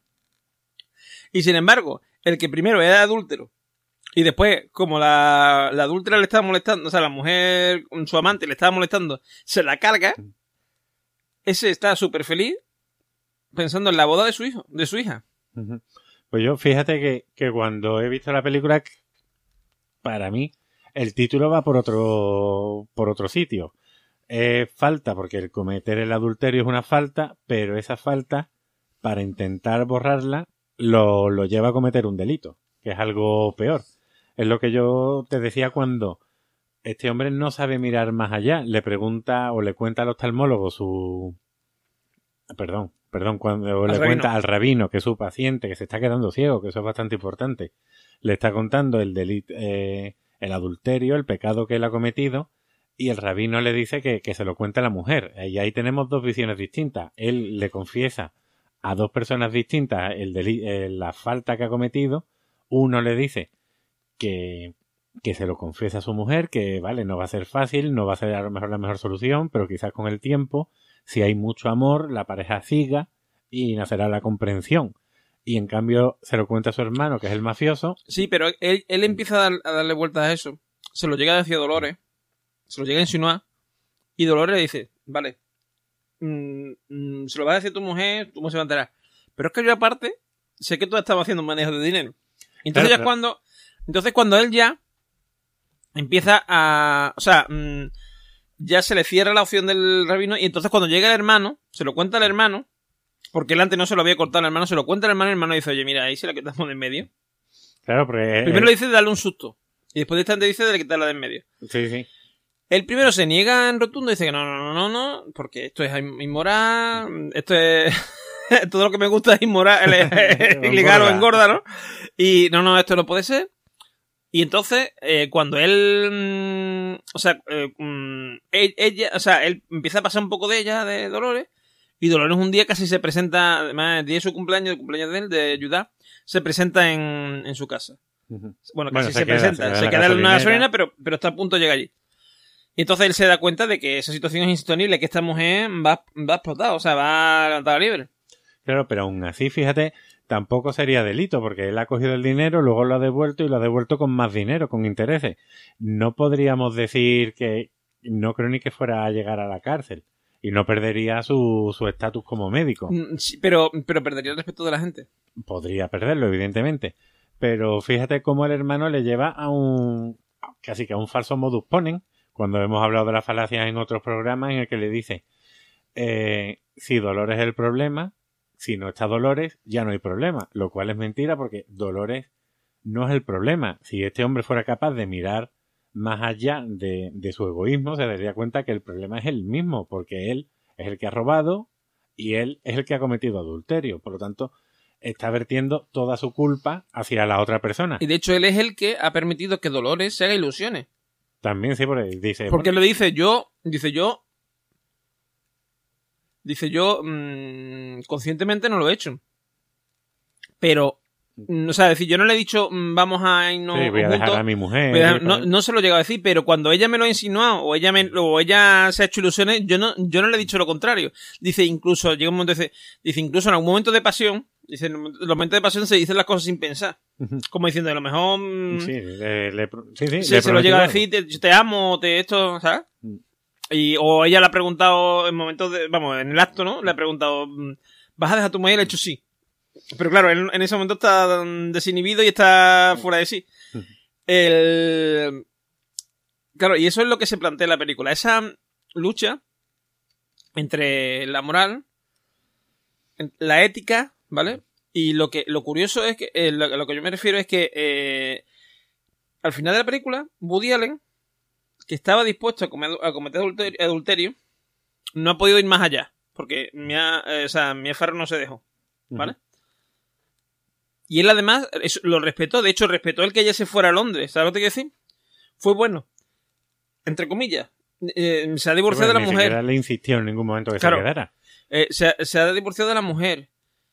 S1: Y sin embargo, el que primero era adúltero, y después, como la, la adúltera le estaba molestando, o sea, la mujer, su amante le estaba molestando, se la carga, ese está súper feliz, pensando en la boda de su hijo, de su hija.
S2: Pues yo, fíjate que, que cuando he visto la película, para mí, el título va por otro, por otro sitio. Es falta, porque el cometer el adulterio es una falta, pero esa falta, para intentar borrarla, lo, lo lleva a cometer un delito, que es algo peor. Es lo que yo te decía cuando este hombre no sabe mirar más allá. Le pregunta o le cuenta al oftalmólogo su... Perdón. Perdón, cuando al le rabino. Cuenta al rabino que su paciente, que se está quedando ciego, que eso es bastante importante, le está contando el delito, eh, el adulterio, el pecado que él ha cometido, y el rabino le dice que, que se lo cuente a la mujer. Y ahí tenemos dos visiones distintas. Él le confiesa a dos personas distintas el deli- eh, la falta que ha cometido. Uno le dice que, que se lo confiesa a su mujer, que vale, no va a ser fácil, no va a ser a lo mejor la mejor solución, pero quizás con el tiempo, si hay mucho amor, la pareja siga y nacerá la comprensión. Y en cambio se lo cuenta a su hermano, que es el mafioso.
S1: Sí, pero él, él empieza a, dar, a darle vueltas a eso. Se lo llega a decir a Dolores. Se lo llega a insinuar. Y Dolores le dice, vale, mmm, mmm, se lo vas a decir a tu mujer, tu mujer se va a enterar. Pero es que yo aparte, sé que tú estabas haciendo un manejo de dinero. Entonces claro, ya claro. cuando... Entonces cuando él ya empieza a... O sea... Mmm, ya se le cierra la opción del rabino y entonces cuando llega el hermano, se lo cuenta al hermano, porque él antes no se lo había cortado al hermano, se lo cuenta al hermano y el hermano dice, oye, mira, ahí se la quitamos de en medio.
S2: Claro, porque...
S1: Primero le dice de darle un susto y después de instante dice de quitarla de en medio.
S2: Sí, sí.
S1: El primero se niega en rotundo y dice que no, no, no, no, no, porque esto es inmoral, esto es... todo lo que me gusta es inmoral, es ilegal o engorda, ¿no? Y no, no, esto no puede ser. Y entonces, eh, cuando él... Mm, o sea, eh, mm, ella, o sea, él empieza a pasar un poco de ella, de Dolores, y Dolores un día casi se presenta, además, el día de su cumpleaños, el cumpleaños de él, de Judá, se presenta en, en su casa. Uh-huh. Bueno, casi bueno, se, se queda, presenta, se queda, se queda en una gasolinera, pero, pero está a punto de llegar allí. Y entonces él se da cuenta de que esa situación es insostenible, que esta mujer va, va a explotar, o sea, va a levantar libre.
S2: Claro, pero aún así, fíjate, tampoco sería delito, porque él ha cogido el dinero, luego lo ha devuelto y lo ha devuelto con más dinero, con intereses. No podríamos decir que no creo ni que fuera a llegar a la cárcel y no perdería su su estatus como médico.
S1: Sí, pero, pero perdería el respeto de la gente.
S2: Podría perderlo, evidentemente. Pero fíjate cómo el hermano le lleva a un casi que a un falso modus ponens, cuando hemos hablado de las falacias en otros programas, en el que le dice eh, si Dolores es el problema, si no está Dolores, ya no hay problema. Lo cual es mentira porque Dolores no es el problema. Si este hombre fuera capaz de mirar más allá de, de su egoísmo, se daría cuenta que el problema es él mismo, porque él es el que ha robado y él es el que ha cometido adulterio. Por lo tanto, está vertiendo toda su culpa hacia la otra persona.
S1: Y de hecho, él es el que ha permitido que Dolores se haga ilusiones.
S2: También sí, porque dice...
S1: Porque bueno, lo dice yo, dice yo... Dice yo, mmm, conscientemente no lo he hecho. Pero, mm, o sea, decir, yo no le he dicho, mmm, vamos a irnos
S2: sí, voy a
S1: juntos,
S2: dejar a mi mujer.
S1: Dejar, no, no se lo he llegado a decir, pero cuando ella me lo ha insinuado, o ella me, o ella se ha hecho ilusiones, yo no, yo no le he dicho lo contrario. Dice, incluso, llega un momento, dice, dice, incluso en algún momento de pasión, dice, en los momentos de pasión se dicen las cosas sin pensar. Como diciendo, a lo mejor... Mmm,
S2: sí, le, le, sí, sí,
S1: sí
S2: le
S1: se lo llega a decir, te, te amo, te esto, ¿sabes? Mm. Y, o ella le ha preguntado en momentos de, vamos, en el acto, ¿no? Le ha preguntado, ¿vas a dejar a tu mujer? Y le ha dicho sí. Pero claro, él en ese momento está desinhibido y está fuera de sí. El... Claro, y eso es lo que se plantea en la película. Esa lucha entre la moral, la ética, ¿vale? Y lo que lo curioso es que, eh, lo, a lo que yo me refiero es que eh, al final de la película, Woody Allen, que estaba dispuesto a, comer, a cometer adulterio, adulterio, no ha podido ir más allá, porque Mia, eh, o sea, Mia Farrow no se dejó, ¿vale? Uh-huh. Y él además eso, lo respetó, de hecho respetó el que ella se fuera a Londres, ¿sabes lo que te quiero decir? Fue bueno, entre comillas, eh, se ha divorciado
S2: bueno,
S1: de la mujer.
S2: Ni siquiera le insistió en ningún momento que
S1: claro,
S2: se quedara.
S1: Eh, se, se ha divorciado de la mujer,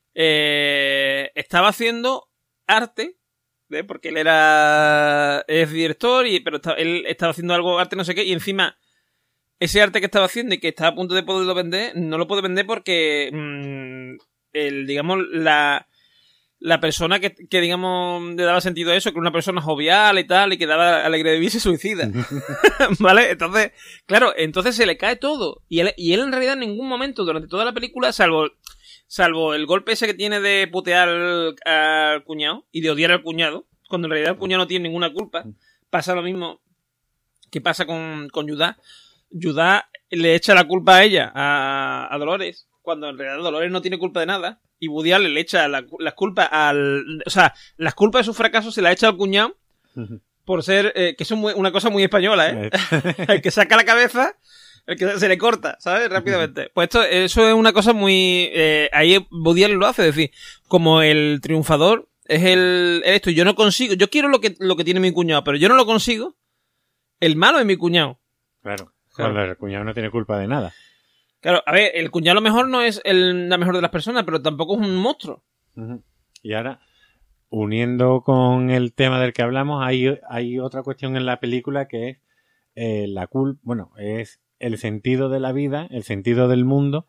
S1: eh, estaba haciendo arte, ¿eh? Porque él era es director y pero estaba, él estaba haciendo algo arte no sé qué y encima ese arte que estaba haciendo y que estaba a punto de poderlo vender no lo puede vender porque mmm, el digamos la la persona que, que digamos le daba sentido a eso, que era una persona jovial y tal y que daba alegría de vivir se suicida. ¿Vale? Entonces, claro, entonces se le cae todo y él, y él en realidad en ningún momento durante toda la película, salvo Salvo el golpe ese que tiene de putear al, al cuñado y de odiar al cuñado, cuando en realidad el cuñado no tiene ninguna culpa. Pasa lo mismo que pasa con, con Judá. Judá le echa la culpa a ella, a, a Dolores, cuando en realidad Dolores no tiene culpa de nada. Y Woody Allen le echa la, las culpas al... O sea, las culpas de su fracaso se las echa al cuñado por ser... Eh, que eso es muy, una cosa muy española, ¿eh? El que saca la cabeza... El que se le corta, ¿sabes? Rápidamente. Pues esto, eso es una cosa muy... Eh, ahí Woody Allen lo hace, es decir, como el triunfador es el, el esto, yo no consigo, yo quiero lo que, lo que tiene mi cuñado, pero yo no lo consigo, el malo es mi cuñado.
S2: Claro, claro. Cuando el cuñado no tiene culpa de nada.
S1: Claro, a ver, el cuñado a lo mejor no es el, la mejor de las personas, pero tampoco es un monstruo.
S2: Uh-huh. Y ahora, uniendo con el tema del que hablamos, hay, hay otra cuestión en la película que es eh, la culpa, bueno, es... el sentido de la vida, el sentido del mundo,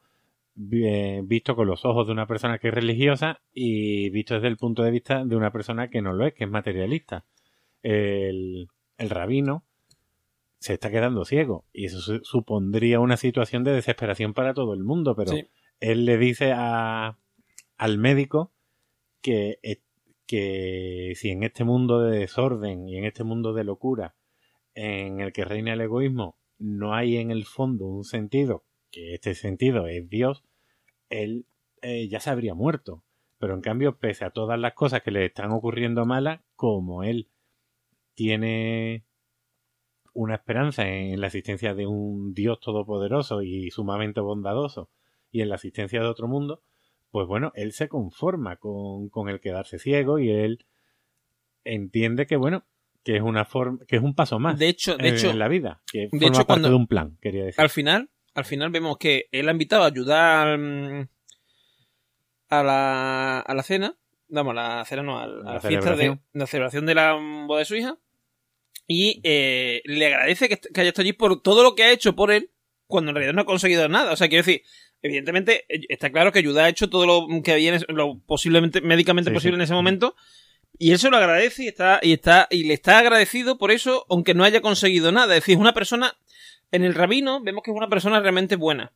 S2: eh, visto con los ojos de una persona que es religiosa y visto desde el punto de vista de una persona que no lo es, que es materialista. El, el rabino se está quedando ciego y eso su, supondría una situación de desesperación para todo el mundo, pero sí. Él le dice a, al médico que, que si en este mundo de desorden y en este mundo de locura en el que reina el egoísmo no hay en el fondo un sentido, que este sentido es Dios, él eh, ya se habría muerto. Pero en cambio, pese a todas las cosas que le están ocurriendo malas, como él tiene una esperanza en la existencia de un Dios todopoderoso y sumamente bondadoso y en la existencia de otro mundo, pues bueno, él se conforma con, con el quedarse ciego y él entiende que, bueno, que es una forma, que es un paso más
S1: de hecho, de
S2: en,
S1: hecho,
S2: en la vida, que
S1: de
S2: forma
S1: hecho,
S2: parte
S1: cuando,
S2: de un plan, quería decir.
S1: Al final, al final vemos que él ha invitado a ayudar mm, a la, a la cena, vamos, a la cena no, a la,
S2: La
S1: a la fiesta de
S2: celebración.
S1: la celebración de la boda de su hija, y eh, le agradece que, que haya estado allí por todo lo que ha hecho por él, cuando en realidad no ha conseguido nada. O sea, quiero decir, evidentemente está claro que Judá ha hecho todo lo que había, en ese- lo posiblemente, médicamente
S2: Sí,
S1: posible
S2: sí.
S1: en ese momento, y él se lo agradece y está, y está, y le está agradecido por eso, aunque no haya conseguido nada. Es decir, es una persona, en el rabino vemos que es una persona realmente buena.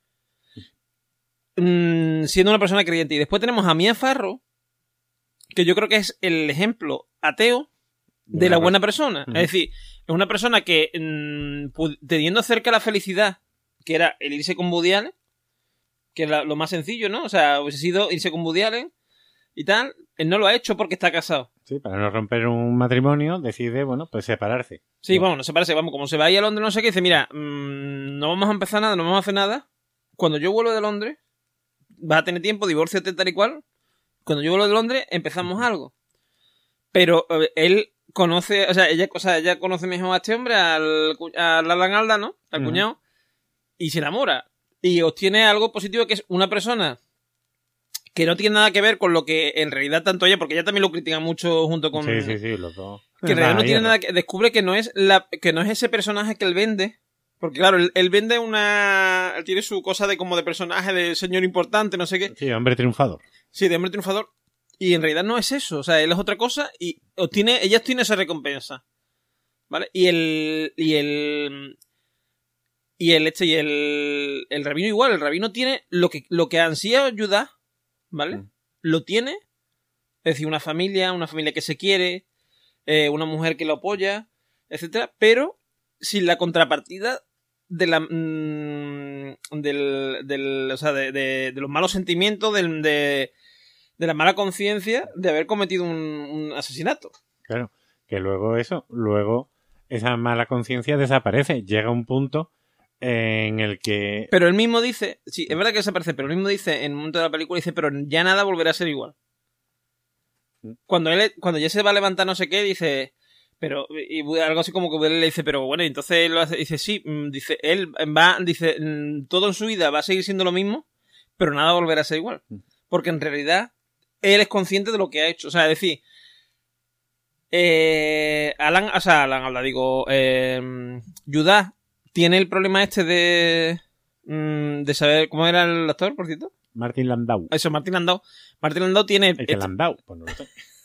S1: Mm, siendo una persona creyente. Y después tenemos a Mia Farrow, que yo creo que es el ejemplo ateo de la buena persona.
S2: Ujú.
S1: Es decir, es una persona que, mm, pu- teniendo cerca la felicidad, que era el irse con Woody Allen, que es la- lo más sencillo, ¿no? O sea, hubiese sido irse con Woody Allen y tal, él no lo ha hecho porque está casado.
S2: Sí, para no romper un matrimonio, decide, bueno, pues separarse.
S1: Sí,
S2: No.
S1: vamos, no se parece, vamos, como se va ahí a Londres, no sé qué, dice, mira, mmm, no vamos a empezar nada, no vamos a hacer nada. Cuando yo vuelvo de Londres, vas a tener tiempo, divorcio tal y cual. Cuando yo vuelvo de Londres, empezamos algo. Pero eh, él conoce, o sea, ella, o sea, ella conoce mejor a este hombre, al, cu- al Alan Alda, ¿no? Al
S2: Ujú.
S1: cuñado, y se enamora. Y obtiene algo positivo, que es una persona que no tiene nada que ver con lo que en realidad tanto ella, porque ella también lo critica mucho junto con...
S2: Sí, sí, sí, los dos.
S1: que en realidad no
S2: Nada,
S1: tiene
S2: hierro.
S1: nada que... Descubre que no es la que no es ese personaje que él vende. Porque claro, él, él vende una... Él tiene su cosa de como de personaje, de señor importante, no sé qué.
S2: Sí, hombre triunfador.
S1: Sí, de hombre triunfador. Y en realidad no es eso. O sea, él es otra cosa y obtiene, ella obtiene esa recompensa. ¿Vale? Y el... Y el... Y el este y el... El rabino igual. El rabino tiene lo que, lo que ansía Judá, ¿vale?
S2: Mm.
S1: Lo tiene. Es decir, una familia, una familia que se quiere, eh, una mujer que lo apoya, etcétera, pero sin la contrapartida de la mm, del, del o sea, de, de, de los malos sentimientos, del, de, de la mala conciencia de haber cometido un, un asesinato.
S2: Claro, que luego eso, luego esa mala conciencia desaparece. Llega un punto en el que...
S1: Pero él mismo dice, sí, es verdad que desaparece, pero él mismo dice en un momento de la película, dice, pero ya nada volverá a ser igual. Cuando él, cuando ya se va a levantar no sé qué, dice, pero, y algo así como que él le dice, pero bueno, y entonces él lo hace, dice, sí, mm, dice, él va, dice, mm, todo en su vida va a seguir siendo lo mismo, pero nada volverá a ser igual. Porque en realidad, él es consciente de lo que ha hecho. O sea, es decir, eh, Alan, o sea, Alan Alda, digo, eh, Judá tiene el problema este de, mm, de saber, ¿cómo era el actor, por cierto?
S2: Martin Landau.
S1: Eso, Martin Landau. Martin Landau tiene
S2: El que
S1: este-
S2: Landau, pues no lo sé.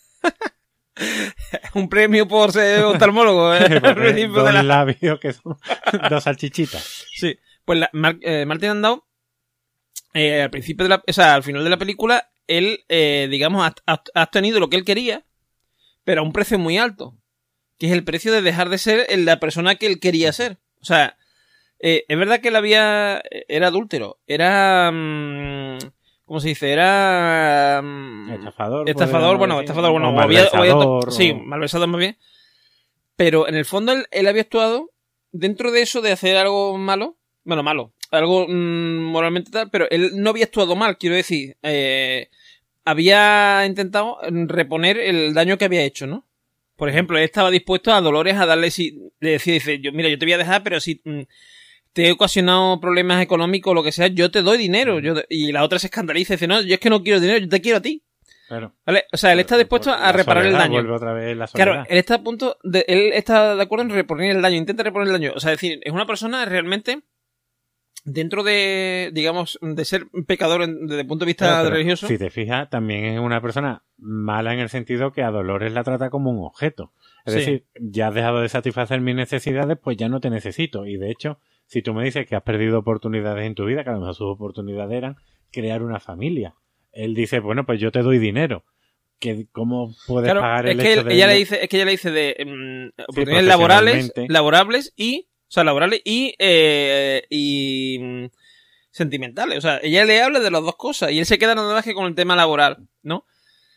S1: un premio por ser oftalmólogo. ¿eh? Al
S2: Porque
S1: principio
S2: dos
S1: de la-
S2: labios que son dos salchichitas.
S1: Sí, pues la, Mar- eh, Martin Landau, eh, al principio de la, o sea, al final de la película, él, eh, digamos, ha, ha- ha obtenido lo que él quería, pero a un precio muy alto, que es el precio de dejar de ser la persona que él quería ser. O sea, eh, es verdad que él había, era adúltero, era, mm, ¿cómo se dice? Era mm,
S2: Estafador.
S1: estafador,
S2: podríamos
S1: bueno,
S2: decir.
S1: estafador, bueno,
S2: O
S1: o había- o había-
S2: malversador,
S1: sí,
S2: o-
S1: malversador más bien. Pero en el fondo él, él había actuado dentro de eso de hacer algo malo, bueno, malo, algo mm, moralmente tal, pero él no había actuado mal, quiero decir, eh, había intentado reponer el daño que había hecho, ¿no? Por ejemplo, él estaba dispuesto a Dolores a darle, si le decía, dice, yo, mira, yo te voy a dejar, pero si mm, te he ocasionado problemas económicos o lo que sea, yo te doy dinero. Yo te- Y la otra se escandaliza y dice, no, yo es que no quiero dinero, yo te quiero a ti.
S2: Claro.
S1: ¿Vale? O sea, él está dispuesto a
S2: La
S1: reparar el
S2: soledad,
S1: daño.
S2: Vuelve otra vez la soledad.
S1: Claro, él está a punto de, él está de acuerdo en reponer el daño, intenta reponer el daño. O sea, es decir, es una persona realmente dentro de, digamos, de ser pecador en- desde el punto de vista
S2: Claro, pero
S1: religioso.
S2: Si te fijas, también es una persona mala en el sentido que a Dolores la trata como un objeto. Es
S1: Sí.
S2: decir, ya has dejado de satisfacer mis necesidades, pues ya no te necesito. Y de hecho, si tú me dices que has perdido oportunidades en tu vida, que a lo mejor sus oportunidades eran crear una familia. Él dice, bueno, pues yo te doy dinero. Que ¿Cómo puedes
S1: Claro,
S2: pagar
S1: es
S2: el
S1: que
S2: hecho
S1: él-
S2: de
S1: ella le
S2: ello?
S1: dice, es que ella le dice de mm, oportunidades laborales,
S2: profesionalmente.
S1: laborables y, o sea, laborales y, eh, y mm, sentimentales. O sea, ella le habla de las dos cosas y él se queda nada más que con el tema laboral, ¿no?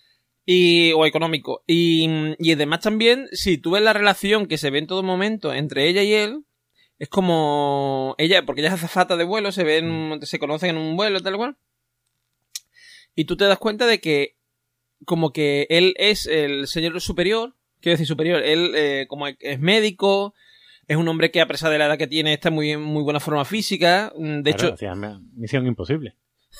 S1: Y, o económico. Y, y además también, si tú ves la relación que se ve en todo momento entre ella y él, es como ella, porque ella es azafata de vuelo, se ven, se conocen en un vuelo, tal cual. Y tú te das cuenta de que como que él es el señor superior, quiero decir superior, él eh, como es médico, es un hombre que a pesar de la edad que tiene está muy en muy buena forma física. De
S2: claro,
S1: hecho,
S2: o sea, misión imposible.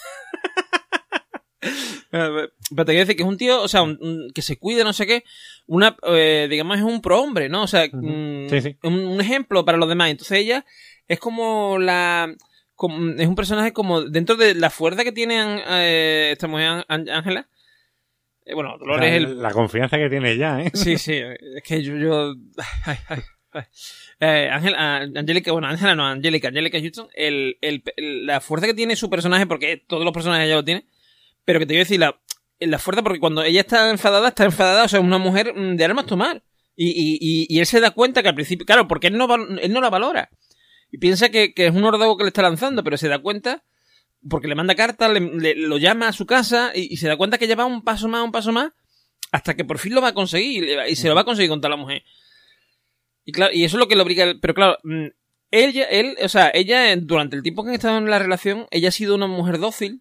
S1: Pero te quiero decir que es un tío, o sea, un, un, que se cuide, no sé qué, una, eh, digamos, es un prohombre, ¿no? O sea,
S2: Uh-huh.
S1: un,
S2: Sí, sí.
S1: Un, un ejemplo para los demás. Entonces ella es como la... Como, es un personaje como dentro de la fuerza que tiene eh, esta mujer Ángela. Eh, bueno, Dolores
S2: O sea,
S1: el...
S2: La confianza que tiene ya, ¿eh?
S1: Sí, sí, es que yo... yo... Ay, ay, ay. Eh, Ángela, Angélica, bueno, Ángela no, Angélica, Angélica Houston, el, el, el, la fuerza que tiene su personaje, porque todos los personajes ya lo tienen, pero que te voy a decir, la, la fuerza, porque cuando ella está enfadada, está enfadada, o sea, es una mujer de armas tomar. Y, y, y, y él se da cuenta que al principio, claro, porque él no, él no la valora. Y piensa que, que es un órdago que le está lanzando, pero se da cuenta, porque le manda cartas, le, le, lo llama a su casa, y, y se da cuenta que ella va un paso más, un paso más, hasta que por fin lo va a conseguir, y se lo va a conseguir contra la mujer. Y claro, y eso es lo que le obliga, pero claro, ella, él, o sea, ella, durante el tiempo que han estado en la relación, ella ha sido una mujer dócil,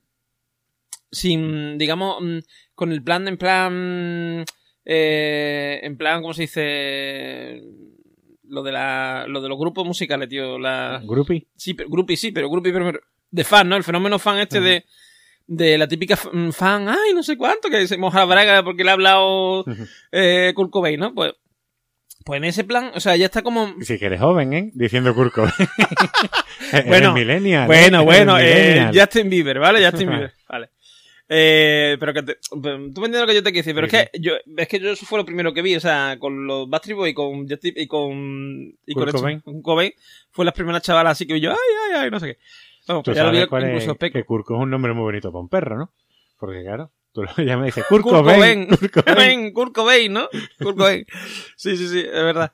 S1: sin, digamos, con el plan, en plan, eh, en plan, ¿cómo se dice? Lo de la, lo de los grupos musicales, tío, la...
S2: ¿Groupie?
S1: Sí, pero, groupie sí, pero groupie pero, de fan, ¿no? El fenómeno fan este uh-huh. de, de la típica fan, ay, no sé cuánto, que se moja la braga porque le ha hablado uh-huh. eh, Kurt Cobain, ¿no? Pues, pues en ese plan, o sea, ya está como...
S2: Sí que eres joven, ¿eh? Diciendo Kurt Cobain.
S1: Bueno,
S2: millennial.
S1: Bueno, ¿eh? bueno, eh, Justin Bieber, ¿vale? Justin Bieber, vale. Eh, pero que te, tú me entiendes lo que yo te quiero decir, pero sí, es que sí. yo es que yo eso fue lo primero que vi, o sea, con los Backstreet Boys y con Justin y con y con,
S2: Cobain.
S1: con Cobain fue las primeras chavalas así que vi yo, ay, ay, ay, no sé qué. Vamos,
S2: tú
S1: ya lo vi
S2: incluso es, que Kurt es un nombre muy bonito para un perro, ¿no? Porque claro, tú lo llamas y dices Kurt,
S1: Kurt
S2: Cobain,
S1: Cobain, Kurt Cobain, Kurt Cobain, ¿no? Kurt Cobain. Sí, sí, sí, es verdad.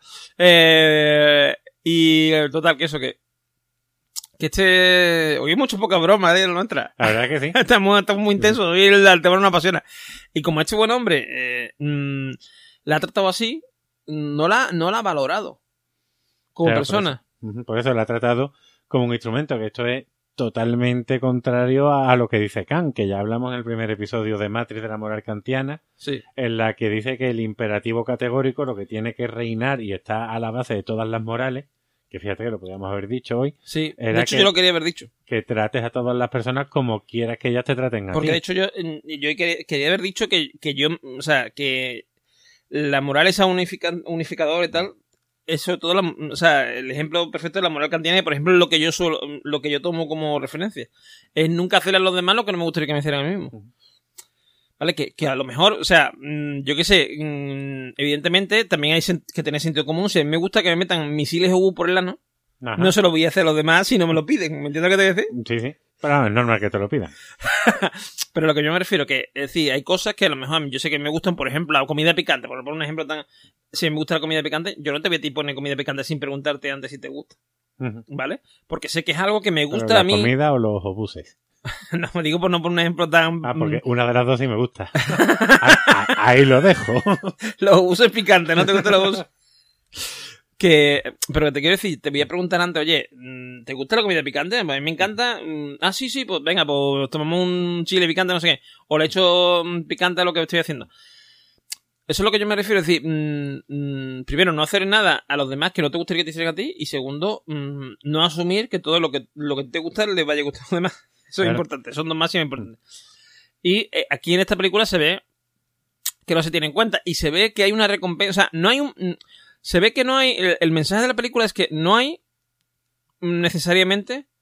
S1: Eh, y total que eso que Que este... Hoy hay mucho poca broma de nuestra.
S2: La verdad que sí.
S1: Estamos, estamos muy intensos. Hoy el, el tema no apasiona. Y como este buen hombre eh, mmm, la ha tratado así, no la, no la ha valorado como
S2: claro,
S1: persona.
S2: Por eso, por eso la ha tratado como un instrumento, que esto es totalmente contrario a lo que dice Kant, que ya hablamos en el primer episodio de Matrix de la moral kantiana,
S1: sí.
S2: En la que dice que el imperativo categórico lo que tiene que reinar y está a la base de todas las morales, que fíjate que lo podríamos haber dicho hoy.
S1: Sí,
S2: era
S1: de hecho
S2: que,
S1: yo lo quería haber dicho.
S2: Que trates a todas las personas como quieras que ellas te traten a
S1: Porque
S2: ti.
S1: de hecho yo, yo quería, quería haber dicho que, que yo, o sea, que la moral esa unifica, unificadora y tal, eso todo, la, o sea, el ejemplo perfecto de la moral kantiana, por ejemplo, lo que yo suelo, lo que yo tomo como referencia, es nunca hacerle a los demás lo que no me gustaría que me hicieran a mí mismo. Uh-huh. ¿Vale? Que, que a lo mejor, o sea, yo qué sé, evidentemente también hay que tener sentido común. Si a mí me gusta que me metan misiles U por el ano, ajá, no se lo voy a hacer a los demás si no me lo piden. ¿Me entiendes lo que te voy a decir?
S2: Sí, sí. Pero no, es normal que te lo pidan.
S1: Pero lo que yo me refiero, que es decir, hay cosas que a lo mejor yo sé que me gustan, por ejemplo, la comida picante. Por poner un ejemplo tan... Si me gusta la comida picante, yo no te voy a poner comida picante sin preguntarte antes si te gusta. Uh-huh. ¿Vale? Porque sé que es algo que me gusta
S2: ¿Pero la
S1: a mí.
S2: ¿La comida o los obuses?
S1: No, me digo por no por un ejemplo tan...
S2: Ah, porque una de las dos sí me gusta. ahí, ahí lo dejo.
S1: Los obuses picantes, ¿no te gustan los obuses? Que, pero te quiero decir, te voy a preguntar antes, oye, ¿te gusta la comida picante? A mí me encanta. Ah, sí, sí, pues venga, pues tomamos un chile picante, no sé qué. O le echo picante a lo que estoy haciendo. Eso es lo que yo me refiero, es decir, mmm, mmm, primero, no hacer nada a los demás que no te gustaría que te hicieran a ti, y segundo, mmm, no asumir que todo lo que, lo que te gusta les vaya a gustar a los demás. Eso claro. Es importante, son dos máximas importantes. Y eh, aquí en esta película se ve que no se tiene en cuenta, y se ve que hay una recompensa, o sea, no hay un... Se ve que no hay... El, el mensaje de la película es que no hay necesariamente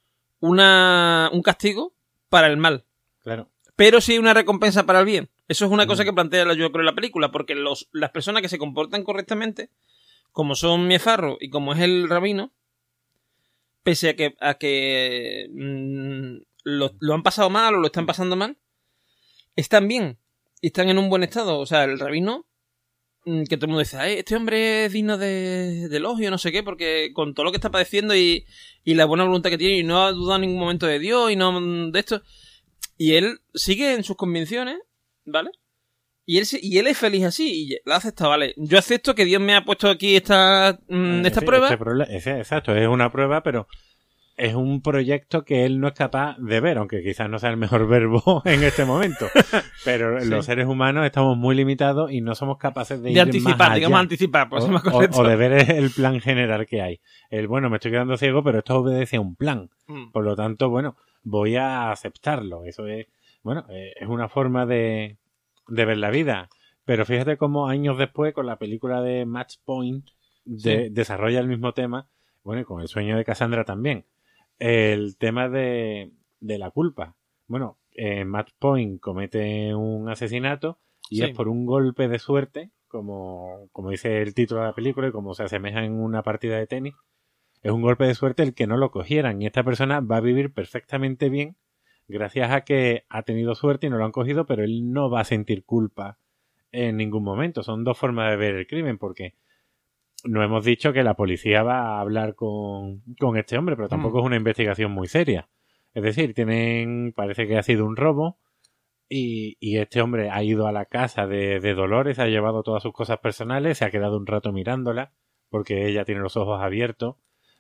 S1: una un castigo para el mal.
S2: Claro.
S1: Pero sí hay una recompensa para el bien. Eso es una mm. cosa que plantea yo creo la película, porque los, las personas que se comportan correctamente, como son Mia Farrow y como es el rabino, pese a que, a que mmm, lo, lo han pasado mal o lo están pasando mal, están bien y están en un buen estado. O sea, el rabino, que todo el mundo dice, ay, este hombre es digno de, de elogio, no sé qué, porque con todo lo que está padeciendo y, y la buena voluntad que tiene, y no ha dudado en ningún momento de Dios y no de esto, y él sigue en sus convicciones, ¿vale? Y él, y él es feliz así y lo ha aceptado, vale. Yo acepto que Dios me ha puesto aquí esta, mmm, esta
S2: ese,
S1: prueba.
S2: Este problema, ese, exacto, es una prueba, pero es un proyecto que él no es capaz de ver, aunque quizás no sea el mejor verbo en este momento. Pero sí. Los seres humanos estamos muy limitados y no somos capaces de, de ir
S1: anticipar,
S2: más allá.
S1: digamos anticipar, pues
S2: o,
S1: es más correcto.
S2: O, o de ver el plan general que hay. El, bueno, me estoy quedando ciego, pero esto obedece a un plan. Mm. Por lo tanto, bueno, voy a aceptarlo. Eso es, bueno, es una forma de, de ver la vida. Pero fíjate cómo años después, con la película de Match Point, de, sí. desarrolla el mismo tema, bueno, y con El sueño de Cassandra también. El tema de, de la culpa. Bueno, eh, Match Point comete un asesinato y sí. es por un golpe de suerte, como, como dice el título de la película y como se asemeja en una partida de tenis. Es un golpe de suerte el que no lo cogieran y esta persona va a vivir perfectamente bien gracias a que ha tenido suerte y no lo han cogido, pero él no va a sentir culpa en ningún momento. Son dos formas de ver el crimen, porque no hemos dicho que la policía va a hablar con, con este hombre, pero tampoco mm. es una investigación muy seria. Es decir, tienen, parece que ha sido un robo y, y este hombre ha ido a la casa de, de Dolores, ha llevado todas sus cosas personales, se ha quedado un rato mirándola, porque ella tiene los ojos abiertos,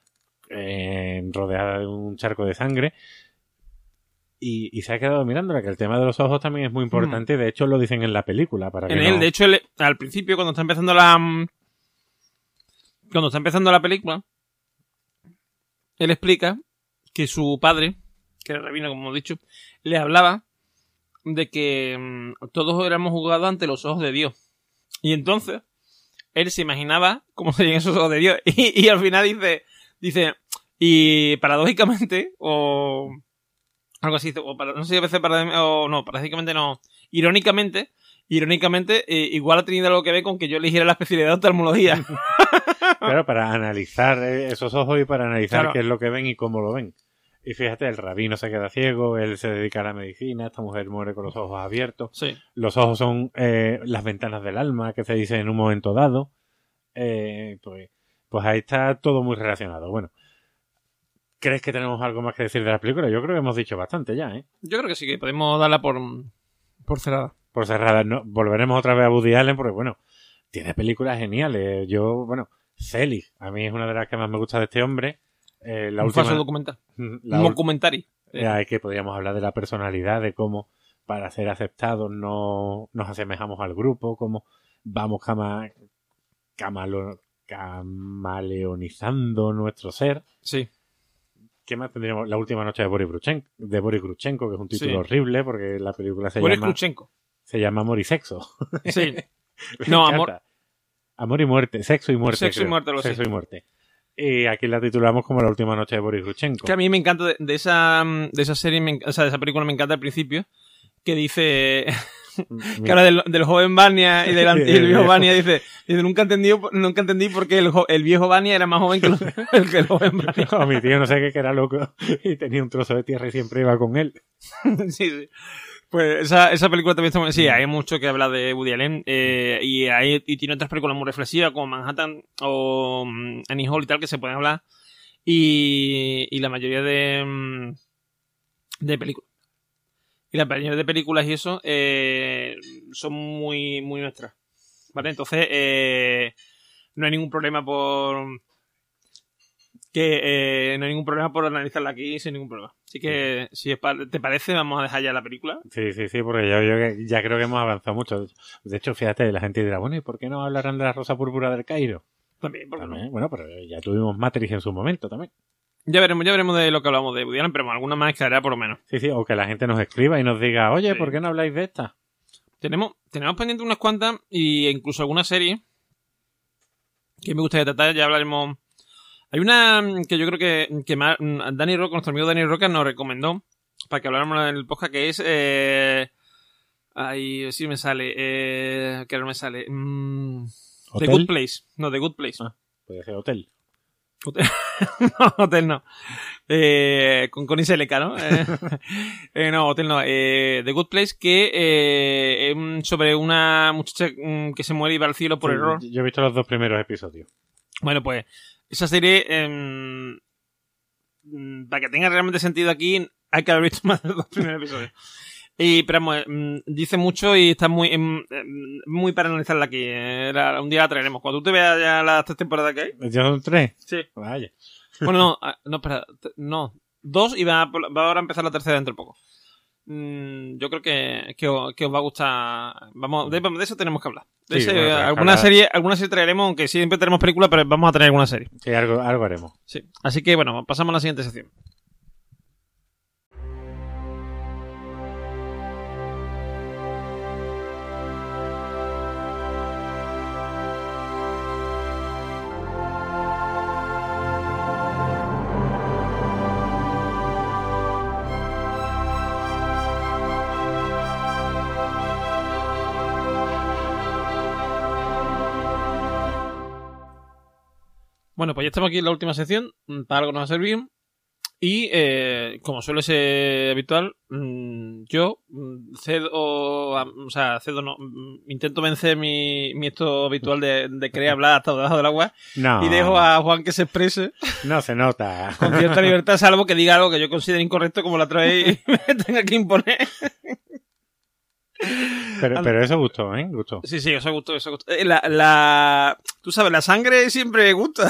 S2: eh, rodeada de un charco de sangre. Y, y se ha quedado mirándola, que el tema de los ojos también es muy importante, y de hecho lo dicen en la película. Para
S1: en
S2: que
S1: él,
S2: no...
S1: de hecho, él, al principio, cuando está empezando la... Cuando está empezando la película, él explica que su padre, que era rabino, como hemos dicho, le hablaba de que mmm, todos éramos juzgados ante los ojos de Dios. Y entonces, él se imaginaba cómo serían esos ojos de Dios. Y, y al final dice, dice, y paradójicamente, o... algo así, o para, no sé si a veces para, o no, paradójicamente no, irónicamente, irónicamente, eh, igual ha tenido algo que ver con que yo eligiera la especialidad de oftalmología.
S2: Claro, para analizar esos ojos y para analizar
S1: claro.
S2: qué es lo que ven y cómo lo ven. Y fíjate, el rabino se queda ciego, él se dedica a la medicina, esta mujer muere con los ojos abiertos.
S1: Sí.
S2: Los ojos son eh, las ventanas del alma, que se dice en un momento dado. Eh, pues, pues ahí está todo muy relacionado. Bueno, ¿crees que tenemos algo más que decir de la película? Yo creo que hemos dicho bastante ya, ¿eh?
S1: Yo creo que sí, que podemos darla por, por cerrada.
S2: Por cerrada. No, volveremos otra vez a Woody Allen porque, bueno, tiene películas geniales. Yo, bueno, Selig, a mí es una de las que más me gusta de este hombre. Eh, la
S1: un
S2: última,
S1: falso documental.
S2: La,
S1: un documentari.
S2: Eh, que podríamos hablar de la personalidad, de cómo para ser aceptados no nos asemejamos al grupo, cómo vamos cama, camalo, camaleonizando nuestro ser.
S1: Sí.
S2: ¿Qué más tendríamos? La última noche de Boris Gruchenko, de Boris Gruchenko, que es un título
S1: sí.
S2: horrible porque la película se
S1: Boris
S2: llama
S1: Gruchenko.
S2: Se llama Amor y Sexo.
S1: Sí. No, amor.
S2: Amor y muerte, sexo y muerte.
S1: Sexo
S2: creo.
S1: y muerte, lo
S2: Sexo
S1: sé.
S2: y muerte. Y aquí la titulamos como La última noche de Boris Gruchenko.
S1: Que a mí me encanta de, de esa de esa serie, me, o sea, de esa película me encanta al principio, que dice que habla del, del joven Vania y del, y el viejo Vania, dice, dice nunca entendí, nunca entendí por qué el, el viejo Vania era más joven que, lo, que el joven Vania.
S2: No, mi tío no sé qué, que era loco y tenía un trozo de tierra y siempre iba con él.
S1: Sí, sí. Pues esa, esa película también está... Sí, hay mucho que hablar de Woody Allen. Eh, y, hay, y tiene otras películas muy reflexivas como Manhattan o um, Annie Hall y tal que se pueden hablar. Y, y la mayoría de, de películas. Y la mayoría de películas y eso eh, son muy, muy nuestras. ¿Vale? Entonces, eh, no hay ningún problema por... que eh, no hay ningún problema por analizarla aquí sin ningún problema. Así que, si es pa- te parece, vamos a dejar ya la película.
S2: Sí, sí, sí, porque yo, yo ya creo que hemos avanzado mucho. De hecho, fíjate, la gente dirá, bueno, ¿y por qué no hablarán de la Rosa Púrpura del Cairo?
S1: También, ¿por qué
S2: También,
S1: no?
S2: bueno, pero ya tuvimos Matrix en su momento también.
S1: Ya veremos, ya veremos de lo que hablamos de Woody Allen, pero alguna más quedará por lo menos.
S2: Sí, sí, o que la gente nos escriba y nos diga, oye,
S1: Sí.
S2: ¿por qué no habláis de esta?
S1: Tenemos, tenemos pendientes unas cuantas y incluso alguna serie que me gustaría tratar, ya hablaremos... Hay una que yo creo que, que más, Dani Roca, nuestro amigo Dani Roca, nos recomendó para que habláramos en el podcast, que es... Eh, ay, sí me sale. Eh, que no me sale. Mm, The Good Place. No, The Good Place.
S2: Ah, puede ser Hotel.
S1: Hotel. No, Hotel no. Eh, con Connie Seleca, ¿no? Eh, eh, no, Hotel no. Eh, The Good Place, que eh, es sobre una muchacha mm, que se muere y va al cielo por
S2: Sí,
S1: error.
S2: Yo he visto los dos primeros episodios.
S1: Bueno, pues esa serie, eh, para que tenga realmente sentido aquí, hay que haber visto más de los dos primeros episodios. Y, pero vamos, mm, dice mucho y está muy mm, muy para analizarla aquí. Era, un día la traeremos. Cuando tú te veas ya las tres temporadas que hay.
S2: ¿Ya son tres?
S1: Sí.
S2: Vaya.
S1: Bueno, no, ah, no, espera, t- no. Dos y va, va ahora a empezar la tercera dentro de poco. Mm, yo creo que, que, os, que os va a gustar. Vamos, de, de eso tenemos que hablar. De
S2: Sí,
S1: ese,
S2: bueno, pero
S1: alguna
S2: ojalá-
S1: serie, alguna serie traeremos, aunque siempre tenemos películas, pero vamos a traer alguna serie.
S2: Sí, algo, algo haremos.
S1: Sí. Así que bueno, pasamos a la siguiente sección. Bueno, pues ya estamos aquí en la última sección. Para algo nos ha servido. Y eh, como suele ser habitual, mmm, yo mm, cedo, o sea, cedo no, mm, intento vencer mi, mi esto habitual de, de querer hablar hasta debajo del agua
S2: No.
S1: y dejo a Juan que se exprese
S2: No se nota.
S1: con cierta libertad, salvo que diga algo que yo considere incorrecto como la otra vez y me tenga que imponer.
S2: Pero, pero eso gustó, ¿eh? Gustó.
S1: Sí, sí, eso gustó, eso gustó. Eh, La, la, tú sabes, la sangre siempre gusta.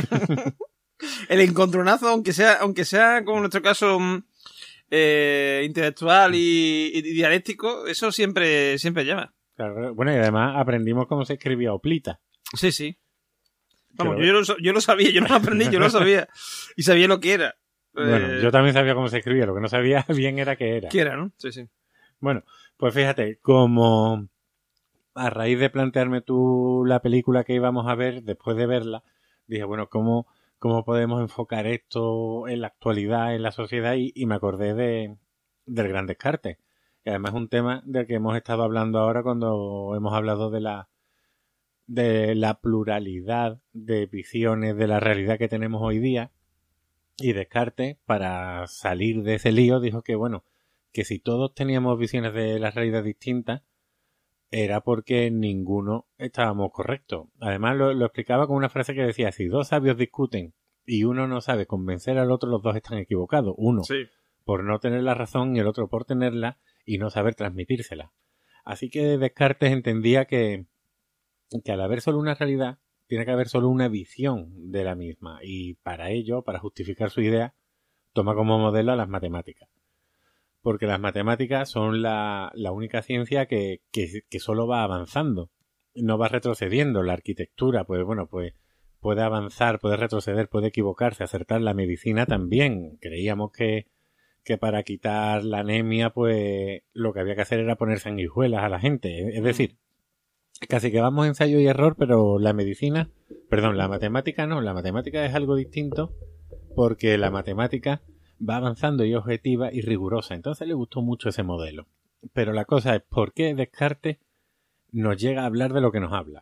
S1: El encontronazo, aunque sea, aunque sea como en nuestro caso mm, eh, intelectual y, y dialéctico, eso siempre, siempre llama.
S2: Claro, bueno, y además aprendimos cómo se escribía Oplita.
S1: Sí, sí. Vamos,
S2: Pero-
S1: yo, yo, lo, yo lo sabía, yo no lo aprendí, yo lo sabía. Y sabía lo que era.
S2: Bueno,
S1: Eh,
S2: yo también sabía cómo se escribía, lo que no sabía bien era qué era.
S1: ¿Qué era, no? Sí, sí.
S2: Bueno, pues fíjate, como a raíz de plantearme tú la película que íbamos a ver, después de verla, dije, bueno, ¿cómo, cómo podemos enfocar esto en la actualidad, en la sociedad? Y, y me acordé de, del Gran Descartes. Y además es un tema del que hemos estado hablando ahora cuando hemos hablado de la, de la pluralidad de visiones de la realidad que tenemos hoy día. Y Descartes, para salir de ese lío, dijo que, bueno, que si todos teníamos visiones de la realidad distintas, era porque ninguno estábamos correctos. Además lo, lo explicaba con una frase que decía, si dos sabios discuten y uno no sabe convencer al otro, los dos están equivocados. Uno
S1: Sí.
S2: por no tener la razón y el otro por tenerla y no saber transmitírsela. Así que Descartes entendía que, que al haber solo una realidad, tiene que haber solo una visión de la misma. Y para ello, para justificar su idea, toma como modelo a las matemáticas. Porque las matemáticas son la, la única ciencia que, que, que solo va avanzando, no va retrocediendo. La arquitectura, pues bueno, pues puede avanzar, puede retroceder, puede equivocarse, acertar. La medicina también. Creíamos que, que para quitar la anemia, pues lo que había que hacer era poner sanguijuelas a la gente. Es decir, casi que vamos ensayo y error, pero la medicina, perdón, la matemática no. La matemática es algo distinto porque la matemática va avanzando y objetiva y rigurosa. Entonces le gustó mucho ese modelo. Pero la cosa es, ¿por qué Descartes nos llega a hablar de lo que nos habla?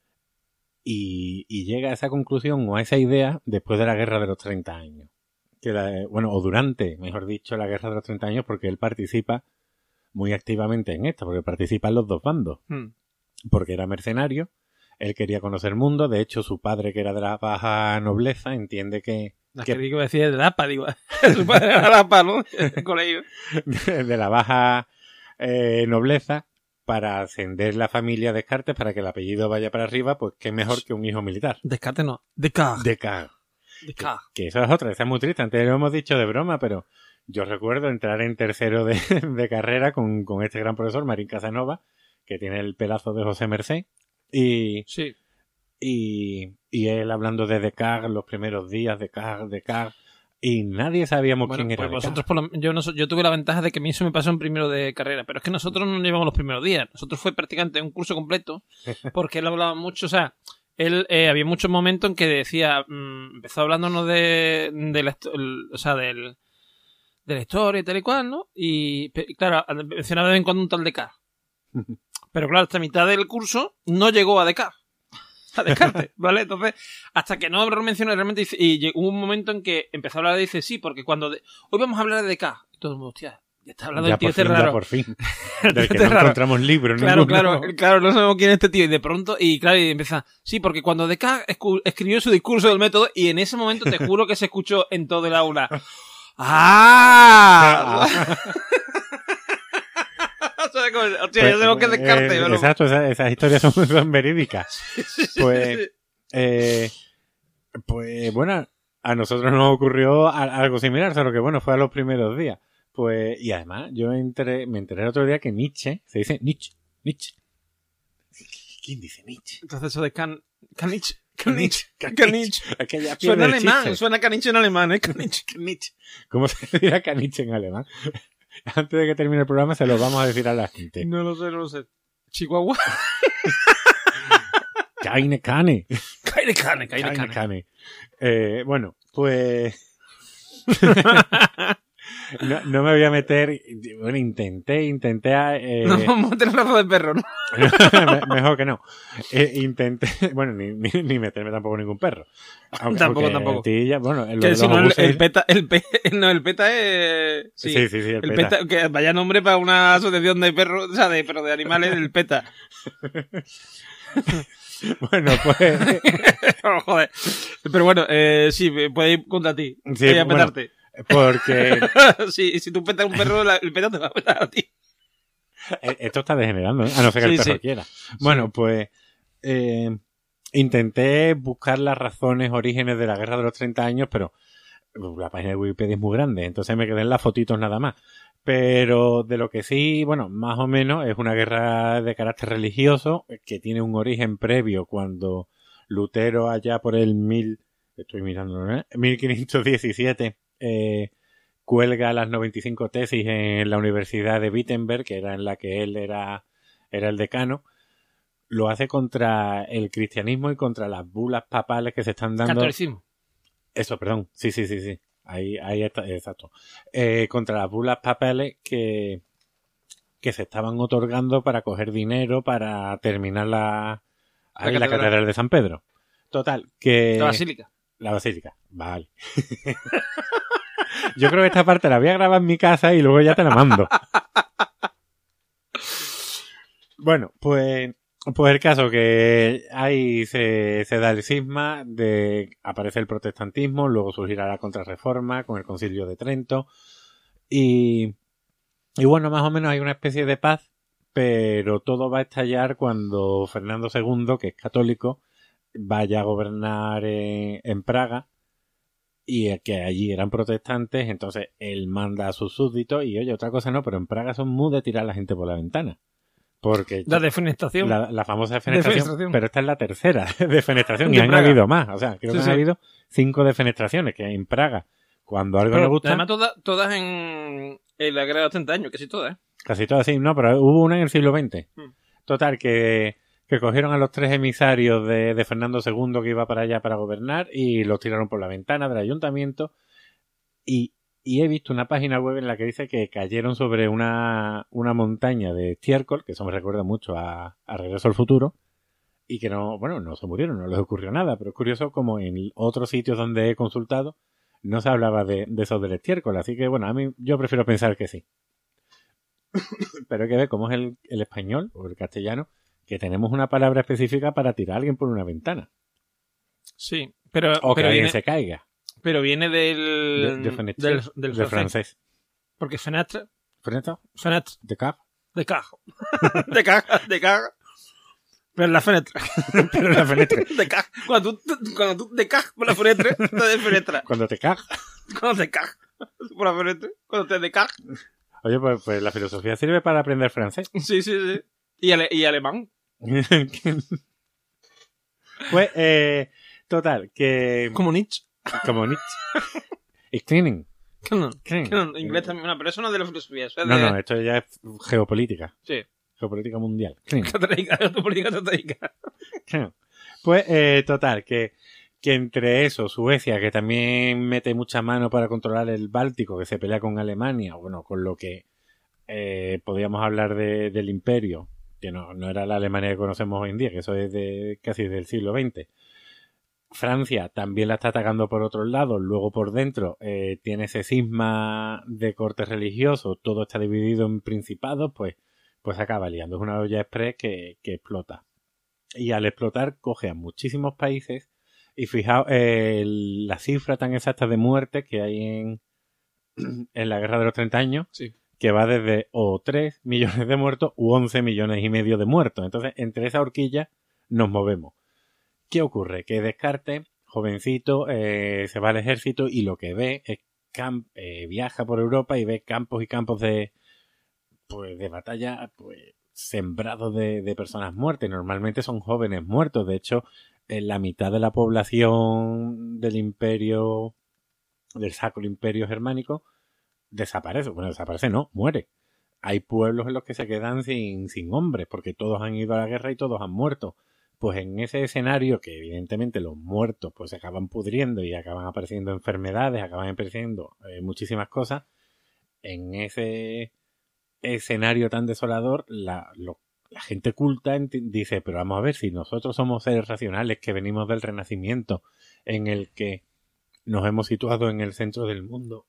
S2: Y, y llega a esa conclusión o a esa idea después de la Guerra de los treinta años. Que la, bueno, o durante, mejor dicho, la Guerra de los treinta años, porque él participa muy activamente en esta, porque participan los dos bandos.
S1: Hmm.
S2: Porque era mercenario, él quería conocer el mundo. De hecho, su padre, que era de la baja nobleza, entiende que
S1: Es
S2: que-
S1: que digo, decía de Lapa, digo. Su padre era Lapa, ¿no? El colegio.
S2: de la baja eh, nobleza, para ascender la familia Descartes, para que el apellido vaya para arriba, pues qué mejor que un hijo militar.
S1: Descartes no. Descartes.
S2: Descartes. Que,
S1: Descartes.
S2: que eso es otra, esa es muy triste. Antes lo hemos dicho de broma, pero yo recuerdo entrar en tercero de, de carrera con, con este gran profesor, Marín Casanova, que tiene el pelazo de José Mercé, y,
S1: Sí.
S2: y, y él hablando de Descartes, los primeros días, Descartes, Descartes, y nadie sabíamos
S1: Bueno,
S2: quién era
S1: pues
S2: Descartes.
S1: vosotros por lo- yo, no, so- yo tuve la ventaja de que a mí eso me pasó en primero de carrera, pero es que nosotros no llevamos los primeros días. Nosotros fue prácticamente un curso completo, porque él hablaba mucho, o sea, él eh, había muchos momentos en que decía, mm, empezó hablándonos de, de la, histo- el- o sea, del, de la historia y tal y cual, ¿no? Y, pe- y claro, mencionaba de vez en cuando un tal Descartes. Pero claro, hasta mitad del curso no llegó a Descartes. A Descartes, ¿vale? Entonces, hasta que no lo mencionó realmente, dice- y llegó un momento en que empezó a hablar, dice, sí, porque cuando... de- hoy vamos a hablar de Descartes. Y todo el mundo, hostia, ya está hablando
S2: Ya
S1: del tío
S2: por
S1: este
S2: fin, ya
S1: raro.
S2: por fin.
S1: El
S2: Del
S1: tío
S2: que
S1: este
S2: no
S1: raro.
S2: encontramos libros.
S1: Claro,
S2: ninguno.
S1: claro, claro, no sabemos quién es este tío. Y de pronto, y claro, y empieza, sí, porque cuando Descartes escu- escribió su discurso del método, y en ese momento te juro que se escuchó en todo el aula. ¡Ah! ¿Sabes cómo? Hostia, ya tengo que descarte.
S2: Eh,
S1: pero...
S2: Exacto, esas, esas historias son, son verídicas.
S1: Sí, sí, sí,
S2: Pues,
S1: sí.
S2: eh, pues bueno, a nosotros nos ocurrió a- algo similar, solo que bueno, fue a los primeros días. Pues, y además, yo enteré, me enteré el otro día que Nietzsche, se dice Nietzsche, Nietzsche. ¿Quién dice Nietzsche?
S1: Entonces eso de can... Canich. Canich.
S2: Canich.
S1: Canich.
S2: Es que ya pierde
S1: Suena
S2: el
S1: alemán,
S2: chiste.
S1: suena canich en alemán, ¿eh? Canich.
S2: Nietzsche. ¿Cómo se dirá Caniche en alemán? Antes de que termine el programa se lo vamos a decir a la gente.
S1: No lo sé, no lo sé. Chihuahua.
S2: Keine Cane.
S1: Keine Cane, keine
S2: Keine
S1: Cane.
S2: Cane. Eh, bueno, pues... no, no me voy a meter... Bueno, intenté, intenté... Eh...
S1: No vamos a tener brazo de perro, ¿no?
S2: Mejor que no. Eh, intenté... Bueno, ni, ni, ni meterme tampoco ningún perro. Aunque,
S1: Tampoco,
S2: aunque
S1: tampoco.
S2: a ti ya- bueno, lo
S1: Que
S2: de
S1: si
S2: los
S1: no, el,
S2: obuses-
S1: el peta, el pe, no, el peta es... Sí,
S2: Sí, sí, sí, el
S1: el
S2: peta.
S1: peta. Que vaya nombre para una asociación de perros, o sea, de, pero de animales, el peta.
S2: Bueno, pues...
S1: Oh, joder. Pero bueno, eh, sí, puede ir contra ti.
S2: Sí,
S1: Voy a
S2: bueno,
S1: petarte.
S2: porque...
S1: Sí, si tú petas un perro, la- el peta te va a petar a ti.
S2: Eh, Esto está degenerando, ¿eh? A no ser que
S1: Sí,
S2: el perro
S1: sí.
S2: quiera. Bueno, pues eh, intenté buscar las razones, orígenes de la Guerra de los treinta años, pero la página de Wikipedia es muy grande, entonces me quedé en las fotitos nada más. Pero de lo que sí, bueno, más o menos es una guerra de carácter religioso que tiene un origen previo cuando Lutero allá por el mil, estoy mirando, ¿eh? mil quinientos diecisiete eh, cuelga las noventa y cinco tesis en la Universidad de Wittenberg, que era en la que él era, era el decano. Lo hace contra el cristianismo y contra las bulas papales que se están dando.
S1: Catolicismo.
S2: Eso, perdón. Sí, sí, sí, sí. Ahí, ahí está, exacto. Eh, contra las bulas papales que, que se estaban otorgando para coger dinero para terminar la, ahí, la
S1: catedral.
S2: catedral de San Pedro. Total, que...
S1: La basílica.
S2: La basílica, vale. Yo creo que esta parte la voy a grabar en mi casa y luego ya te la mando. Bueno, pues, pues el caso que ahí se, se da el cisma, de aparece el protestantismo, luego surgirá la contrarreforma con el Concilio de Trento y, y bueno, más o menos hay una especie de paz, pero todo va a estallar cuando Fernando segundo, que es católico, vaya a gobernar en, en Praga y que allí eran protestantes, entonces él manda a sus súbditos y oye, otra cosa no, pero en Praga son muy de tirar a la gente por la ventana. Porque
S1: La defenestración.
S2: la, la famosa defenestración,
S1: Defenestración.
S2: pero esta es la tercera defenestración y
S1: De
S2: han
S1: Praga.
S2: habido más, o sea, creo
S1: Sí,
S2: que
S1: sí.
S2: han habido cinco defenestraciones que en Praga, cuando algo
S1: Pero
S2: no gusta,
S1: además todas, todas en, en la guerra de los treinta años, casi todas, ¿eh?
S2: casi todas así, no, pero hubo una en el siglo veinte.
S1: Mm.
S2: Total, que, que cogieron a los tres emisarios de, de Fernando segundo que iba para allá para gobernar y los tiraron por la ventana del ayuntamiento y, y he visto una página web en la que dice que cayeron sobre una, una montaña de estiércol, que eso me recuerda mucho a, a Regreso al Futuro, y que no, bueno, no se murieron, no les ocurrió nada, pero es curioso como en otros sitios donde he consultado no se hablaba de, de eso del estiércol, así que bueno, a mí yo prefiero pensar que sí. Pero hay que ver cómo es el, el español o el castellano, que tenemos una palabra específica para tirar a alguien por una ventana.
S1: Sí, pero,
S2: O que
S1: pero,
S2: alguien
S1: viene,
S2: se caiga.
S1: pero viene del,
S2: De, de fenêtre,
S1: del, del
S2: de
S1: francés.
S2: francés.
S1: Porque fenêtre,
S2: ¿Fenêtre?
S1: fenêtre,
S2: ¿De cap?
S1: de caja. De caja, de caja. Pero en la fenêtre.
S2: Pero la fenêtre.
S1: De caja. Cuando tú, cuando tú de caja por la fenêtre, te de fenetra.
S2: Cuando te cagas.
S1: Cuando te caja por la fenêtre, cuando te de caja.
S2: Oye, pues, pues la filosofía sirve para aprender francés.
S1: Sí, sí, sí. Y, ale, y alemán.
S2: Pues, eh, total, que...
S1: Como Nietzsche.
S2: Como Nietzsche. Screening.
S1: Que no,
S2: ¿Qué?
S1: que no, inglés también. No, pero eso no es de la filosofía. Eso es
S2: No,
S1: de...
S2: no, esto ya es geopolítica.
S1: Sí.
S2: Geopolítica mundial. Screening.
S1: Estratégica, geopolítica estratégica.
S2: Pues, eh, total, que, que entre eso, Suecia, que también mete mucha mano para controlar el Báltico, que se pelea con Alemania, bueno, con lo que eh, podríamos hablar de, del imperio, que no, no era la Alemania que conocemos hoy en día, que eso es de casi del siglo veinte. Francia también la está atacando por otros lados, luego por dentro eh, tiene ese cisma de corte religioso, todo está dividido en principados, pues, pues acaba liando. Es una olla express que, que explota. Y al explotar coge a muchísimos países y fijaos eh, la cifra tan exacta de muertes que hay en, en la guerra de los treinta años,
S1: Sí.
S2: que va desde o tres millones de muertos u once millones y medio de muertos. Entonces, entre esa horquilla nos movemos. ¿Qué ocurre? Que Descartes, jovencito, eh, se va al ejército y lo que ve es camp eh, viaja por Europa y ve campos y campos de pues de batalla pues sembrados de, de personas muertas. Normalmente son jóvenes muertos. De hecho, en la mitad de la población del imperio, del Sacro Imperio Germánico, desaparece. Bueno, desaparece no, muere. Hay pueblos en los que se quedan sin, sin hombres, porque todos han ido a la guerra y todos han muerto. Pues en ese escenario, que evidentemente los muertos pues se acaban pudriendo y acaban apareciendo enfermedades, acaban apareciendo eh, muchísimas cosas, en ese escenario tan desolador, la, lo, la gente culta dice, pero vamos a ver, si nosotros somos seres racionales que venimos del Renacimiento, en el que nos hemos situado en el centro del mundo,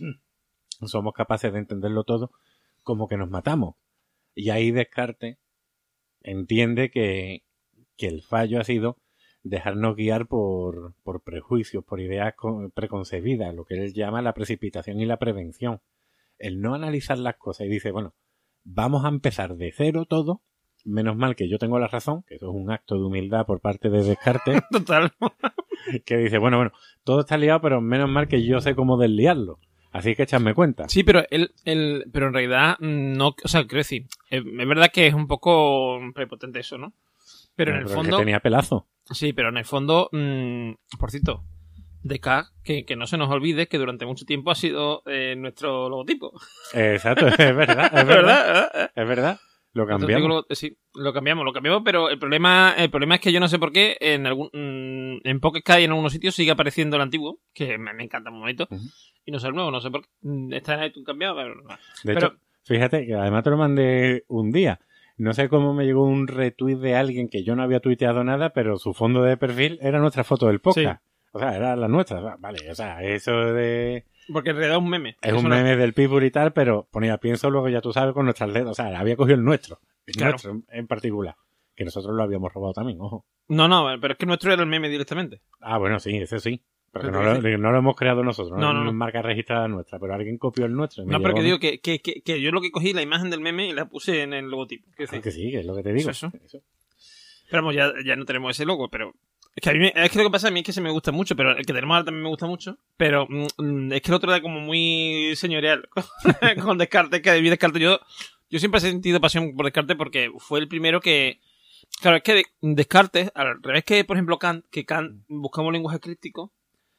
S2: somos capaces de entenderlo todo, como que nos matamos. Y ahí Descartes entiende que que el fallo ha sido dejarnos guiar por, por prejuicios, por ideas con, preconcebidas, lo que él llama la precipitación y la prevención. El no analizar las cosas y dice, bueno, vamos a empezar de cero todo, menos mal que yo tengo la razón, que eso es un acto de humildad por parte de Descartes.
S1: Total.
S2: Que dice, bueno, bueno, todo está liado, pero menos mal que yo sé cómo desliarlo. Así que echadme cuenta.
S1: Sí, pero él, él, pero en realidad no, o sea, quiero decir, es, es verdad que es un poco prepotente eso, ¿no? Pero en el
S2: pero
S1: fondo...
S2: que tenía pelazo.
S1: Sí, pero en el fondo, mmm, por cierto, Descartes, que, que no se nos olvide que durante mucho tiempo ha sido eh, nuestro logotipo.
S2: Exacto, es verdad, es verdad. Es verdad, lo cambiamos.
S1: Digo, sí, lo cambiamos, lo cambiamos, pero el problema, el problema es que yo no sé por qué en algún, mmm, en Pocket y en algunos sitios sigue apareciendo el antiguo, que me, me encanta un momento, uh-huh. Y no sé el nuevo, no sé por qué. Está en iTunes cambiado, pero...
S2: De
S1: pero,
S2: hecho, fíjate que además te lo mandé un día. No sé cómo me llegó un retweet de alguien que yo no había tuiteado nada, pero su fondo de perfil era nuestra foto del podcast. Sí. O sea, era la nuestra. Vale, o sea, eso de...
S1: Porque en realidad es un meme.
S2: Es un meme no... del People y tal, pero ponía pienso luego, ya tú sabes, con nuestras letras. O sea, había cogido el nuestro. El claro. nuestro en particular. Que nosotros lo habíamos robado también, ojo.
S1: No, no, pero es que nuestro era el meme directamente.
S2: Ah, bueno, sí, ese sí. Pero no lo, no lo hemos creado nosotros, no,
S1: no, no, no.
S2: es marca registrada nuestra, pero alguien copió el nuestro.
S1: No, pero que digo que, que, que, que yo lo que cogí la imagen del meme y la puse en el logotipo.
S2: ¿Qué ah, que sí, que es lo que te digo.
S1: Eso, eso. eso. Pero vamos, ya, ya no tenemos ese logo, pero... Es que a mí me, es que lo que pasa a mí es que se me gusta mucho, pero el que tenemos ahora también me gusta mucho, pero mm, es que el otro era como muy señorial con Descartes, que mi Descartes yo, yo siempre he sentido pasión por Descartes porque fue el primero que... Claro, es que Descartes, al revés que, por ejemplo, Kant, que Kant buscaba un lenguaje crítico,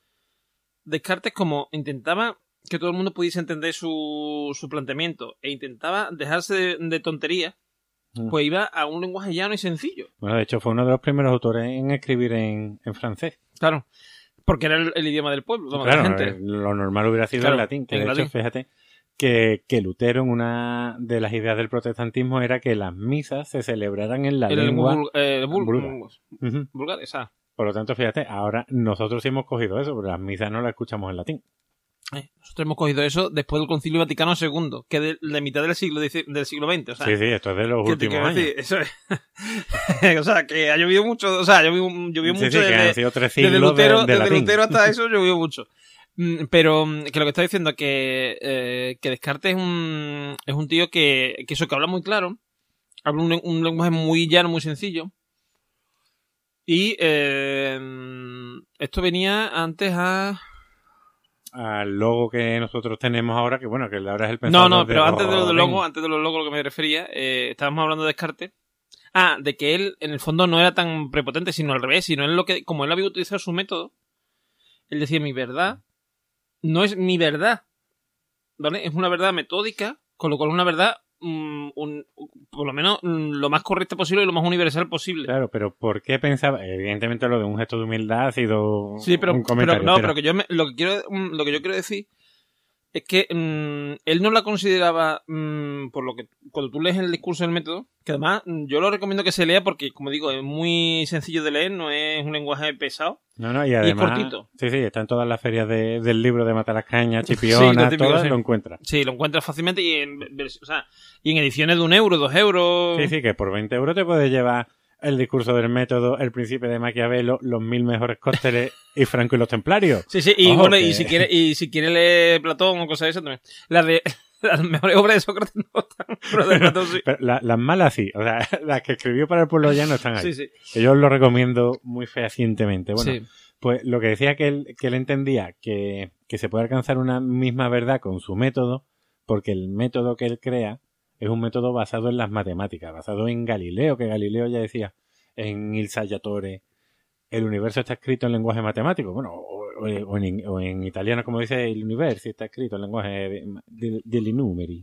S1: Descartes como intentaba que todo el mundo pudiese entender su, su planteamiento e intentaba dejarse de, de tonterías, mm. pues iba a un lenguaje llano y sencillo.
S2: Bueno, de hecho fue uno de los primeros autores en escribir en, en francés.
S1: Claro, porque era el, el idioma del pueblo,
S2: claro, de la gente. Lo normal hubiera sido claro, el latín, que de
S1: latín.
S2: hecho, fíjate, que, que Lutero, en una de las ideas del protestantismo era que las misas se celebraran en la
S1: el
S2: lengua
S1: bul, eh, bul,
S2: vulgar.
S1: Uh-huh. Vulgar, esa.
S2: Por lo tanto, fíjate, ahora nosotros sí hemos cogido eso, pero las misas no las escuchamos en latín.
S1: Eh, nosotros hemos cogido eso después del Concilio Vaticano segundo, que de la mitad del siglo del siglo veinte. O sea,
S2: sí, sí, esto es de los últimos años.
S1: Decir, eso es. O sea, que ha llovido mucho, o sea, ha llovido, llovido
S2: sí,
S1: mucho
S2: sí,
S1: desde,
S2: tres
S1: desde, Lutero,
S2: de, de
S1: desde Lutero hasta eso llovió mucho. Pero que lo que está diciendo es que, eh, que Descartes es un, es un tío que, que eso, que habla muy claro, habla un, un lenguaje muy llano, muy sencillo. Y eh, esto venía antes a...
S2: al logo que nosotros tenemos ahora, que bueno, que ahora es el pensador.
S1: No, no, pero
S2: de
S1: antes de los logos, antes de los logos a lo que me refería, eh, estábamos hablando de Descartes. Ah, de que él en el fondo no era tan prepotente, sino al revés, sino él lo que, como él había utilizado su método, él decía, mi verdad no es mi verdad, ¿vale? Es una verdad metódica, con lo cual es una verdad Um, un, por lo menos um, lo más correcta posible y lo más universal posible.
S2: Claro, pero ¿por qué pensaba? Evidentemente lo de un gesto de humildad ha sido
S1: sí, pero,
S2: un comentario.
S1: Pero, no,
S2: pero,
S1: pero que yo me, lo que quiero um, lo que yo quiero decir es que um, él no la consideraba um, por lo que cuando tú lees el discurso del método, que además um, yo lo recomiendo que se lea porque, como digo, es muy sencillo de leer, no es un lenguaje pesado.
S2: No, no, y además,
S1: y es cortito.
S2: Sí, sí, está en todas las ferias de, del libro de Matalascaña, Chipiona, sí, típico, todas sí. Lo encuentras.
S1: Sí, lo encuentras fácilmente y en, o sea, y en ediciones de un euro, dos euros.
S2: Sí, sí, que por veinte euros te puedes llevar el discurso del método, el príncipe de Maquiavelo, los mil mejores cócteles y Franco y los templarios.
S1: Sí, sí, y
S2: Ojo,
S1: bueno,
S2: que...
S1: y si quiere, y si quiere leer Platón o cosas de esas también. La de, Las mejores obras de Sócrates no están, pero de Platón sí.
S2: Pero la, las malas sí, o sea, las que escribió para el pueblo ya no están ahí.
S1: Sí, sí.
S2: Que yo os lo recomiendo muy fehacientemente. Bueno,
S1: Sí.
S2: pues lo que decía que él, que él entendía que, que se puede alcanzar una misma verdad con su método, porque el método que él crea es un método basado en las matemáticas, basado en Galileo, que Galileo ya decía en Il Saggiatore, el universo está escrito en lenguaje matemático. Bueno, o, o, o, en, o en italiano, como dice, el universo está escrito en lenguaje de, de, degli numeri.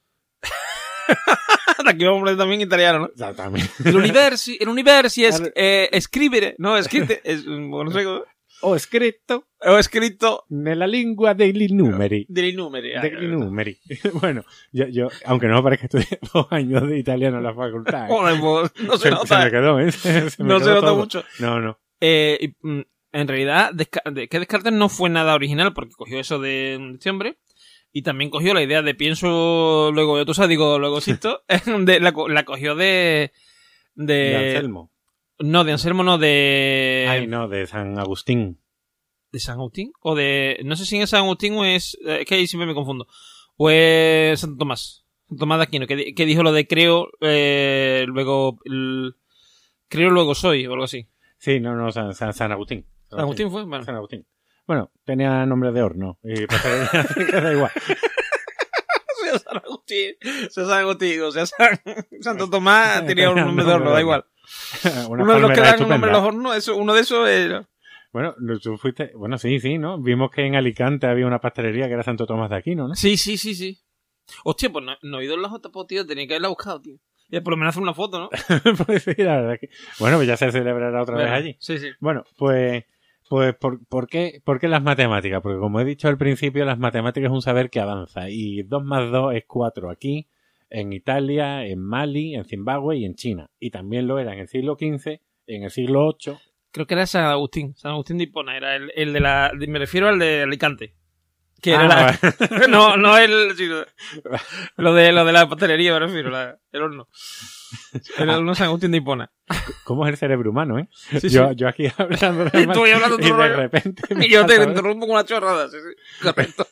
S1: Aquí vamos a hablar también italiano, ¿no?
S2: O sea, también.
S1: El universi, el universi es eh, escribere, no, escrite, es, bueno, no sé cómo.
S2: Ho scritto
S1: Ho scritto
S2: nella lingua degli numeri.
S1: degli numeri.
S2: Degli numeri. Bueno, yo, yo, aunque no me parezca que estudié dos años de italiano en la facultad. ¿eh?
S1: Joder, pues, no se,
S2: se,
S1: nota.
S2: se me quedó, ¿eh? Se, se me
S1: no
S2: quedó
S1: se nota
S2: todo.
S1: mucho.
S2: No, no.
S1: Eh, y, mm, en realidad, Desca de, que Descartes no fue nada original porque cogió eso de este hombre y también cogió la idea de pienso, luego yo tú sabes, digo, luego existo, de, la, la cogió de, de...
S2: De Anselmo.
S1: No, de Anselmo, no, de...
S2: Ay, no, de San Agustín.
S1: ¿De San Agustín? O de... No sé si es San Agustín o es... Es que ahí siempre me confundo. O es Santo Tomás. Santo Tomás de Aquino, que, que dijo lo de creo, eh, luego... El, creo, luego soy, o algo así.
S2: Sí, no, no, San, San, San Agustín.
S1: San Agustín fue, bueno.
S2: San Agustín. Bueno, tenía nombre de horno. Y que da igual.
S1: sea San Agustín, sea San Agustín, o sea San, Santo Tomás tenía un nombre de horno, da igual. Uno de los que dan un nombre de los hornos, eso, uno de esos era...
S2: Bueno, tú fuiste... Bueno, sí, sí, ¿no? Vimos que en Alicante había una pastelería que era Santo Tomás de Aquino, ¿no?
S1: Sí, sí, sí, sí. Hostia, pues no, no he ido en la J P O, tío. Tenía que haberla buscado, tío. Y por lo menos hacer una foto, ¿no?
S2: Pues sí, la verdad que... Bueno, pues ya se celebrará otra
S1: bueno,
S2: vez allí.
S1: Sí, sí.
S2: Bueno, pues... Pues, ¿por, por, qué, ¿por qué las matemáticas? Porque como he dicho al principio, las matemáticas es un saber que avanza. Y dos más dos es cuatro aquí, en Italia, en Mali, en Zimbabue y en China. Y también lo era en el siglo quince, en el siglo ocho...
S1: Creo que era San Agustín. San Agustín de Hipona. Era el, el de la... Me refiero al de Alicante. Que
S2: ah,
S1: era la... no, no el... Sino, lo, de, lo de la pastelería, me refiero. La, el horno. El horno San Agustín de Hipona.
S2: ¿Cómo es el cerebro humano, eh?
S1: Sí,
S2: yo,
S1: sí.
S2: yo aquí hablando de...
S1: Estoy hablando
S2: y de
S1: rollo.
S2: repente...
S1: Y yo te interrumpo con una chorrada. Sí, sí. Correcto.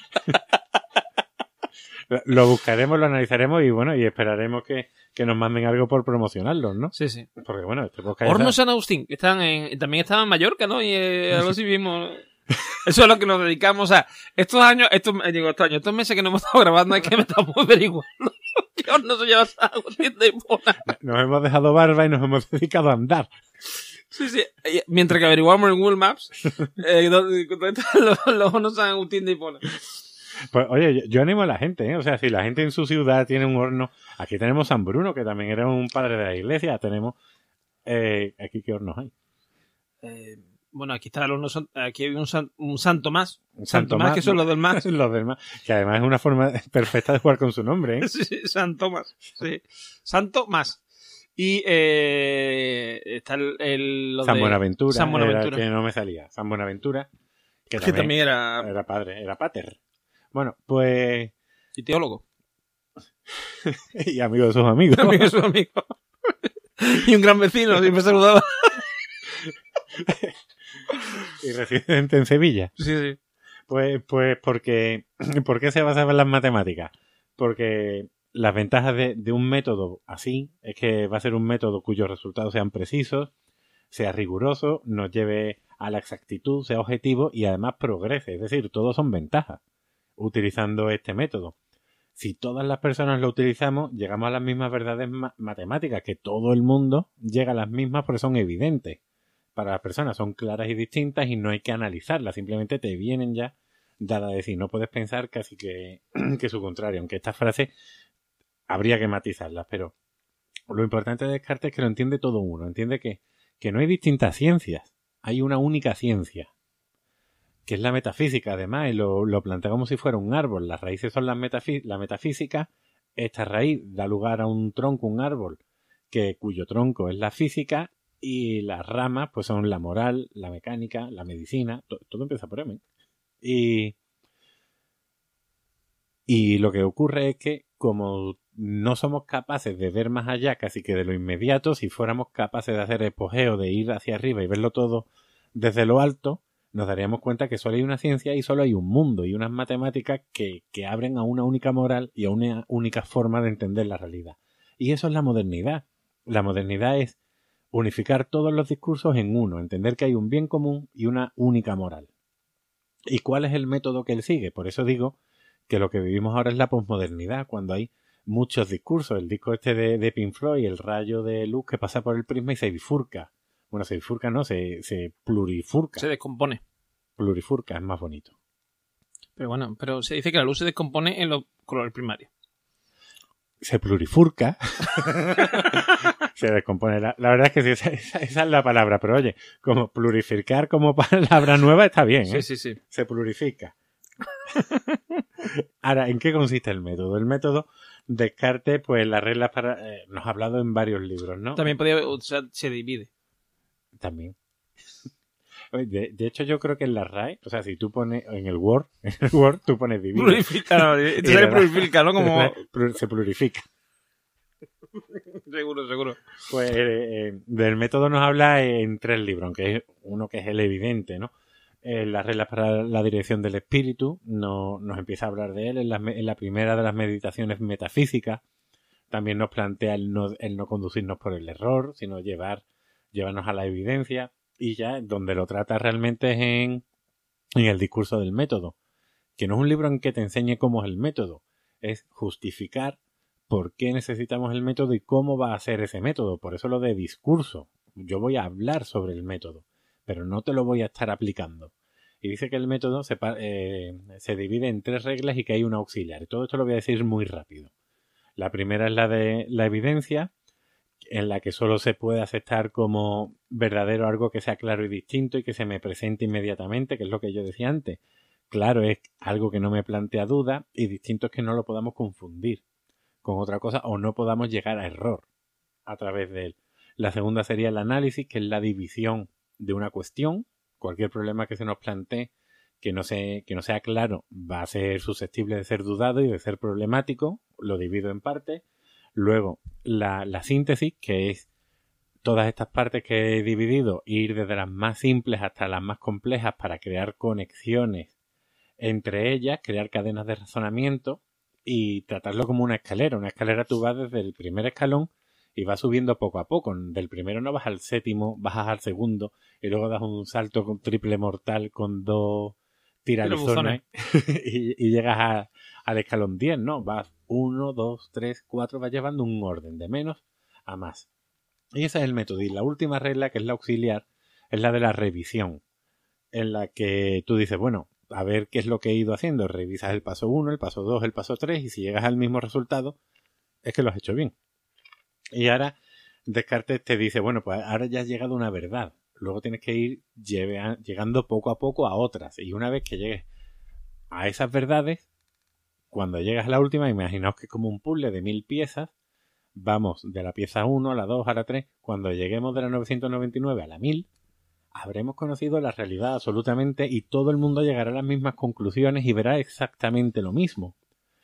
S2: Lo buscaremos, lo analizaremos y bueno, y esperaremos que, que nos manden algo por promocionarlos, ¿no?
S1: Sí, sí.
S2: Porque bueno, este podcast...
S1: Horno
S2: está...
S1: San Agustín. Están en, también estaban en Mallorca, ¿no? Y eh, algo así mismo. Eso es lo que nos dedicamos a. Estos años, estos, digo, estos años, estos meses que no hemos estado grabando es que me estamos averiguando qué horno se llama San Agustín de Hipona.
S2: Nos hemos dejado barba y nos hemos dedicado a andar.
S1: Sí, sí. Mientras que averiguamos en Google Maps eh, dónde, dónde están los, los hornos San Agustín de Hipona.
S2: Pues oye, yo, yo animo a la gente, ¿eh? O sea, si la gente en su ciudad tiene un horno, aquí tenemos San Bruno, que también era un padre de la iglesia, tenemos, eh, aquí qué hornos hay.
S1: Eh, bueno, aquí está el horno, aquí hay un, San, un San Tomás,
S2: Un
S1: San Tomás, que son los del mar.
S2: Los del mar, que además es una forma perfecta de jugar con su nombre, ¿eh?
S1: Sí, San Tomás, sí. Santo más. Y eh, está el, el lo
S2: San
S1: de
S2: Buenaventura,
S1: San Buenaventura.
S2: Era que no me salía, San Buenaventura, que,
S1: que
S2: también,
S1: también era...
S2: era padre, era pater. Bueno, pues...
S1: Y teólogo.
S2: y amigo de sus amigos.
S1: Amigo de sus amigos. Y un gran vecino, siempre saludaba.
S2: Y residente en Sevilla.
S1: Sí, sí.
S2: Pues, pues porque... ¿Por qué se basaba en las matemáticas? Porque las ventajas de, de un método así es que va a ser un método cuyos resultados sean precisos, sea riguroso, nos lleve a la exactitud, sea objetivo y además progrese. Es decir, todos son ventajas utilizando este método. Si todas las personas lo utilizamos, llegamos a las mismas verdades ma- matemáticas, que todo el mundo llega a las mismas porque son evidentes. Para las personas son claras y distintas y no hay que analizarlas, simplemente te vienen ya dadas a decir. No puedes pensar casi que, que su contrario, aunque estas frases habría que matizarlas, pero lo importante de Descartes es que lo entiende todo uno, entiende que, que no hay distintas ciencias, hay una única ciencia, que es la metafísica, además, y lo, lo plantea como si fuera un árbol. Las raíces son las metafí- la metafísica, esta raíz da lugar a un tronco, un árbol, que, cuyo tronco es la física, y las ramas pues son la moral, la mecánica, la medicina, to- todo empieza por M. Y, y lo que ocurre es que, como no somos capaces de ver más allá casi que de lo inmediato, si fuéramos capaces de hacer apogeo, de ir hacia arriba y verlo todo desde lo alto, nos daríamos cuenta que solo hay una ciencia y solo hay un mundo y unas matemáticas que, que abren a una única moral y a una única forma de entender la realidad. Y eso es la modernidad. La modernidad es unificar todos los discursos en uno, entender que hay un bien común y una única moral. ¿Y cuál es el método que él sigue? Por eso digo que lo que vivimos ahora es la posmodernidad, cuando hay muchos discursos. El disco este de, de Pink Floyd, el rayo de luz que pasa por el prisma y se bifurca. Bueno, se bifurca no, se, se plurifurca.
S1: Se descompone.
S2: Plurifurca es más bonito.
S1: Pero bueno, pero se dice que la luz se descompone en los colores primarios.
S2: Se plurifurca. Se descompone. La, la verdad es que sí, esa, esa, esa es la palabra. Pero oye, como plurificar como palabra nueva está bien, ¿eh?
S1: Sí, sí, sí.
S2: Se plurifica. Ahora, ¿en qué consiste el método? El método Descartes, pues las reglas para... Eh, nos ha hablado en varios libros, ¿no?
S1: También podía, o sea, se divide.
S2: También. De, de hecho, yo creo que en la R A E, o sea, si tú pones en el Word, en el Word tú pones divide.
S1: Plurifica, no, esto se plurifica, ¿no? Como...
S2: Se plurifica.
S1: Seguro, seguro.
S2: Pues eh, del método nos habla en tres libros, aunque es uno que es el evidente, ¿no? Eh, las reglas para la dirección del espíritu, no, nos empieza a hablar de él en la, en la primera de las meditaciones metafísicas. También nos plantea el no, el no conducirnos por el error, sino llevar, llevarnos a la evidencia. Y ya donde lo trata realmente es en, en el discurso del método, que no es un libro en que te enseñe cómo es el método, es justificar por qué necesitamos el método y cómo va a ser ese método. Por eso lo de discurso. Yo voy a hablar sobre el método, pero no te lo voy a estar aplicando. Y dice que el método se, eh, se divide en tres reglas y que hay una auxiliar. Y todo esto lo voy a decir muy rápido. La primera es la de la evidencia, en la que solo se puede aceptar como verdadero algo que sea claro y distinto y que se me presente inmediatamente, que es lo que yo decía antes. Claro es algo que no me plantea duda y distinto es que no lo podamos confundir con otra cosa o no podamos llegar a error a través de él. La segunda sería el análisis, que es la división de una cuestión. Cualquier problema que se nos plantee que no, se, que no sea claro va a ser susceptible de ser dudado y de ser problemático. Lo divido en partes. Luego, la, la síntesis, que es todas estas partes que he dividido, ir desde las más simples hasta las más complejas para crear conexiones entre ellas, crear cadenas de razonamiento y tratarlo como una escalera. Una escalera tú vas desde el primer escalón y vas subiendo poco a poco. Del primero no vas al séptimo, bajas al segundo y luego das un salto con triple mortal con dos tiralizones y, y llegas a, al escalón diez, ¿no? Vas uno, dos, tres, cuatro, vas llevando un orden de menos a más. Y ese es el método. Y la última regla, que es la auxiliar, es la de la revisión, en la que tú dices, bueno, a ver qué es lo que he ido haciendo. Revisas el paso uno, el paso dos, el paso tres y si llegas al mismo resultado, es que lo has hecho bien. Y ahora Descartes te dice, bueno, pues ahora ya has llegado a una verdad. Luego tienes que ir lleve, llegando poco a poco a otras. Y una vez que llegues a esas verdades, cuando llegas a la última, imaginaos que es como un puzzle de mil piezas, vamos de la pieza uno a la dos a la tres. Cuando lleguemos de la novecientos noventa y nueve a la mil, habremos conocido la realidad absolutamente y todo el mundo llegará a las mismas conclusiones y verá exactamente lo mismo.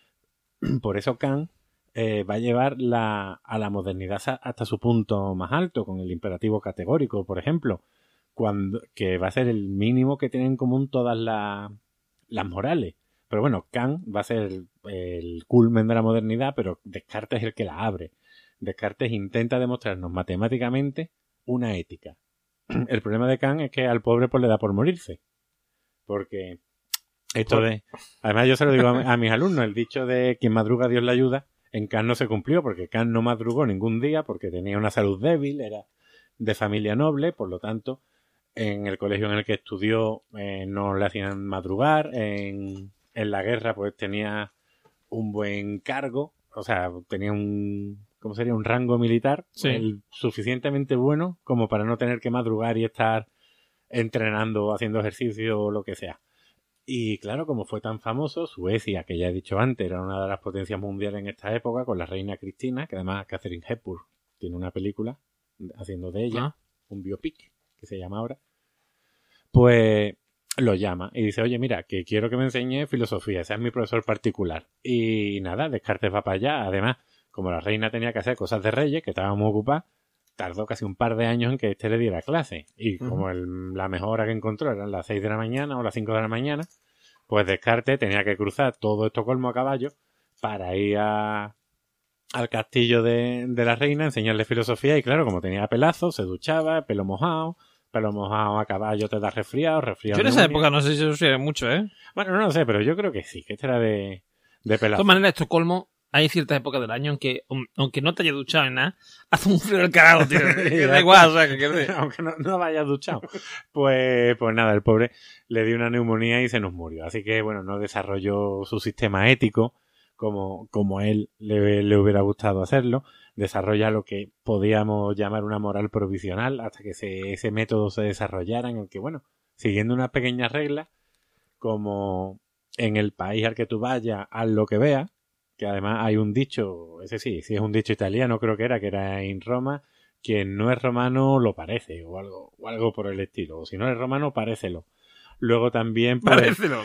S2: Por eso Kant eh, va a llevar la, a la modernidad hasta su punto más alto, con el imperativo categórico, por ejemplo, cuando, que va a ser el mínimo que tienen en común todas la, las morales. Pero bueno, Kant va a ser el, el culmen de la modernidad, pero Descartes es el que la abre. Descartes intenta demostrarnos matemáticamente una ética. El problema de Kant es que al pobre pues le da por morirse. Porque esto de... Además yo se lo digo a, a mis alumnos, el dicho de quien madruga Dios le ayuda, en Kant no se cumplió, porque Kant no madrugó ningún día, porque tenía una salud débil, era de familia noble, por lo tanto, en el colegio en el que estudió eh, no le hacían madrugar, en, en la guerra pues tenía un buen cargo, o sea, tenía un... ¿Cómo sería? Un rango militar,
S1: sí,
S2: el suficientemente bueno como para no tener que madrugar y estar entrenando o haciendo ejercicio o lo que sea. Y claro, como fue tan famoso, Suecia, que ya he dicho antes, era una de las potencias mundiales en esta época, con la reina Cristina, que además Catherine Hepburn tiene una película haciendo de ella, ¿ah? Un biopic, que se llama ahora, pues lo llama y dice, oye, mira, que quiero que me enseñe filosofía, ese es mi profesor particular. Y nada, Descartes va para allá, además, como la reina tenía que hacer cosas de reyes, que estaba muy ocupada, tardó casi un par de años en que este le diera clase. Y como
S1: Uh-huh.
S2: el, la mejor hora que encontró eran las seis de la mañana o las cinco de la mañana, pues Descartes tenía que cruzar todo Estocolmo a caballo para ir a, al castillo de, de la reina, enseñarle filosofía. Y claro, como tenía pelazo, se duchaba, pelo mojado, pelo mojado a caballo te da resfriado, resfriado.
S1: Yo en esa
S2: neumonía.
S1: época no sé si se sucede mucho, ¿eh?
S2: Bueno, no lo sé, pero yo creo que sí, que este era de, de
S1: De
S2: pelazo.
S1: todas maneras, Estocolmo, hay ciertas épocas del año en que, um, aunque no te hayas duchado en nada, hace un frío del carajo, tío. Que da igual, o sea, que quede.
S2: Aunque no, no vayas duchado. Pues, pues nada, el pobre le dio una neumonía y se nos murió. Así que, bueno, no desarrolló su sistema ético como, como él le, le hubiera gustado hacerlo. Desarrolla lo que podíamos llamar una moral provisional hasta que se, ese método se desarrollara en el que, bueno, siguiendo unas pequeñas reglas, como en el país al que tú vayas, haz lo que veas, que además hay un dicho, ese sí, sí es un dicho italiano, creo que era, que era en Roma, quien no es romano lo parece, o algo, o algo por el estilo, o si no es romano, parécelo. Luego también, pues,
S1: Parécelo.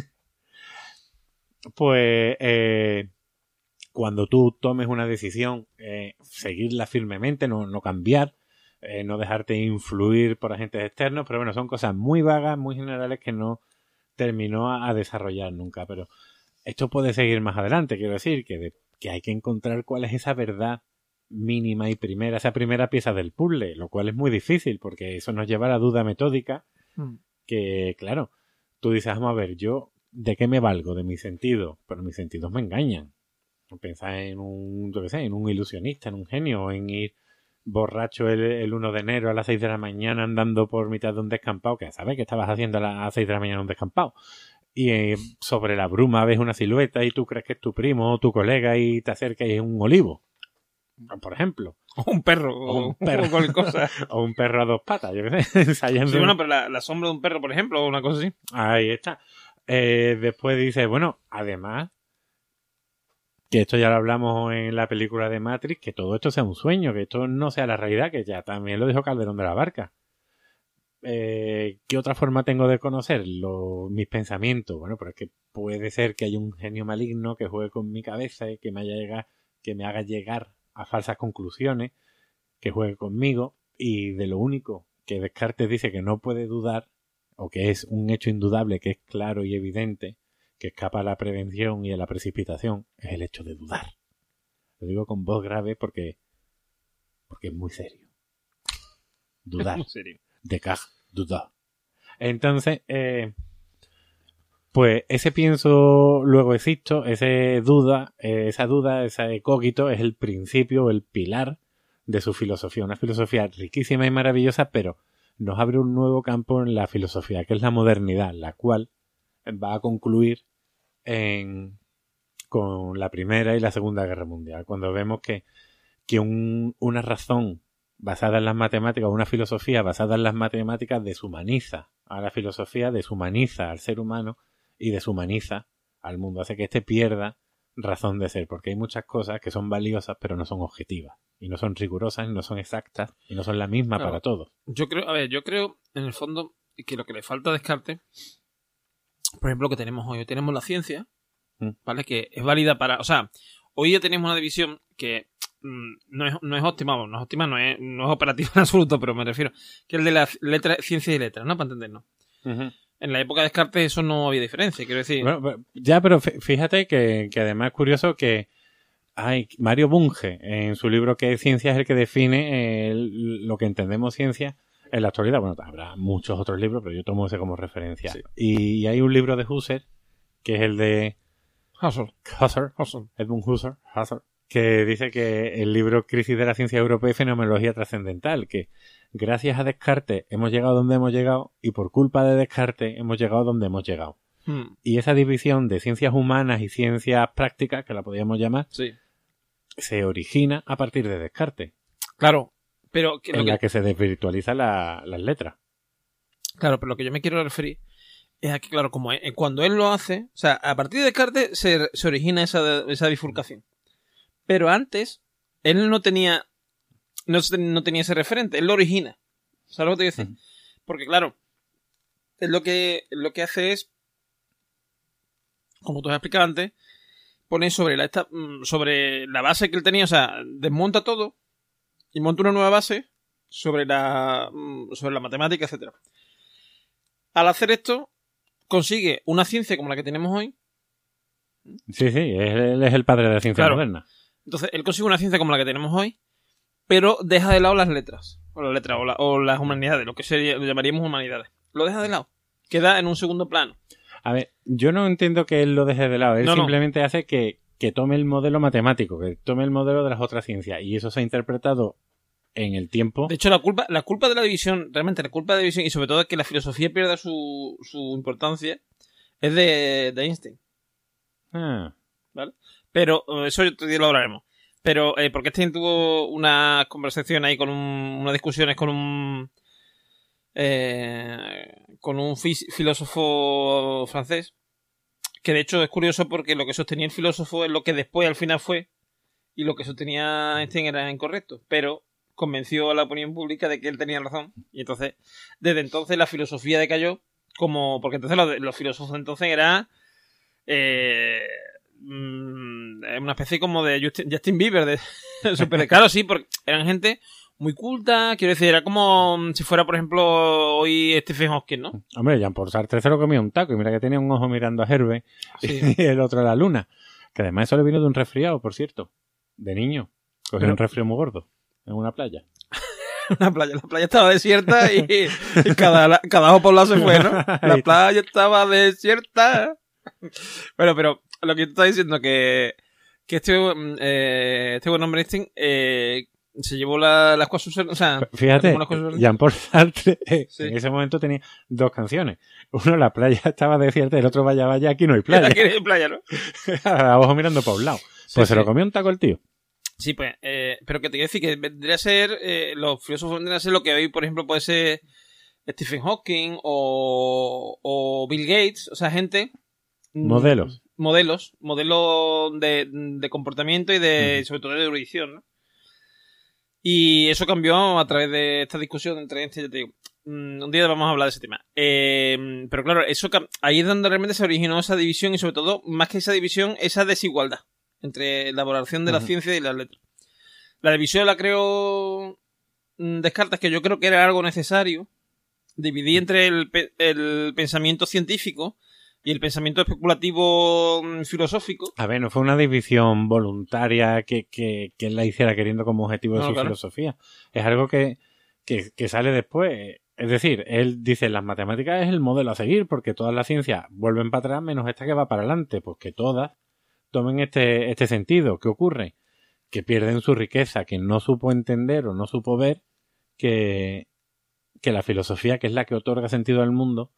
S2: pues eh, cuando tú tomes una decisión, eh, seguirla firmemente, no, no cambiar, eh, no dejarte influir por agentes externos, pero bueno, son cosas muy vagas, muy generales que no terminó a, a desarrollar nunca, pero esto puede seguir más adelante, quiero decir, que, de, que hay que encontrar cuál es esa verdad mínima y primera, esa primera pieza del puzzle, lo cual es muy difícil, porque eso nos lleva a la duda metódica,
S1: Mm.
S2: que, claro, tú dices, vamos a ver, yo, ¿de qué me valgo? De mis sentidos, pero mis sentidos me engañan. Pensar en un, yo qué sé, en un ilusionista, en un genio, en ir borracho el, el uno de enero a las seis de la mañana andando por mitad de un descampado, que sabes que estabas haciendo a las seis de la mañana en un descampado. Y eh, sobre la bruma ves una silueta y tú crees que es tu primo o tu colega y te acercas y es un olivo, por ejemplo.
S1: O un perro,
S2: O
S1: o,
S2: un perro.
S1: o cualquier cosa.
S2: O un perro a dos patas, yo qué sé, ensayando.
S1: Sí, bueno, pero la, la sombra de un perro, por ejemplo, o una cosa así.
S2: Ahí está. Eh, después dice, bueno, además, que esto ya lo hablamos en la película de Matrix, que todo esto sea un sueño, que esto no sea la realidad, que ya también lo dijo Calderón de la Barca. Eh, ¿Qué otra forma tengo de conocer lo, mis pensamientos? Bueno, pero es que puede ser que haya un genio maligno que juegue con mi cabeza y que me, haya llegado, que me haga llegar a falsas conclusiones, que juegue conmigo, y de lo único que Descartes dice que no puede dudar, o que es un hecho indudable, que es claro y evidente, que escapa a la prevención y a la precipitación, es el hecho de dudar. Lo digo con voz grave porque, porque es muy serio. Dudar.
S1: En serio.
S2: Descartes, dudar. Entonces, eh, pues ese pienso, luego existo, ese duda, eh, esa duda, ese cogito es el principio, el pilar de su filosofía. Una filosofía riquísima y maravillosa, pero nos abre un nuevo campo en la filosofía, que es la modernidad, la cual va a concluir en, con la Primera y la Segunda Guerra Mundial, cuando vemos que, que un, una razón basada en las matemáticas, una filosofía basada en las matemáticas deshumaniza a la filosofía, deshumaniza al ser humano y deshumaniza al mundo, hace que éste pierda razón de ser, porque hay muchas cosas que son valiosas pero no son objetivas, y no son rigurosas, no son exactas, y no son la misma
S1: Claro.
S2: para todos.
S1: Yo creo, a ver, yo creo, en el fondo, que lo que le falta a Descartes, por ejemplo, lo que tenemos hoy, hoy tenemos la ciencia,
S2: Mm.
S1: ¿vale? Que es válida para, o sea, hoy ya tenemos una división que mm, no es, no es óptima, bueno, no es óptima, no es, no es operativa en absoluto, pero me refiero, que es el de la letra, ciencia y letras, ¿no? Para entendernos.
S2: Uh-huh.
S1: En la época de Descartes eso no había diferencia, quiero decir.
S2: Bueno, pero- ya, pero fí- fíjate que, que además es curioso que hay Mario Bunge, en su libro ¿Qué es ciencia? Es el que define el- lo que entendemos ciencia en la actualidad. Bueno, habrá muchos otros libros, pero yo tomo ese como referencia.
S1: Sí.
S2: Y, y hay un libro de Husserl, que es el de
S1: Husserl.
S2: Husserl,
S1: Husserl.
S2: Edmund Husserl, Husserl, que dice que el libro Crisis de la Ciencia Europea y Fenomenología Trascendental, que gracias a Descartes hemos llegado donde hemos llegado y por culpa de Descartes hemos llegado donde hemos llegado.
S1: Hmm,
S2: Y esa división de ciencias humanas y ciencias prácticas, que la podríamos llamar,
S1: sí.
S2: se origina a partir de Descartes,
S1: Claro, pero que lo
S2: en
S1: que,
S2: la que se desvirtualizan la, las letras.
S1: claro, pero lo que yo me quiero referir es a que, claro, como él- cuando él lo hace, o sea, a partir de Descartes se, se origina esa, esa bifurcación. Pero antes, él no tenía, no, se- no tenía ese referente, él lo origina. ¿Sabes lo que te quiero decir?
S2: Ujú.
S1: Porque, claro, él lo que, lo que hace es, como tú has explicado antes, pone sobre la, esta, mm, sobre la base que él tenía, o sea, desmonta todo y monta una nueva base sobre la, sobre la matemática, etcétera. Al hacer esto, consigue una ciencia como la que tenemos hoy.
S2: Sí, sí, él es el padre de la ciencia
S1: Claro.
S2: moderna.
S1: Entonces, él consigue una ciencia como la que tenemos hoy, pero deja de lado las letras. O las letras, o, la, o las humanidades, lo que sería, lo llamaríamos humanidades. Lo deja de lado. Queda en un segundo plano.
S2: A ver, yo no entiendo que él lo deje de lado. Él
S1: No, no.
S2: simplemente hace que, que tome el modelo matemático, que tome el modelo de las otras ciencias. Y eso se ha interpretado en el tiempo.
S1: De hecho, la culpa, la culpa de la división, realmente la culpa de la división, y sobre todo de que la filosofía pierda su, su importancia, es de, de Einstein.
S2: Ah,
S1: ¿Vale? Pero eh, eso otro día lo hablaremos. Pero eh, porque Einstein tuvo una conversación ahí con un, unas discusiones con un eh, con un fis- filósofo francés, que de hecho es curioso porque lo que sostenía el filósofo es lo que después al final fue, y lo que sostenía Einstein era incorrecto, pero convenció a la opinión pública de que él tenía razón, y entonces desde entonces la filosofía decayó, como porque entonces los, los filósofos de entonces eran eh, mm, una especie como de Justin, Justin Bieber, de super, claro, sí, porque eran gente muy culta, quiero decir, era como si fuera, por ejemplo, hoy Stephen Hawking, ¿no?
S2: hombre, Jean-Paul Sartre se lo comía un taco. Y mira que tenía un ojo mirando a Hervé
S1: Sí.
S2: y el otro a la luna. Que además eso le vino de un resfriado, por cierto. De niño. Cogió
S1: Pero-
S2: un resfriado muy gordo. En una playa.
S1: La playa, la playa estaba desierta y, y cada, cada ojo poblado se fue, ¿no? La playa estaba desierta. Bueno, pero lo que tú estás diciendo que, que este, eh, este buen hombre Einstein eh, se llevó la, las cosas, o sea,
S2: Fíjate,
S1: las cosas-
S2: Jean-Paul Sartre eh,
S1: Sí.
S2: en ese momento tenía dos canciones. Uno, la playa estaba desierta, y el otro, vaya, vaya, aquí no hay playa.
S1: Aquí en playa, ¿no?
S2: A ojo mirando para un lado.
S1: Sí,
S2: Pues se
S1: sí.
S2: lo comió un taco el tío.
S1: Sí, pues, eh, pero que te quiero decir que vendría a ser, eh, los filósofos vendrían a ser lo que hoy, por ejemplo, puede ser Stephen Hawking o, o Bill Gates, o sea, gente... mm,
S2: Modelos.
S1: Modelos, modelos de, de comportamiento y de,
S2: Ujú.
S1: sobre todo de erudición, ¿no? Y eso cambió a través de esta discusión entre Einstein, ya te digo. Mm, Un día vamos a hablar de ese tema. Eh, pero claro, eso cam- ahí es donde realmente se originó esa división y sobre todo, más que esa división, esa desigualdad entre la valoración de la
S2: Ujú.
S1: ciencia y las letras. La división la creó mm, Descartes, que yo creo que era algo necesario. Dividir entre el, pe- el pensamiento científico y el pensamiento especulativo mm, filosófico.
S2: A ver, no fue una división voluntaria que, que, que él la hiciera queriendo como objetivo de
S1: No,
S2: su
S1: claro.
S2: filosofía. Es algo que, que, que sale después. Es decir, él dice, las matemáticas es el modelo a seguir porque todas las ciencias vuelven para atrás menos esta que va para adelante. Pues que todas tomen este, este sentido. ¿Qué ocurre? Que pierden su riqueza, que no supo entender o no supo ver que, que la filosofía, que es la que otorga sentido al mundo,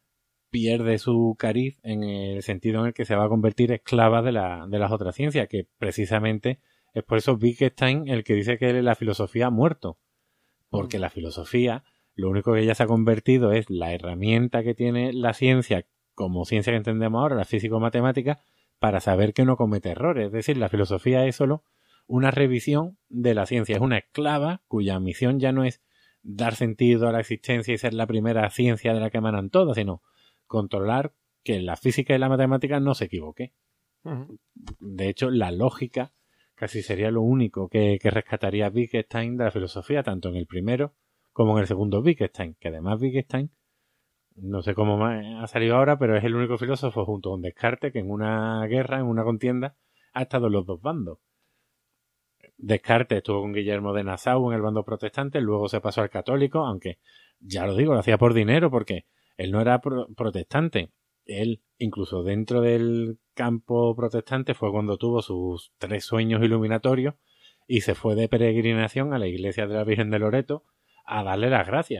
S2: pierde su cariz en el sentido en el que se va a convertir esclava de, la, de las otras ciencias, que precisamente es por eso Wittgenstein el que dice que la filosofía ha muerto. Porque
S1: Mm.
S2: la filosofía, lo único que ya se ha convertido es la herramienta que tiene la ciencia, como ciencia que entendemos ahora, la físico-matemática, para saber que no comete errores. Es decir, la filosofía es solo una revisión de la ciencia. Es una esclava cuya misión ya no es dar sentido a la existencia y ser la primera ciencia de la que emanan todas, sino controlar que la física y la matemática no se equivoque.
S1: Ujú.
S2: De hecho, la lógica casi sería lo único que, que rescataría Wittgenstein de la filosofía, tanto en el primero como en el segundo Wittgenstein, que además Wittgenstein, no sé cómo más ha salido ahora, pero es el único filósofo junto con Descartes que en una guerra, en una contienda, ha estado en los dos bandos. Descartes estuvo con Guillermo de Nassau en el bando protestante, luego se pasó al católico, aunque, ya lo digo, lo hacía por dinero porque él no era pro- protestante. Él, incluso dentro del campo protestante, fue cuando tuvo sus tres sueños iluminatorios y se fue de peregrinación a la iglesia de la Virgen de Loreto a darle las gracias.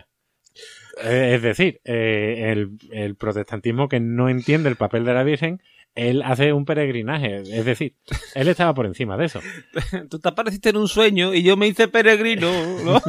S2: Eh, Es decir, eh, el, el protestantismo que no entiende el papel de la Virgen, él hace un peregrinaje. Es decir, él estaba por encima de eso.
S1: Tú te apareciste en un sueño y yo me hice peregrino, ¿no?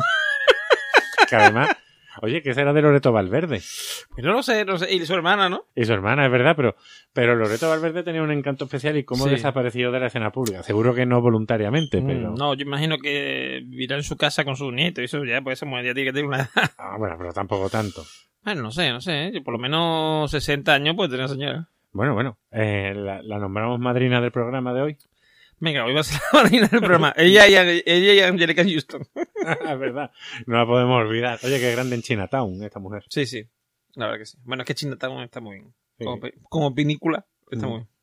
S2: Que además, oye, ¿qué será de Loreto Valverde?
S1: Pues no lo sé, no sé. Y su hermana, ¿no?
S2: Y su hermana, es verdad, pero, pero Loreto Valverde tenía un encanto especial y cómo
S1: Sí.
S2: desapareció de la escena pública. Seguro que no voluntariamente, pero...
S1: Mm, No, yo imagino que vivirá en su casa con su nieto y eso ya, pues esa mujer ya tiene que tener una edad.
S2: Ah, bueno, pero tampoco tanto.
S1: Bueno, no sé, no sé. ¿eh? Por lo menos sesenta años puede tener la señora.
S2: Bueno, bueno, eh, la, la nombramos madrina del programa de hoy.
S1: Venga, hoy va a ser la madrina del programa. ella, y, ella y Angelica Houston.
S2: Es verdad. No la podemos olvidar. Oye, qué grande en Chinatown esta mujer.
S1: Sí, sí. La verdad que sí. Bueno, es que Chinatown está muy bien.
S2: Sí.
S1: Como, como pinícula, está
S2: Mm.
S1: muy bien.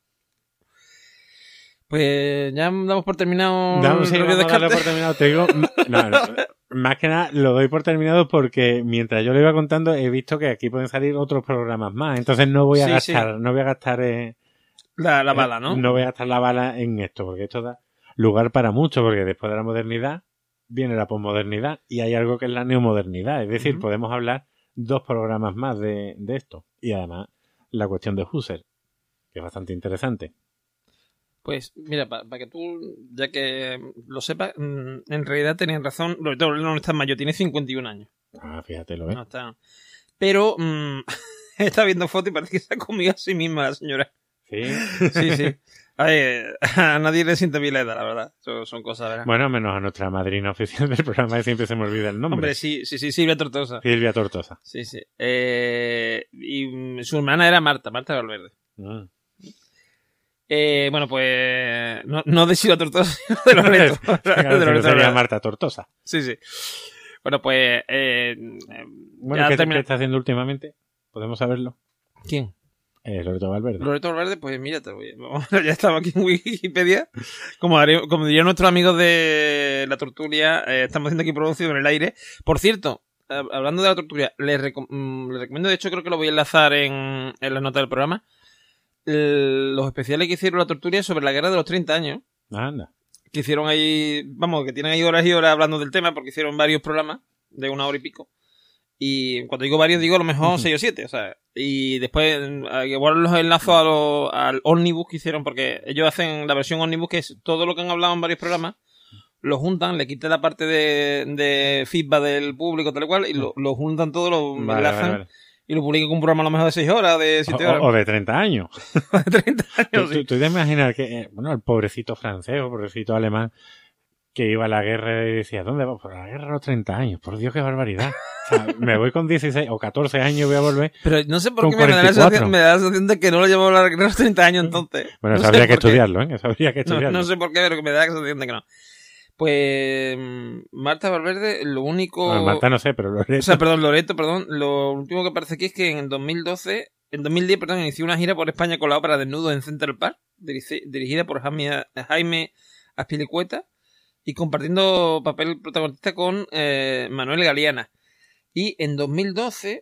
S1: Pues ya damos por terminado
S2: Damos, sí,
S1: el rollo
S2: vamos a darlo
S1: Descartes.
S2: por terminado. Te digo, no, no, más que nada lo doy por terminado porque mientras yo lo iba contando he visto que aquí pueden salir otros programas más. Entonces no voy a
S1: Sí,
S2: gastar, no voy a gastar eh,
S1: La, la
S2: eh,
S1: bala, ¿no?
S2: no voy a gastar la bala en esto porque esto da lugar para mucho porque después de la modernidad viene la posmodernidad y hay algo que es la neomodernidad. Es decir,
S1: Ujú.
S2: podemos hablar dos programas más de, de esto y además la cuestión de Husserl, que es bastante interesante.
S1: Pues mira, para pa que tú, ya que lo sepas, mm, en realidad tenías razón. Loreto Valverde no está mayor, tiene cincuenta y un años.
S2: Ah, fíjatelo, ¿eh?
S1: No está. Pero mm, está viendo fotos y parece que se ha comido a sí misma la señora.
S2: Sí.
S1: Sí, sí. A ver, a nadie le siente bien la edad, la verdad. Son, son cosas, ¿verdad?
S2: Bueno, menos a nuestra madrina oficial del programa, que siempre se me olvida el nombre.
S1: Hombre, sí, sí, sí, Silvia Tortosa.
S2: Silvia Tortosa.
S1: Sí, sí. Eh, y mm, su hermana era Marta, Marta Valverde.
S2: Mm.
S1: Eh, bueno, pues no, no de Silvia Tortosa, sino de Loreto.
S2: Claro,
S1: de
S2: si no
S1: Loreto
S2: sería
S1: Valverde.
S2: Marta Tortosa.
S1: Sí, sí. Bueno, pues... Eh,
S2: Bueno,
S1: ya
S2: ¿qué,
S1: termina-
S2: ¿qué está haciendo últimamente? ¿Podemos saberlo?
S1: ¿Quién?
S2: Eh, Loreto Valverde.
S1: Loreto Valverde, pues mira, te voy a- vamos, ya estamos aquí en Wikipedia. Como, haré- como dirían nuestros amigos de la Tortulia, eh, estamos haciendo aquí producción en el aire. Por cierto, eh, hablando de la Tortulia, les, reco- mm, les recomiendo, de hecho creo que lo voy a enlazar en, en la nota del programa, el- los especiales que hicieron la Tortulia sobre la guerra de los treinta años.
S2: Anda.
S1: Que hicieron ahí, vamos, que tienen ahí horas y horas hablando del tema, porque hicieron varios programas de una hora y pico. Y cuando digo varios, digo a lo mejor seis o siete, o sea. Y después, eh, igual los enlazo a lo- al Omnibus que hicieron, porque ellos hacen la versión Omnibus, que es todo lo que han hablado en varios programas, lo juntan, le quitan la parte de, de feedback del público, tal y cual, y lo, lo juntan todo, lo
S2: Vale,
S1: enlazan,
S2: vale, vale.
S1: y lo publican con un programa a lo mejor de seis horas, de siete
S2: O,
S1: horas,
S2: o de treinta años.
S1: de treinta
S2: ¿Tú,
S1: años, sí.
S2: tú, tú te imaginas que, eh, bueno, el pobrecito francés o pobrecito alemán que iba a la guerra y decía, ¿dónde va? Por la guerra a los treinta años. Por Dios, qué barbaridad. O sea, me voy con dieciséis o catorce años y voy a volver.
S1: Pero no sé por
S2: Con
S1: qué me da, la
S2: cuarenta y cuatro.
S1: sensación, me da la sensación de que no lo llevamos a la guerra a los treinta años entonces.
S2: Bueno,
S1: No
S2: eso
S1: sé
S2: habría que
S1: por qué.
S2: estudiarlo, ¿eh? Eso habría que
S1: No,
S2: estudiarlo.
S1: no sé por qué, pero que me da la sensación de que no. Pues mm, Marta Valverde, lo único...
S2: Bueno, Marta no sé, pero Loreto.
S1: O sea, perdón, Loreto, perdón. Lo último que aparece aquí es que en dos mil doce, en dos mil diez, perdón, inició una gira por España con la ópera Desnudo en Central Park, dirigi- dirigida por Jaime, Jaime Azpilicueta, y compartiendo papel protagonista con eh, Manuel Galeana. Y en dos mil doce,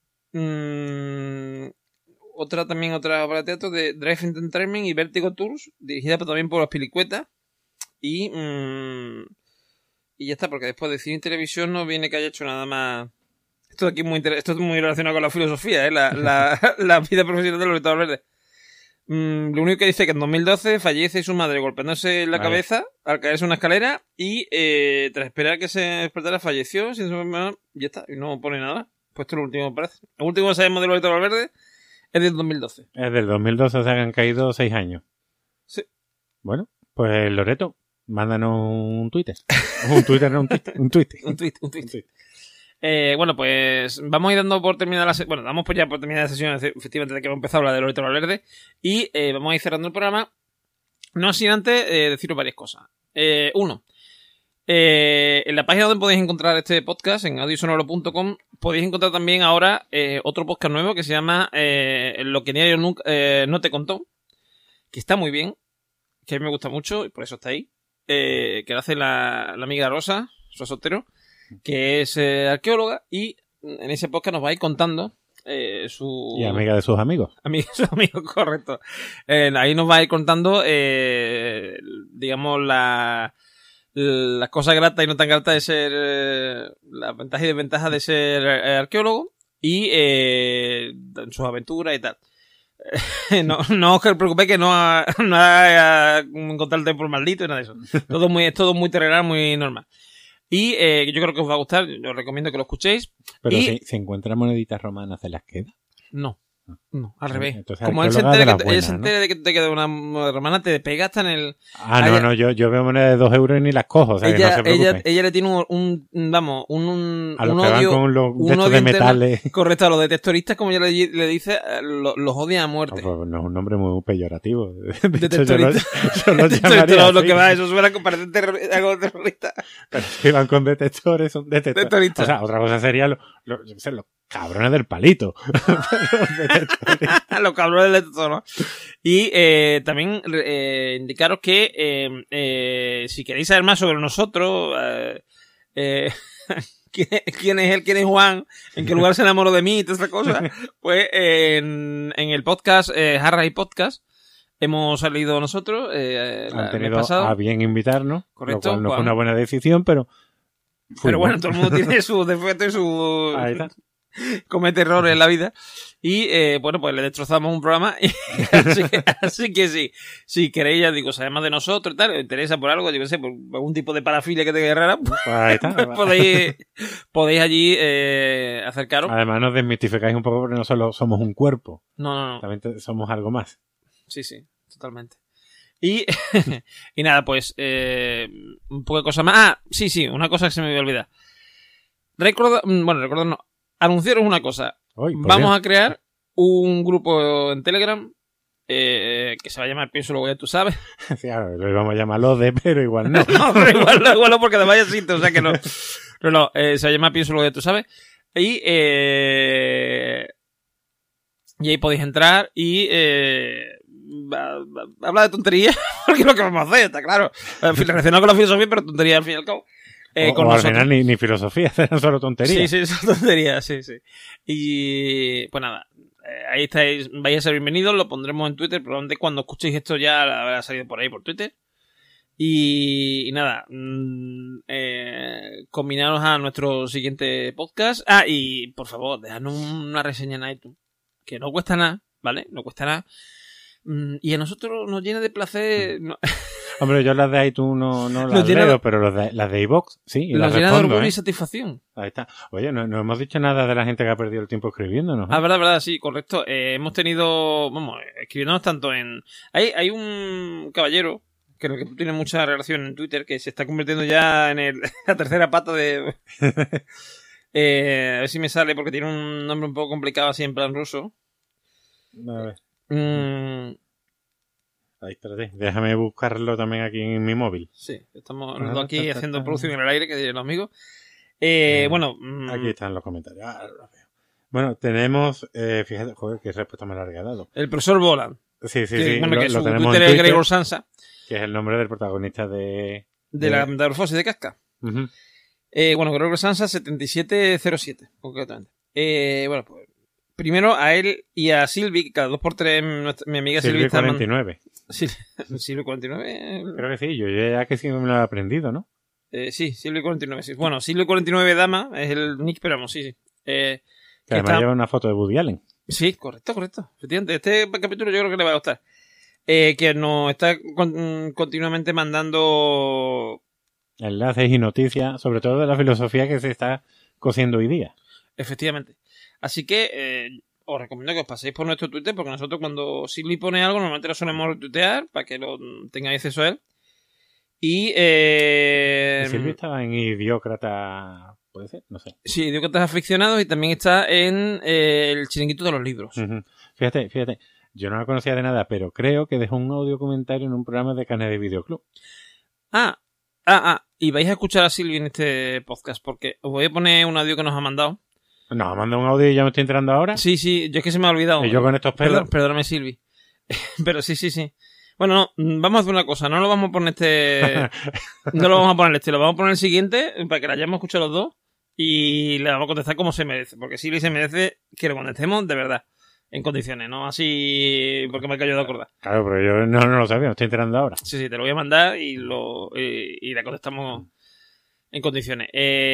S1: mmm, otra también otra obra de teatro de Drive Entertainment y Vertigo Tours, dirigida también por Azpilicueta. Y, mmm, y ya está, porque después de cine y televisión no viene que haya hecho nada más. Esto de aquí es muy, inter- esto es muy relacionado con la filosofía, ¿eh? La, la, la vida profesional de Loreto Valverde. Mm, lo único que dice que en dos mil doce fallece su madre golpeándose en la
S2: Vale.
S1: cabeza al caerse una escalera y eh, tras esperar que se despertara falleció sin su enfermedad. Ya está, y no pone nada. Pues esto es lo último que parece. Lo último que sabemos de Loreto Valverde es del dos mil doce.
S2: Es del dos mil doce, o sea que han caído seis años.
S1: Sí.
S2: Bueno, pues Loreto, mándanos un Twitter. Un Twitter, no un Twitter. Un Twitter.
S1: Un tweet, un tweet. Eh, bueno, pues vamos a ir dando por terminada la sesión. Bueno, damos por ya por terminada la sesión, efectivamente, de que hemos empezado la de Loreto Valverde. Y eh, vamos a ir cerrando el programa. No sin antes eh, deciros varias cosas. Eh, uno, eh, en la página donde podéis encontrar este podcast, en audiosonoro punto com, podéis encontrar también ahora eh, otro podcast nuevo que se llama eh, Lo que Diario nunca, eh, no te contó, que está muy bien, que a mí me gusta mucho y por eso está ahí. Eh, que lo hace la, la amiga Rosa, Rosa Sotero, que es eh, arqueóloga, y en ese podcast nos va a ir contando eh, su...
S2: Y amiga de sus amigos.
S1: Amigo, su amigo, correcto. Eh, ahí nos va a ir contando, eh, digamos, la, las cosas gratas y no tan gratas de ser, eh, las ventajas y desventajas de ser eh, arqueólogo, y eh, sus aventuras y tal. no, no os preocupéis que no ha, no ha, ha encontrado el templo maldito y nada de eso. Todo muy, es todo muy terrenal, muy normal. Y eh, yo creo que os va a gustar, yo os recomiendo que lo escuchéis.
S2: Pero
S1: y...
S2: si, si encuentra moneditas romanas, ¿se las queda?
S1: No. No, al revés.
S2: Entonces,
S1: como él se
S2: arqueóloga
S1: entere,
S2: de
S1: que,
S2: las
S1: ella se
S2: buenas,
S1: entere de que te queda una moneda romana, te pega hasta en el...
S2: Ah, no,
S1: ella-
S2: no, yo, yo veo monedas de dos euros y ni las cojo, o sea, que
S1: ella,
S2: no se preocupen.
S1: ella, ella le tiene un, un- vamos, un, un,
S2: A los
S1: un
S2: que van
S1: odio...
S2: con los
S1: un
S2: de estos
S1: odio
S2: de
S1: interno-
S2: metales.
S1: Correcto, a los detectoristas, como ella le, le dice, eh, lo- los odia a
S2: No,
S1: muerte.
S2: pues no es un nombre muy peyorativo. De hecho, yo lo,
S1: Detectorista.
S2: yo lo
S1: Esto es
S2: llamaría
S1: todo lo
S2: así.
S1: que va, eso suena que parece terror- algo terrorista.
S2: Pero si van con detectores, son detectores.
S1: Detectoristas.
S2: O sea, otra cosa sería lo- lo- yo qué sé, los cabrones del palito. Los detectores.
S1: Los cabrones del detector, ¿no? Y eh, también eh, indicaros que eh, eh, si queréis saber más sobre nosotros, eh, eh, quién quién es él, quién es Juan, en qué lugar se enamoró de mí y toda esa cosa, pues eh, en, en el podcast, eh, Harry Podcast, hemos salido nosotros eh, la-
S2: Han
S1: el mes
S2: tenido
S1: pasado.
S2: a bien invitarnos,
S1: Correcto,
S2: lo cual no
S1: Juan.
S2: fue una buena decisión, pero...
S1: Pero
S2: fuimos.
S1: bueno, todo el mundo tiene sus defectos y sus...
S2: Ahí está.
S1: comete errores en la vida. Y eh, bueno, pues le destrozamos un programa. Y así, que, así que sí, si queréis, ya digo, saber más de nosotros y tal, os interesa por algo, yo qué sé, por algún tipo de parafilia que tenga rara, pues
S2: Pues ahí está.
S1: podéis, podéis allí eh, acercaros.
S2: Además nos desmitificáis un poco porque no solo somos un cuerpo,
S1: No, no, no.
S2: también te- somos algo más.
S1: Sí, sí, totalmente. Y, y nada, pues eh, un poco de cosa más. Ah, sí, sí, una cosa que se me había olvidado. Recuerdo, bueno, recuerdo no. Anunciaros una cosa.
S2: Uy, por
S1: Vamos
S2: Dios.
S1: a crear un grupo en Telegram eh, que se va a llamar Pienso Luego Ya Tú Sabes.
S2: Sí, claro, lo íbamos a llamar Lode, pero igual no.
S1: No, pero igual, no, igual no, porque además ya existe, o sea que no. No, no, eh, se va a llamar Pienso Luego Ya Tú Sabes. Y, eh, y ahí podéis entrar y eh, va- va- hablar de tonterías, porque es lo que vamos a hacer, está claro. En fin, relacionado con la filosofía, pero tonterías al fin y al cabo. Eh,
S2: o,
S1: con
S2: o al
S1: nosotros.
S2: final ni, ni filosofía, eran solo tonterías.
S1: Sí, sí, son tonterías, sí, sí. Y pues nada, eh, ahí estáis, vais a ser bienvenidos, lo pondremos en Twitter, probablemente cuando escuchéis esto ya habrá salido por ahí por Twitter. Y, y nada, mmm, eh, combinaros a nuestro siguiente podcast. Ah, y por favor, dejadnos una reseña en iTunes, que no cuesta nada, ¿vale? No cuesta nada. Mm, y a nosotros nos llena de placer, no-
S2: Hombre, yo las de iTunes no, no
S1: Nos
S2: las
S1: llena-
S2: leo, pero los de- las de iVoox sí, y
S1: nos
S2: las
S1: llena de
S2: respondo,
S1: orgullo
S2: ¿eh?
S1: y satisfacción.
S2: Ahí está. Oye, no, no hemos dicho nada de la gente que ha perdido el tiempo escribiéndonos. ¿eh?
S1: Ah, verdad, verdad, sí, correcto. Eh, hemos tenido, vamos, escribiéndonos tanto en... Hay, hay un caballero, que el que tú tienes mucha relación en Twitter, que se está convirtiendo ya en el, la tercera pata de... eh, a ver si me sale, porque tiene un nombre un poco complicado así en plan ruso.
S2: A ver,
S1: Mm,
S2: ahí, espérate. Déjame buscarlo también aquí en mi móvil.
S1: sí, estamos
S2: Ah,
S1: los dos aquí
S2: ta, ta,
S1: haciendo
S2: ta.
S1: producción en el aire, que dirían los amigos. Eh,
S2: Eh,
S1: bueno... mm,
S2: Aquí están los comentarios. Ah, lo veo. Bueno, tenemos... Eh, fíjate, joder, qué respuesta me larga he dado.
S1: el profesor Bolan,
S2: Sí, sí,
S1: que,
S2: sí.
S1: bueno,
S2: lo,
S1: que
S2: lo
S1: su
S2: tenemos
S1: Twitter
S2: en
S1: es
S2: Twitter,
S1: Gregor Sansa,
S2: que es el nombre del protagonista de...
S1: de la metamorfosis de Casca.
S2: Ujú.
S1: Eh, bueno, Gregor Sansa setenta y siete cero siete, concretamente. Eh, bueno, pues primero a él y a Silvi, que cada dos por tres nuestra- mi amiga Silvi
S2: Silvi
S1: está...
S2: cuarenta y nueve.
S1: Sil- Silvi cuarenta y nueve...
S2: Creo que sí, yo ya que sí me lo he aprendido, ¿no?
S1: Eh, sí, Silvi cuarenta y nueve, sí. Bueno, Silvi cuarenta y nueve Dama es el nick, pero vamos, sí, sí. Eh,
S2: Que
S1: que
S2: además
S1: está-
S2: lleva una foto de Woody Allen.
S1: Sí, correcto, correcto. Efectivamente, este capítulo yo creo que le va a gustar. Eh, que nos está con- continuamente mandando...
S2: Enlaces y noticias, sobre todo de la filosofía que se está cociendo hoy día.
S1: Efectivamente. Así que eh, os recomiendo que os paséis por nuestro Twitter, porque nosotros cuando Silvi pone algo, normalmente lo solemos retuitear para que lo tengáis acceso a él. Y... Eh,
S2: Y Silvia estaba en Idiócrata, ¿puede ser? No sé.
S1: sí, digo que estás aficionado y también está en eh, el chiringuito de los libros.
S2: Ujú. Fíjate, fíjate. Yo no la conocía de nada, pero creo que dejó un audio comentario en un programa de Canes de Videoclub.
S1: Ah, ah, ah. Y vais a escuchar a Silvi en este podcast, porque os voy a poner un audio que nos ha mandado.
S2: Nos ha mandado un audio y ya me estoy enterando ahora.
S1: Sí, sí, yo es que se me ha olvidado.
S2: Y yo con estos pelos.
S1: Perdón, perdóname, Silvi. Pero sí, sí, sí. Bueno, no, vamos a hacer una cosa. No lo vamos a poner este... No lo vamos a poner este. Lo vamos a poner el siguiente para que la hayamos escuchado los dos. Y le vamos a contestar como se merece. Porque Silvi se merece que lo contestemos de verdad. En condiciones, ¿no? Así porque me cayó de acordar.
S2: Claro, pero yo no, no lo sabía, me estoy enterando ahora.
S1: Sí, sí, te lo voy a mandar y lo y, y la contestamos en condiciones.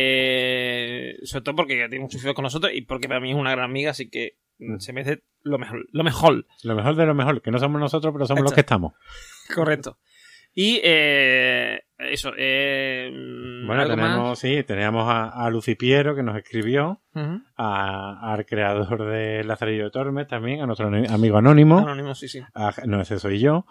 S1: Eh, sobre todo porque tiene mucho feo con nosotros y porque para mí es una gran amiga, así que se merece lo mejor. Lo mejor.
S2: Lo mejor de lo mejor, que no somos nosotros, pero somos
S1: Esto.
S2: los que estamos.
S1: Correcto. Y eh, eso. Eh,
S2: bueno,
S1: ¿algo
S2: tenemos,
S1: más?
S2: sí, teníamos a, a Lucy Piero que nos escribió,
S1: Uh-huh.
S2: a, al creador de Lazarillo de Tormes también, a nuestro amigo Anónimo.
S1: Anónimo, sí, sí.
S2: A, no, ese soy yo.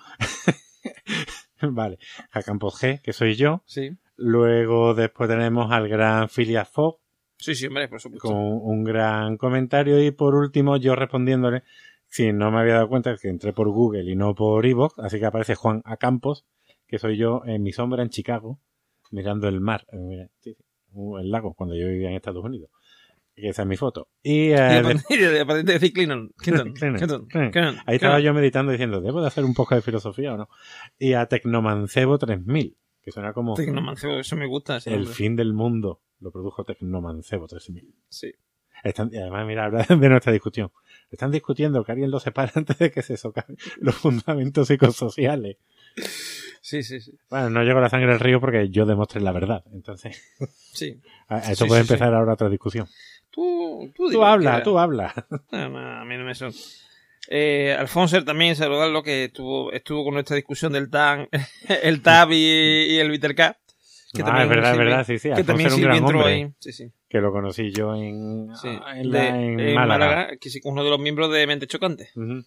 S2: Vale. A Campos G, que soy yo.
S1: Sí.
S2: Luego después tenemos al gran Phileas Fogg,
S1: Sí, sí, hombre, por supuesto.
S2: con un gran comentario. Y por último, yo respondiéndole, si no me había dado cuenta, es que entré por Google y no por iVoox, así que aparece Juan A. Campos, que soy yo en mi sombra en Chicago, mirando el mar, eh, mira, sí, sí, el lago, cuando yo vivía en Estados Unidos. Que esa es mi foto. Y, eh,
S1: Y de patente decir Clinton. Clinton.
S2: Clinton,
S1: Clinton.
S2: Clinton.
S1: Clinton.
S2: Ahí estaba yo meditando diciendo, ¿debo de hacer un poco de filosofía o no? Y a Tecnomancebo tres mil, que suena como
S1: Tecnomancebo, eso me gusta. Ese
S2: el
S1: nombre.
S2: fin del mundo. Lo produjo Tecnomancebo tres mil.
S1: Sí.
S2: Están, y además, mira, habla de nuestra discusión. Están discutiendo que alguien lo separa antes de que se socaven los fundamentos psicosociales.
S1: Sí, sí, sí.
S2: Bueno, no llegó la sangre al río porque yo demostré la verdad. Entonces,
S1: Sí.
S2: a, a esto
S1: Sí,
S2: puede
S1: sí,
S2: empezar
S1: sí.
S2: ahora otra discusión.
S1: Tú, tú,
S2: Tú habla, tú habla.
S1: No, no, a mí no me son. Eh, Alfonso también, saludarlo, que estuvo, estuvo con nuestra discusión del T A N, el T A B y, y el Bittercat. Que
S2: Ah,
S1: también
S2: es verdad, es
S1: sirve-
S2: verdad, sí, sí.
S1: Que
S2: Alfonso
S1: también
S2: era un
S1: Silvia
S2: gran
S1: entró
S2: hombre,
S1: ahí. Sí, sí.
S2: que lo conocí yo en,
S1: sí.
S2: en,
S1: De-
S2: la- en
S1: en
S2: Málaga.
S1: que sí, uno de los miembros de Mente Chocante.
S2: Ujú.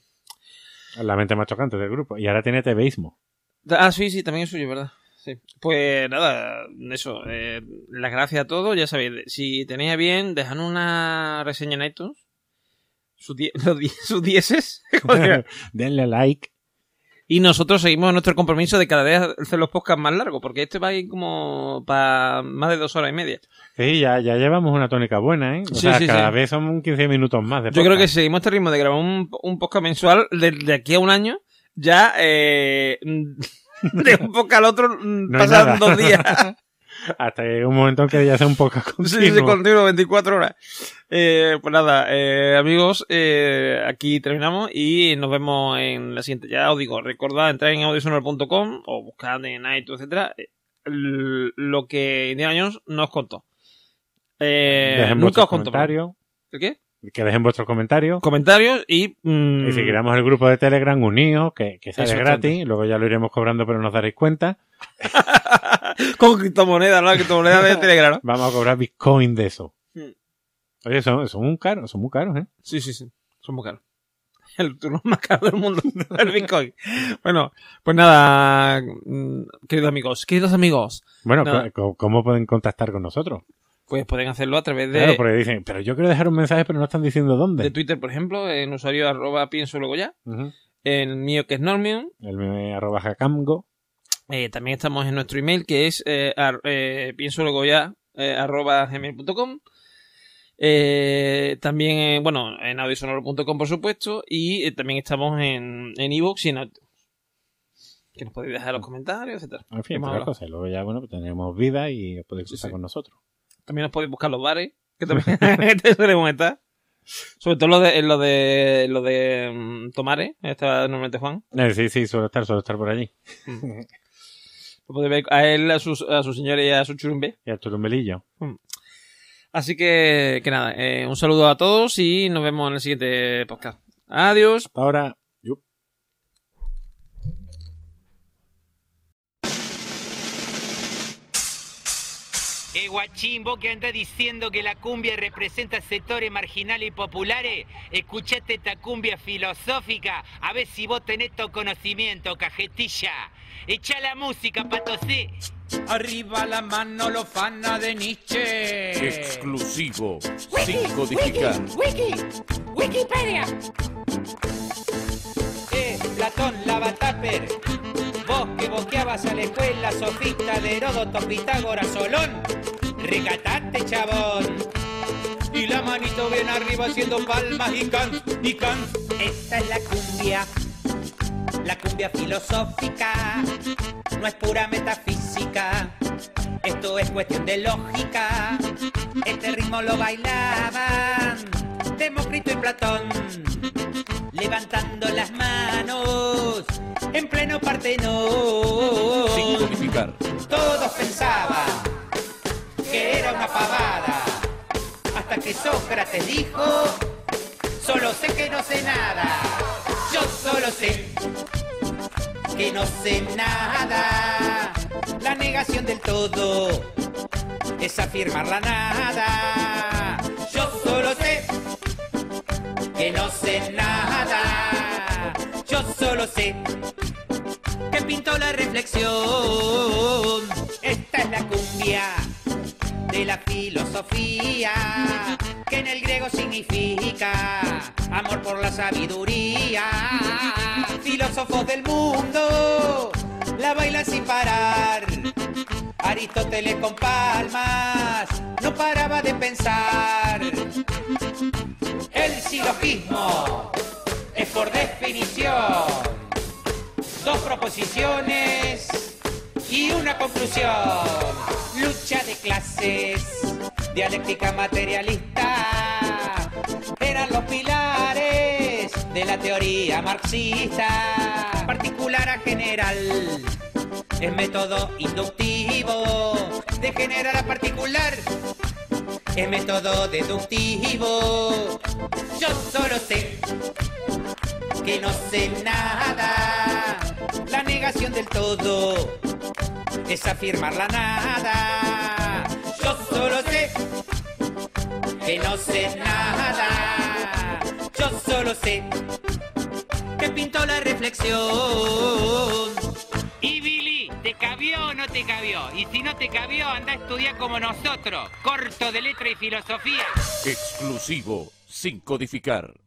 S2: La mente más chocante del grupo. Y ahora tiene tebeísmo.
S1: Ah, sí, sí, también es suyo, ¿verdad? Sí. Pues nada, eso. Eh, las gracias a todos. Ya sabéis, si tenéis a bien, dejad una reseña en iTunes. Sus die- los die- sus dieces. Joder.
S2: Denle like.
S1: Y nosotros seguimos nuestro compromiso de cada vez hacer los podcasts más largos, porque este va a ir como para más de dos horas y media.
S2: Sí, ya, ya llevamos una tónica buena, ¿eh? O
S1: Sí,
S2: sea,
S1: sí,
S2: cada
S1: sí.
S2: vez son quince minutos más de
S1: Yo creo que
S2: podcast.
S1: si seguimos este ritmo de grabar un, un podcast mensual, de, de aquí a un año, ya eh, de un podcast al otro
S2: No hay
S1: pasan
S2: nada.
S1: dos días.
S2: Hasta que llegue un momento en que ya sea un podcast
S1: Sí,
S2: continuo.
S1: sí, continuo, veinticuatro horas. Eh, pues nada, eh, amigos, eh, aquí terminamos y nos vemos en la siguiente. Ya os digo, recordad entrar en audiosonoro punto com o buscad en iTunes, etcétera, eh, l- lo que Indiana Jones nos contó. Eh,
S2: Dejen
S1: nunca
S2: vuestros
S1: os contó.
S2: comentarios.
S1: ¿El qué?
S2: Que dejen vuestros comentarios.
S1: Comentarios y... mm,
S2: Y si creamos el grupo de Telegram unidos, que, que sale
S1: Exactamente.
S2: gratis, luego ya lo iremos cobrando, pero no os daréis cuenta.
S1: con criptomonedas, ¿no? Criptomonedas de Telegram, ¿no?
S2: Vamos a cobrar Bitcoin de eso.
S1: Hmm.
S2: Oye, son, son muy caros, son muy caros, ¿eh?
S1: Sí, sí, sí. Son muy caros. El turno más caro del mundo, el Bitcoin. Bueno, pues nada, mm, queridos amigos, queridos amigos,
S2: Bueno,
S1: Nada.
S2: co- ¿cómo pueden contactar con nosotros?
S1: pues pueden hacerlo a través de,
S2: Claro, porque dicen, pero yo quiero dejar un mensaje, pero no están diciendo dónde.
S1: de Twitter, por ejemplo, en usuario arroba pienso luego ya,
S2: Ujú.
S1: en el mío que es Normion,
S2: El meme arroba jacamgo.
S1: eh, también estamos en nuestro email que es eh, ar- eh, pienso luego ya eh, arroba gmail punto com. Eh, también, eh, bueno, en audiosonoro punto com por supuesto, y eh, también estamos en en iVoox y en iTunes, que nos podéis dejar los comentarios, etcétera.
S2: En fin,
S1: Hemos
S2: otras
S1: hablado.
S2: cosas. Luego ya, bueno, pues tenemos vida y os podéis
S1: Sí,
S2: cruzar
S1: sí.
S2: con nosotros.
S1: También nos podéis buscar los bares, que también te solemos estar. Sobre todo lo de, en lo de, lo de mm, Tomare, está normalmente Juan.
S2: Eh, sí, sí, suelo estar, suelo estar por allí.
S1: Lo podéis ver a él, a sus, a su señora y a su churumbe.
S2: Y al turumbelillo.
S1: Así que, que nada, eh, un saludo a todos y nos vemos en el siguiente podcast. Adiós.
S2: Hasta ahora. Yup.
S3: Eh, guachín, vos que andás diciendo que la cumbia representa sectores marginales y populares, escuchate esta cumbia filosófica, a ver si vos tenés tu conocimiento, cajetilla. Echa la música, patosé.
S4: Arriba la mano, lo fana de Nietzsche.
S5: Exclusivo, sin codificar.
S3: Wiki, Wikipedia. Eh, Platón, Lavatáper, vos que boqueabas a la escuela, sofista de Heródoto, Pitágoras, Solón, recatate, chabón.
S4: Y la manito bien arriba haciendo palmas y can, y can.
S3: Esta es la cumbia, la cumbia filosófica, no es pura metafísica, esto es cuestión de lógica. Este ritmo lo bailaban Demócrito y Platón, levantando las manos en pleno Partenón.
S5: Sin codificar.
S3: Todos pensaban que era una pavada, hasta que Sócrates dijo: solo sé que no sé nada. Yo solo sé que no sé nada. La negación del todo es afirmar la nada. Yo solo sé que no sé nada. Yo solo sé que pintó la reflexión. Esta es la cumbia de la filosofía, que en el griego significa amor por la sabiduría. Filósofos del mundo la bailan sin parar. Aristóteles con palmas no paraba de pensar. El silogismo es por definición dos proposiciones y una conclusión. Lucha de clases, dialéctica materialista, eran los pilares de la teoría marxista. Particular a general es método inductivo, de general a particular es método deductivo. Yo solo sé que no sé nada. La negación del todo es afirmar la nada. Yo solo sé que no sé nada. Yo solo sé que pintó la reflexión.
S6: Y Billy, ¿te cabió o no te cabió? Y si no te cabió, anda a estudiar como nosotros, corto de letra y filosofía.
S5: Exclusivo, sin codificar.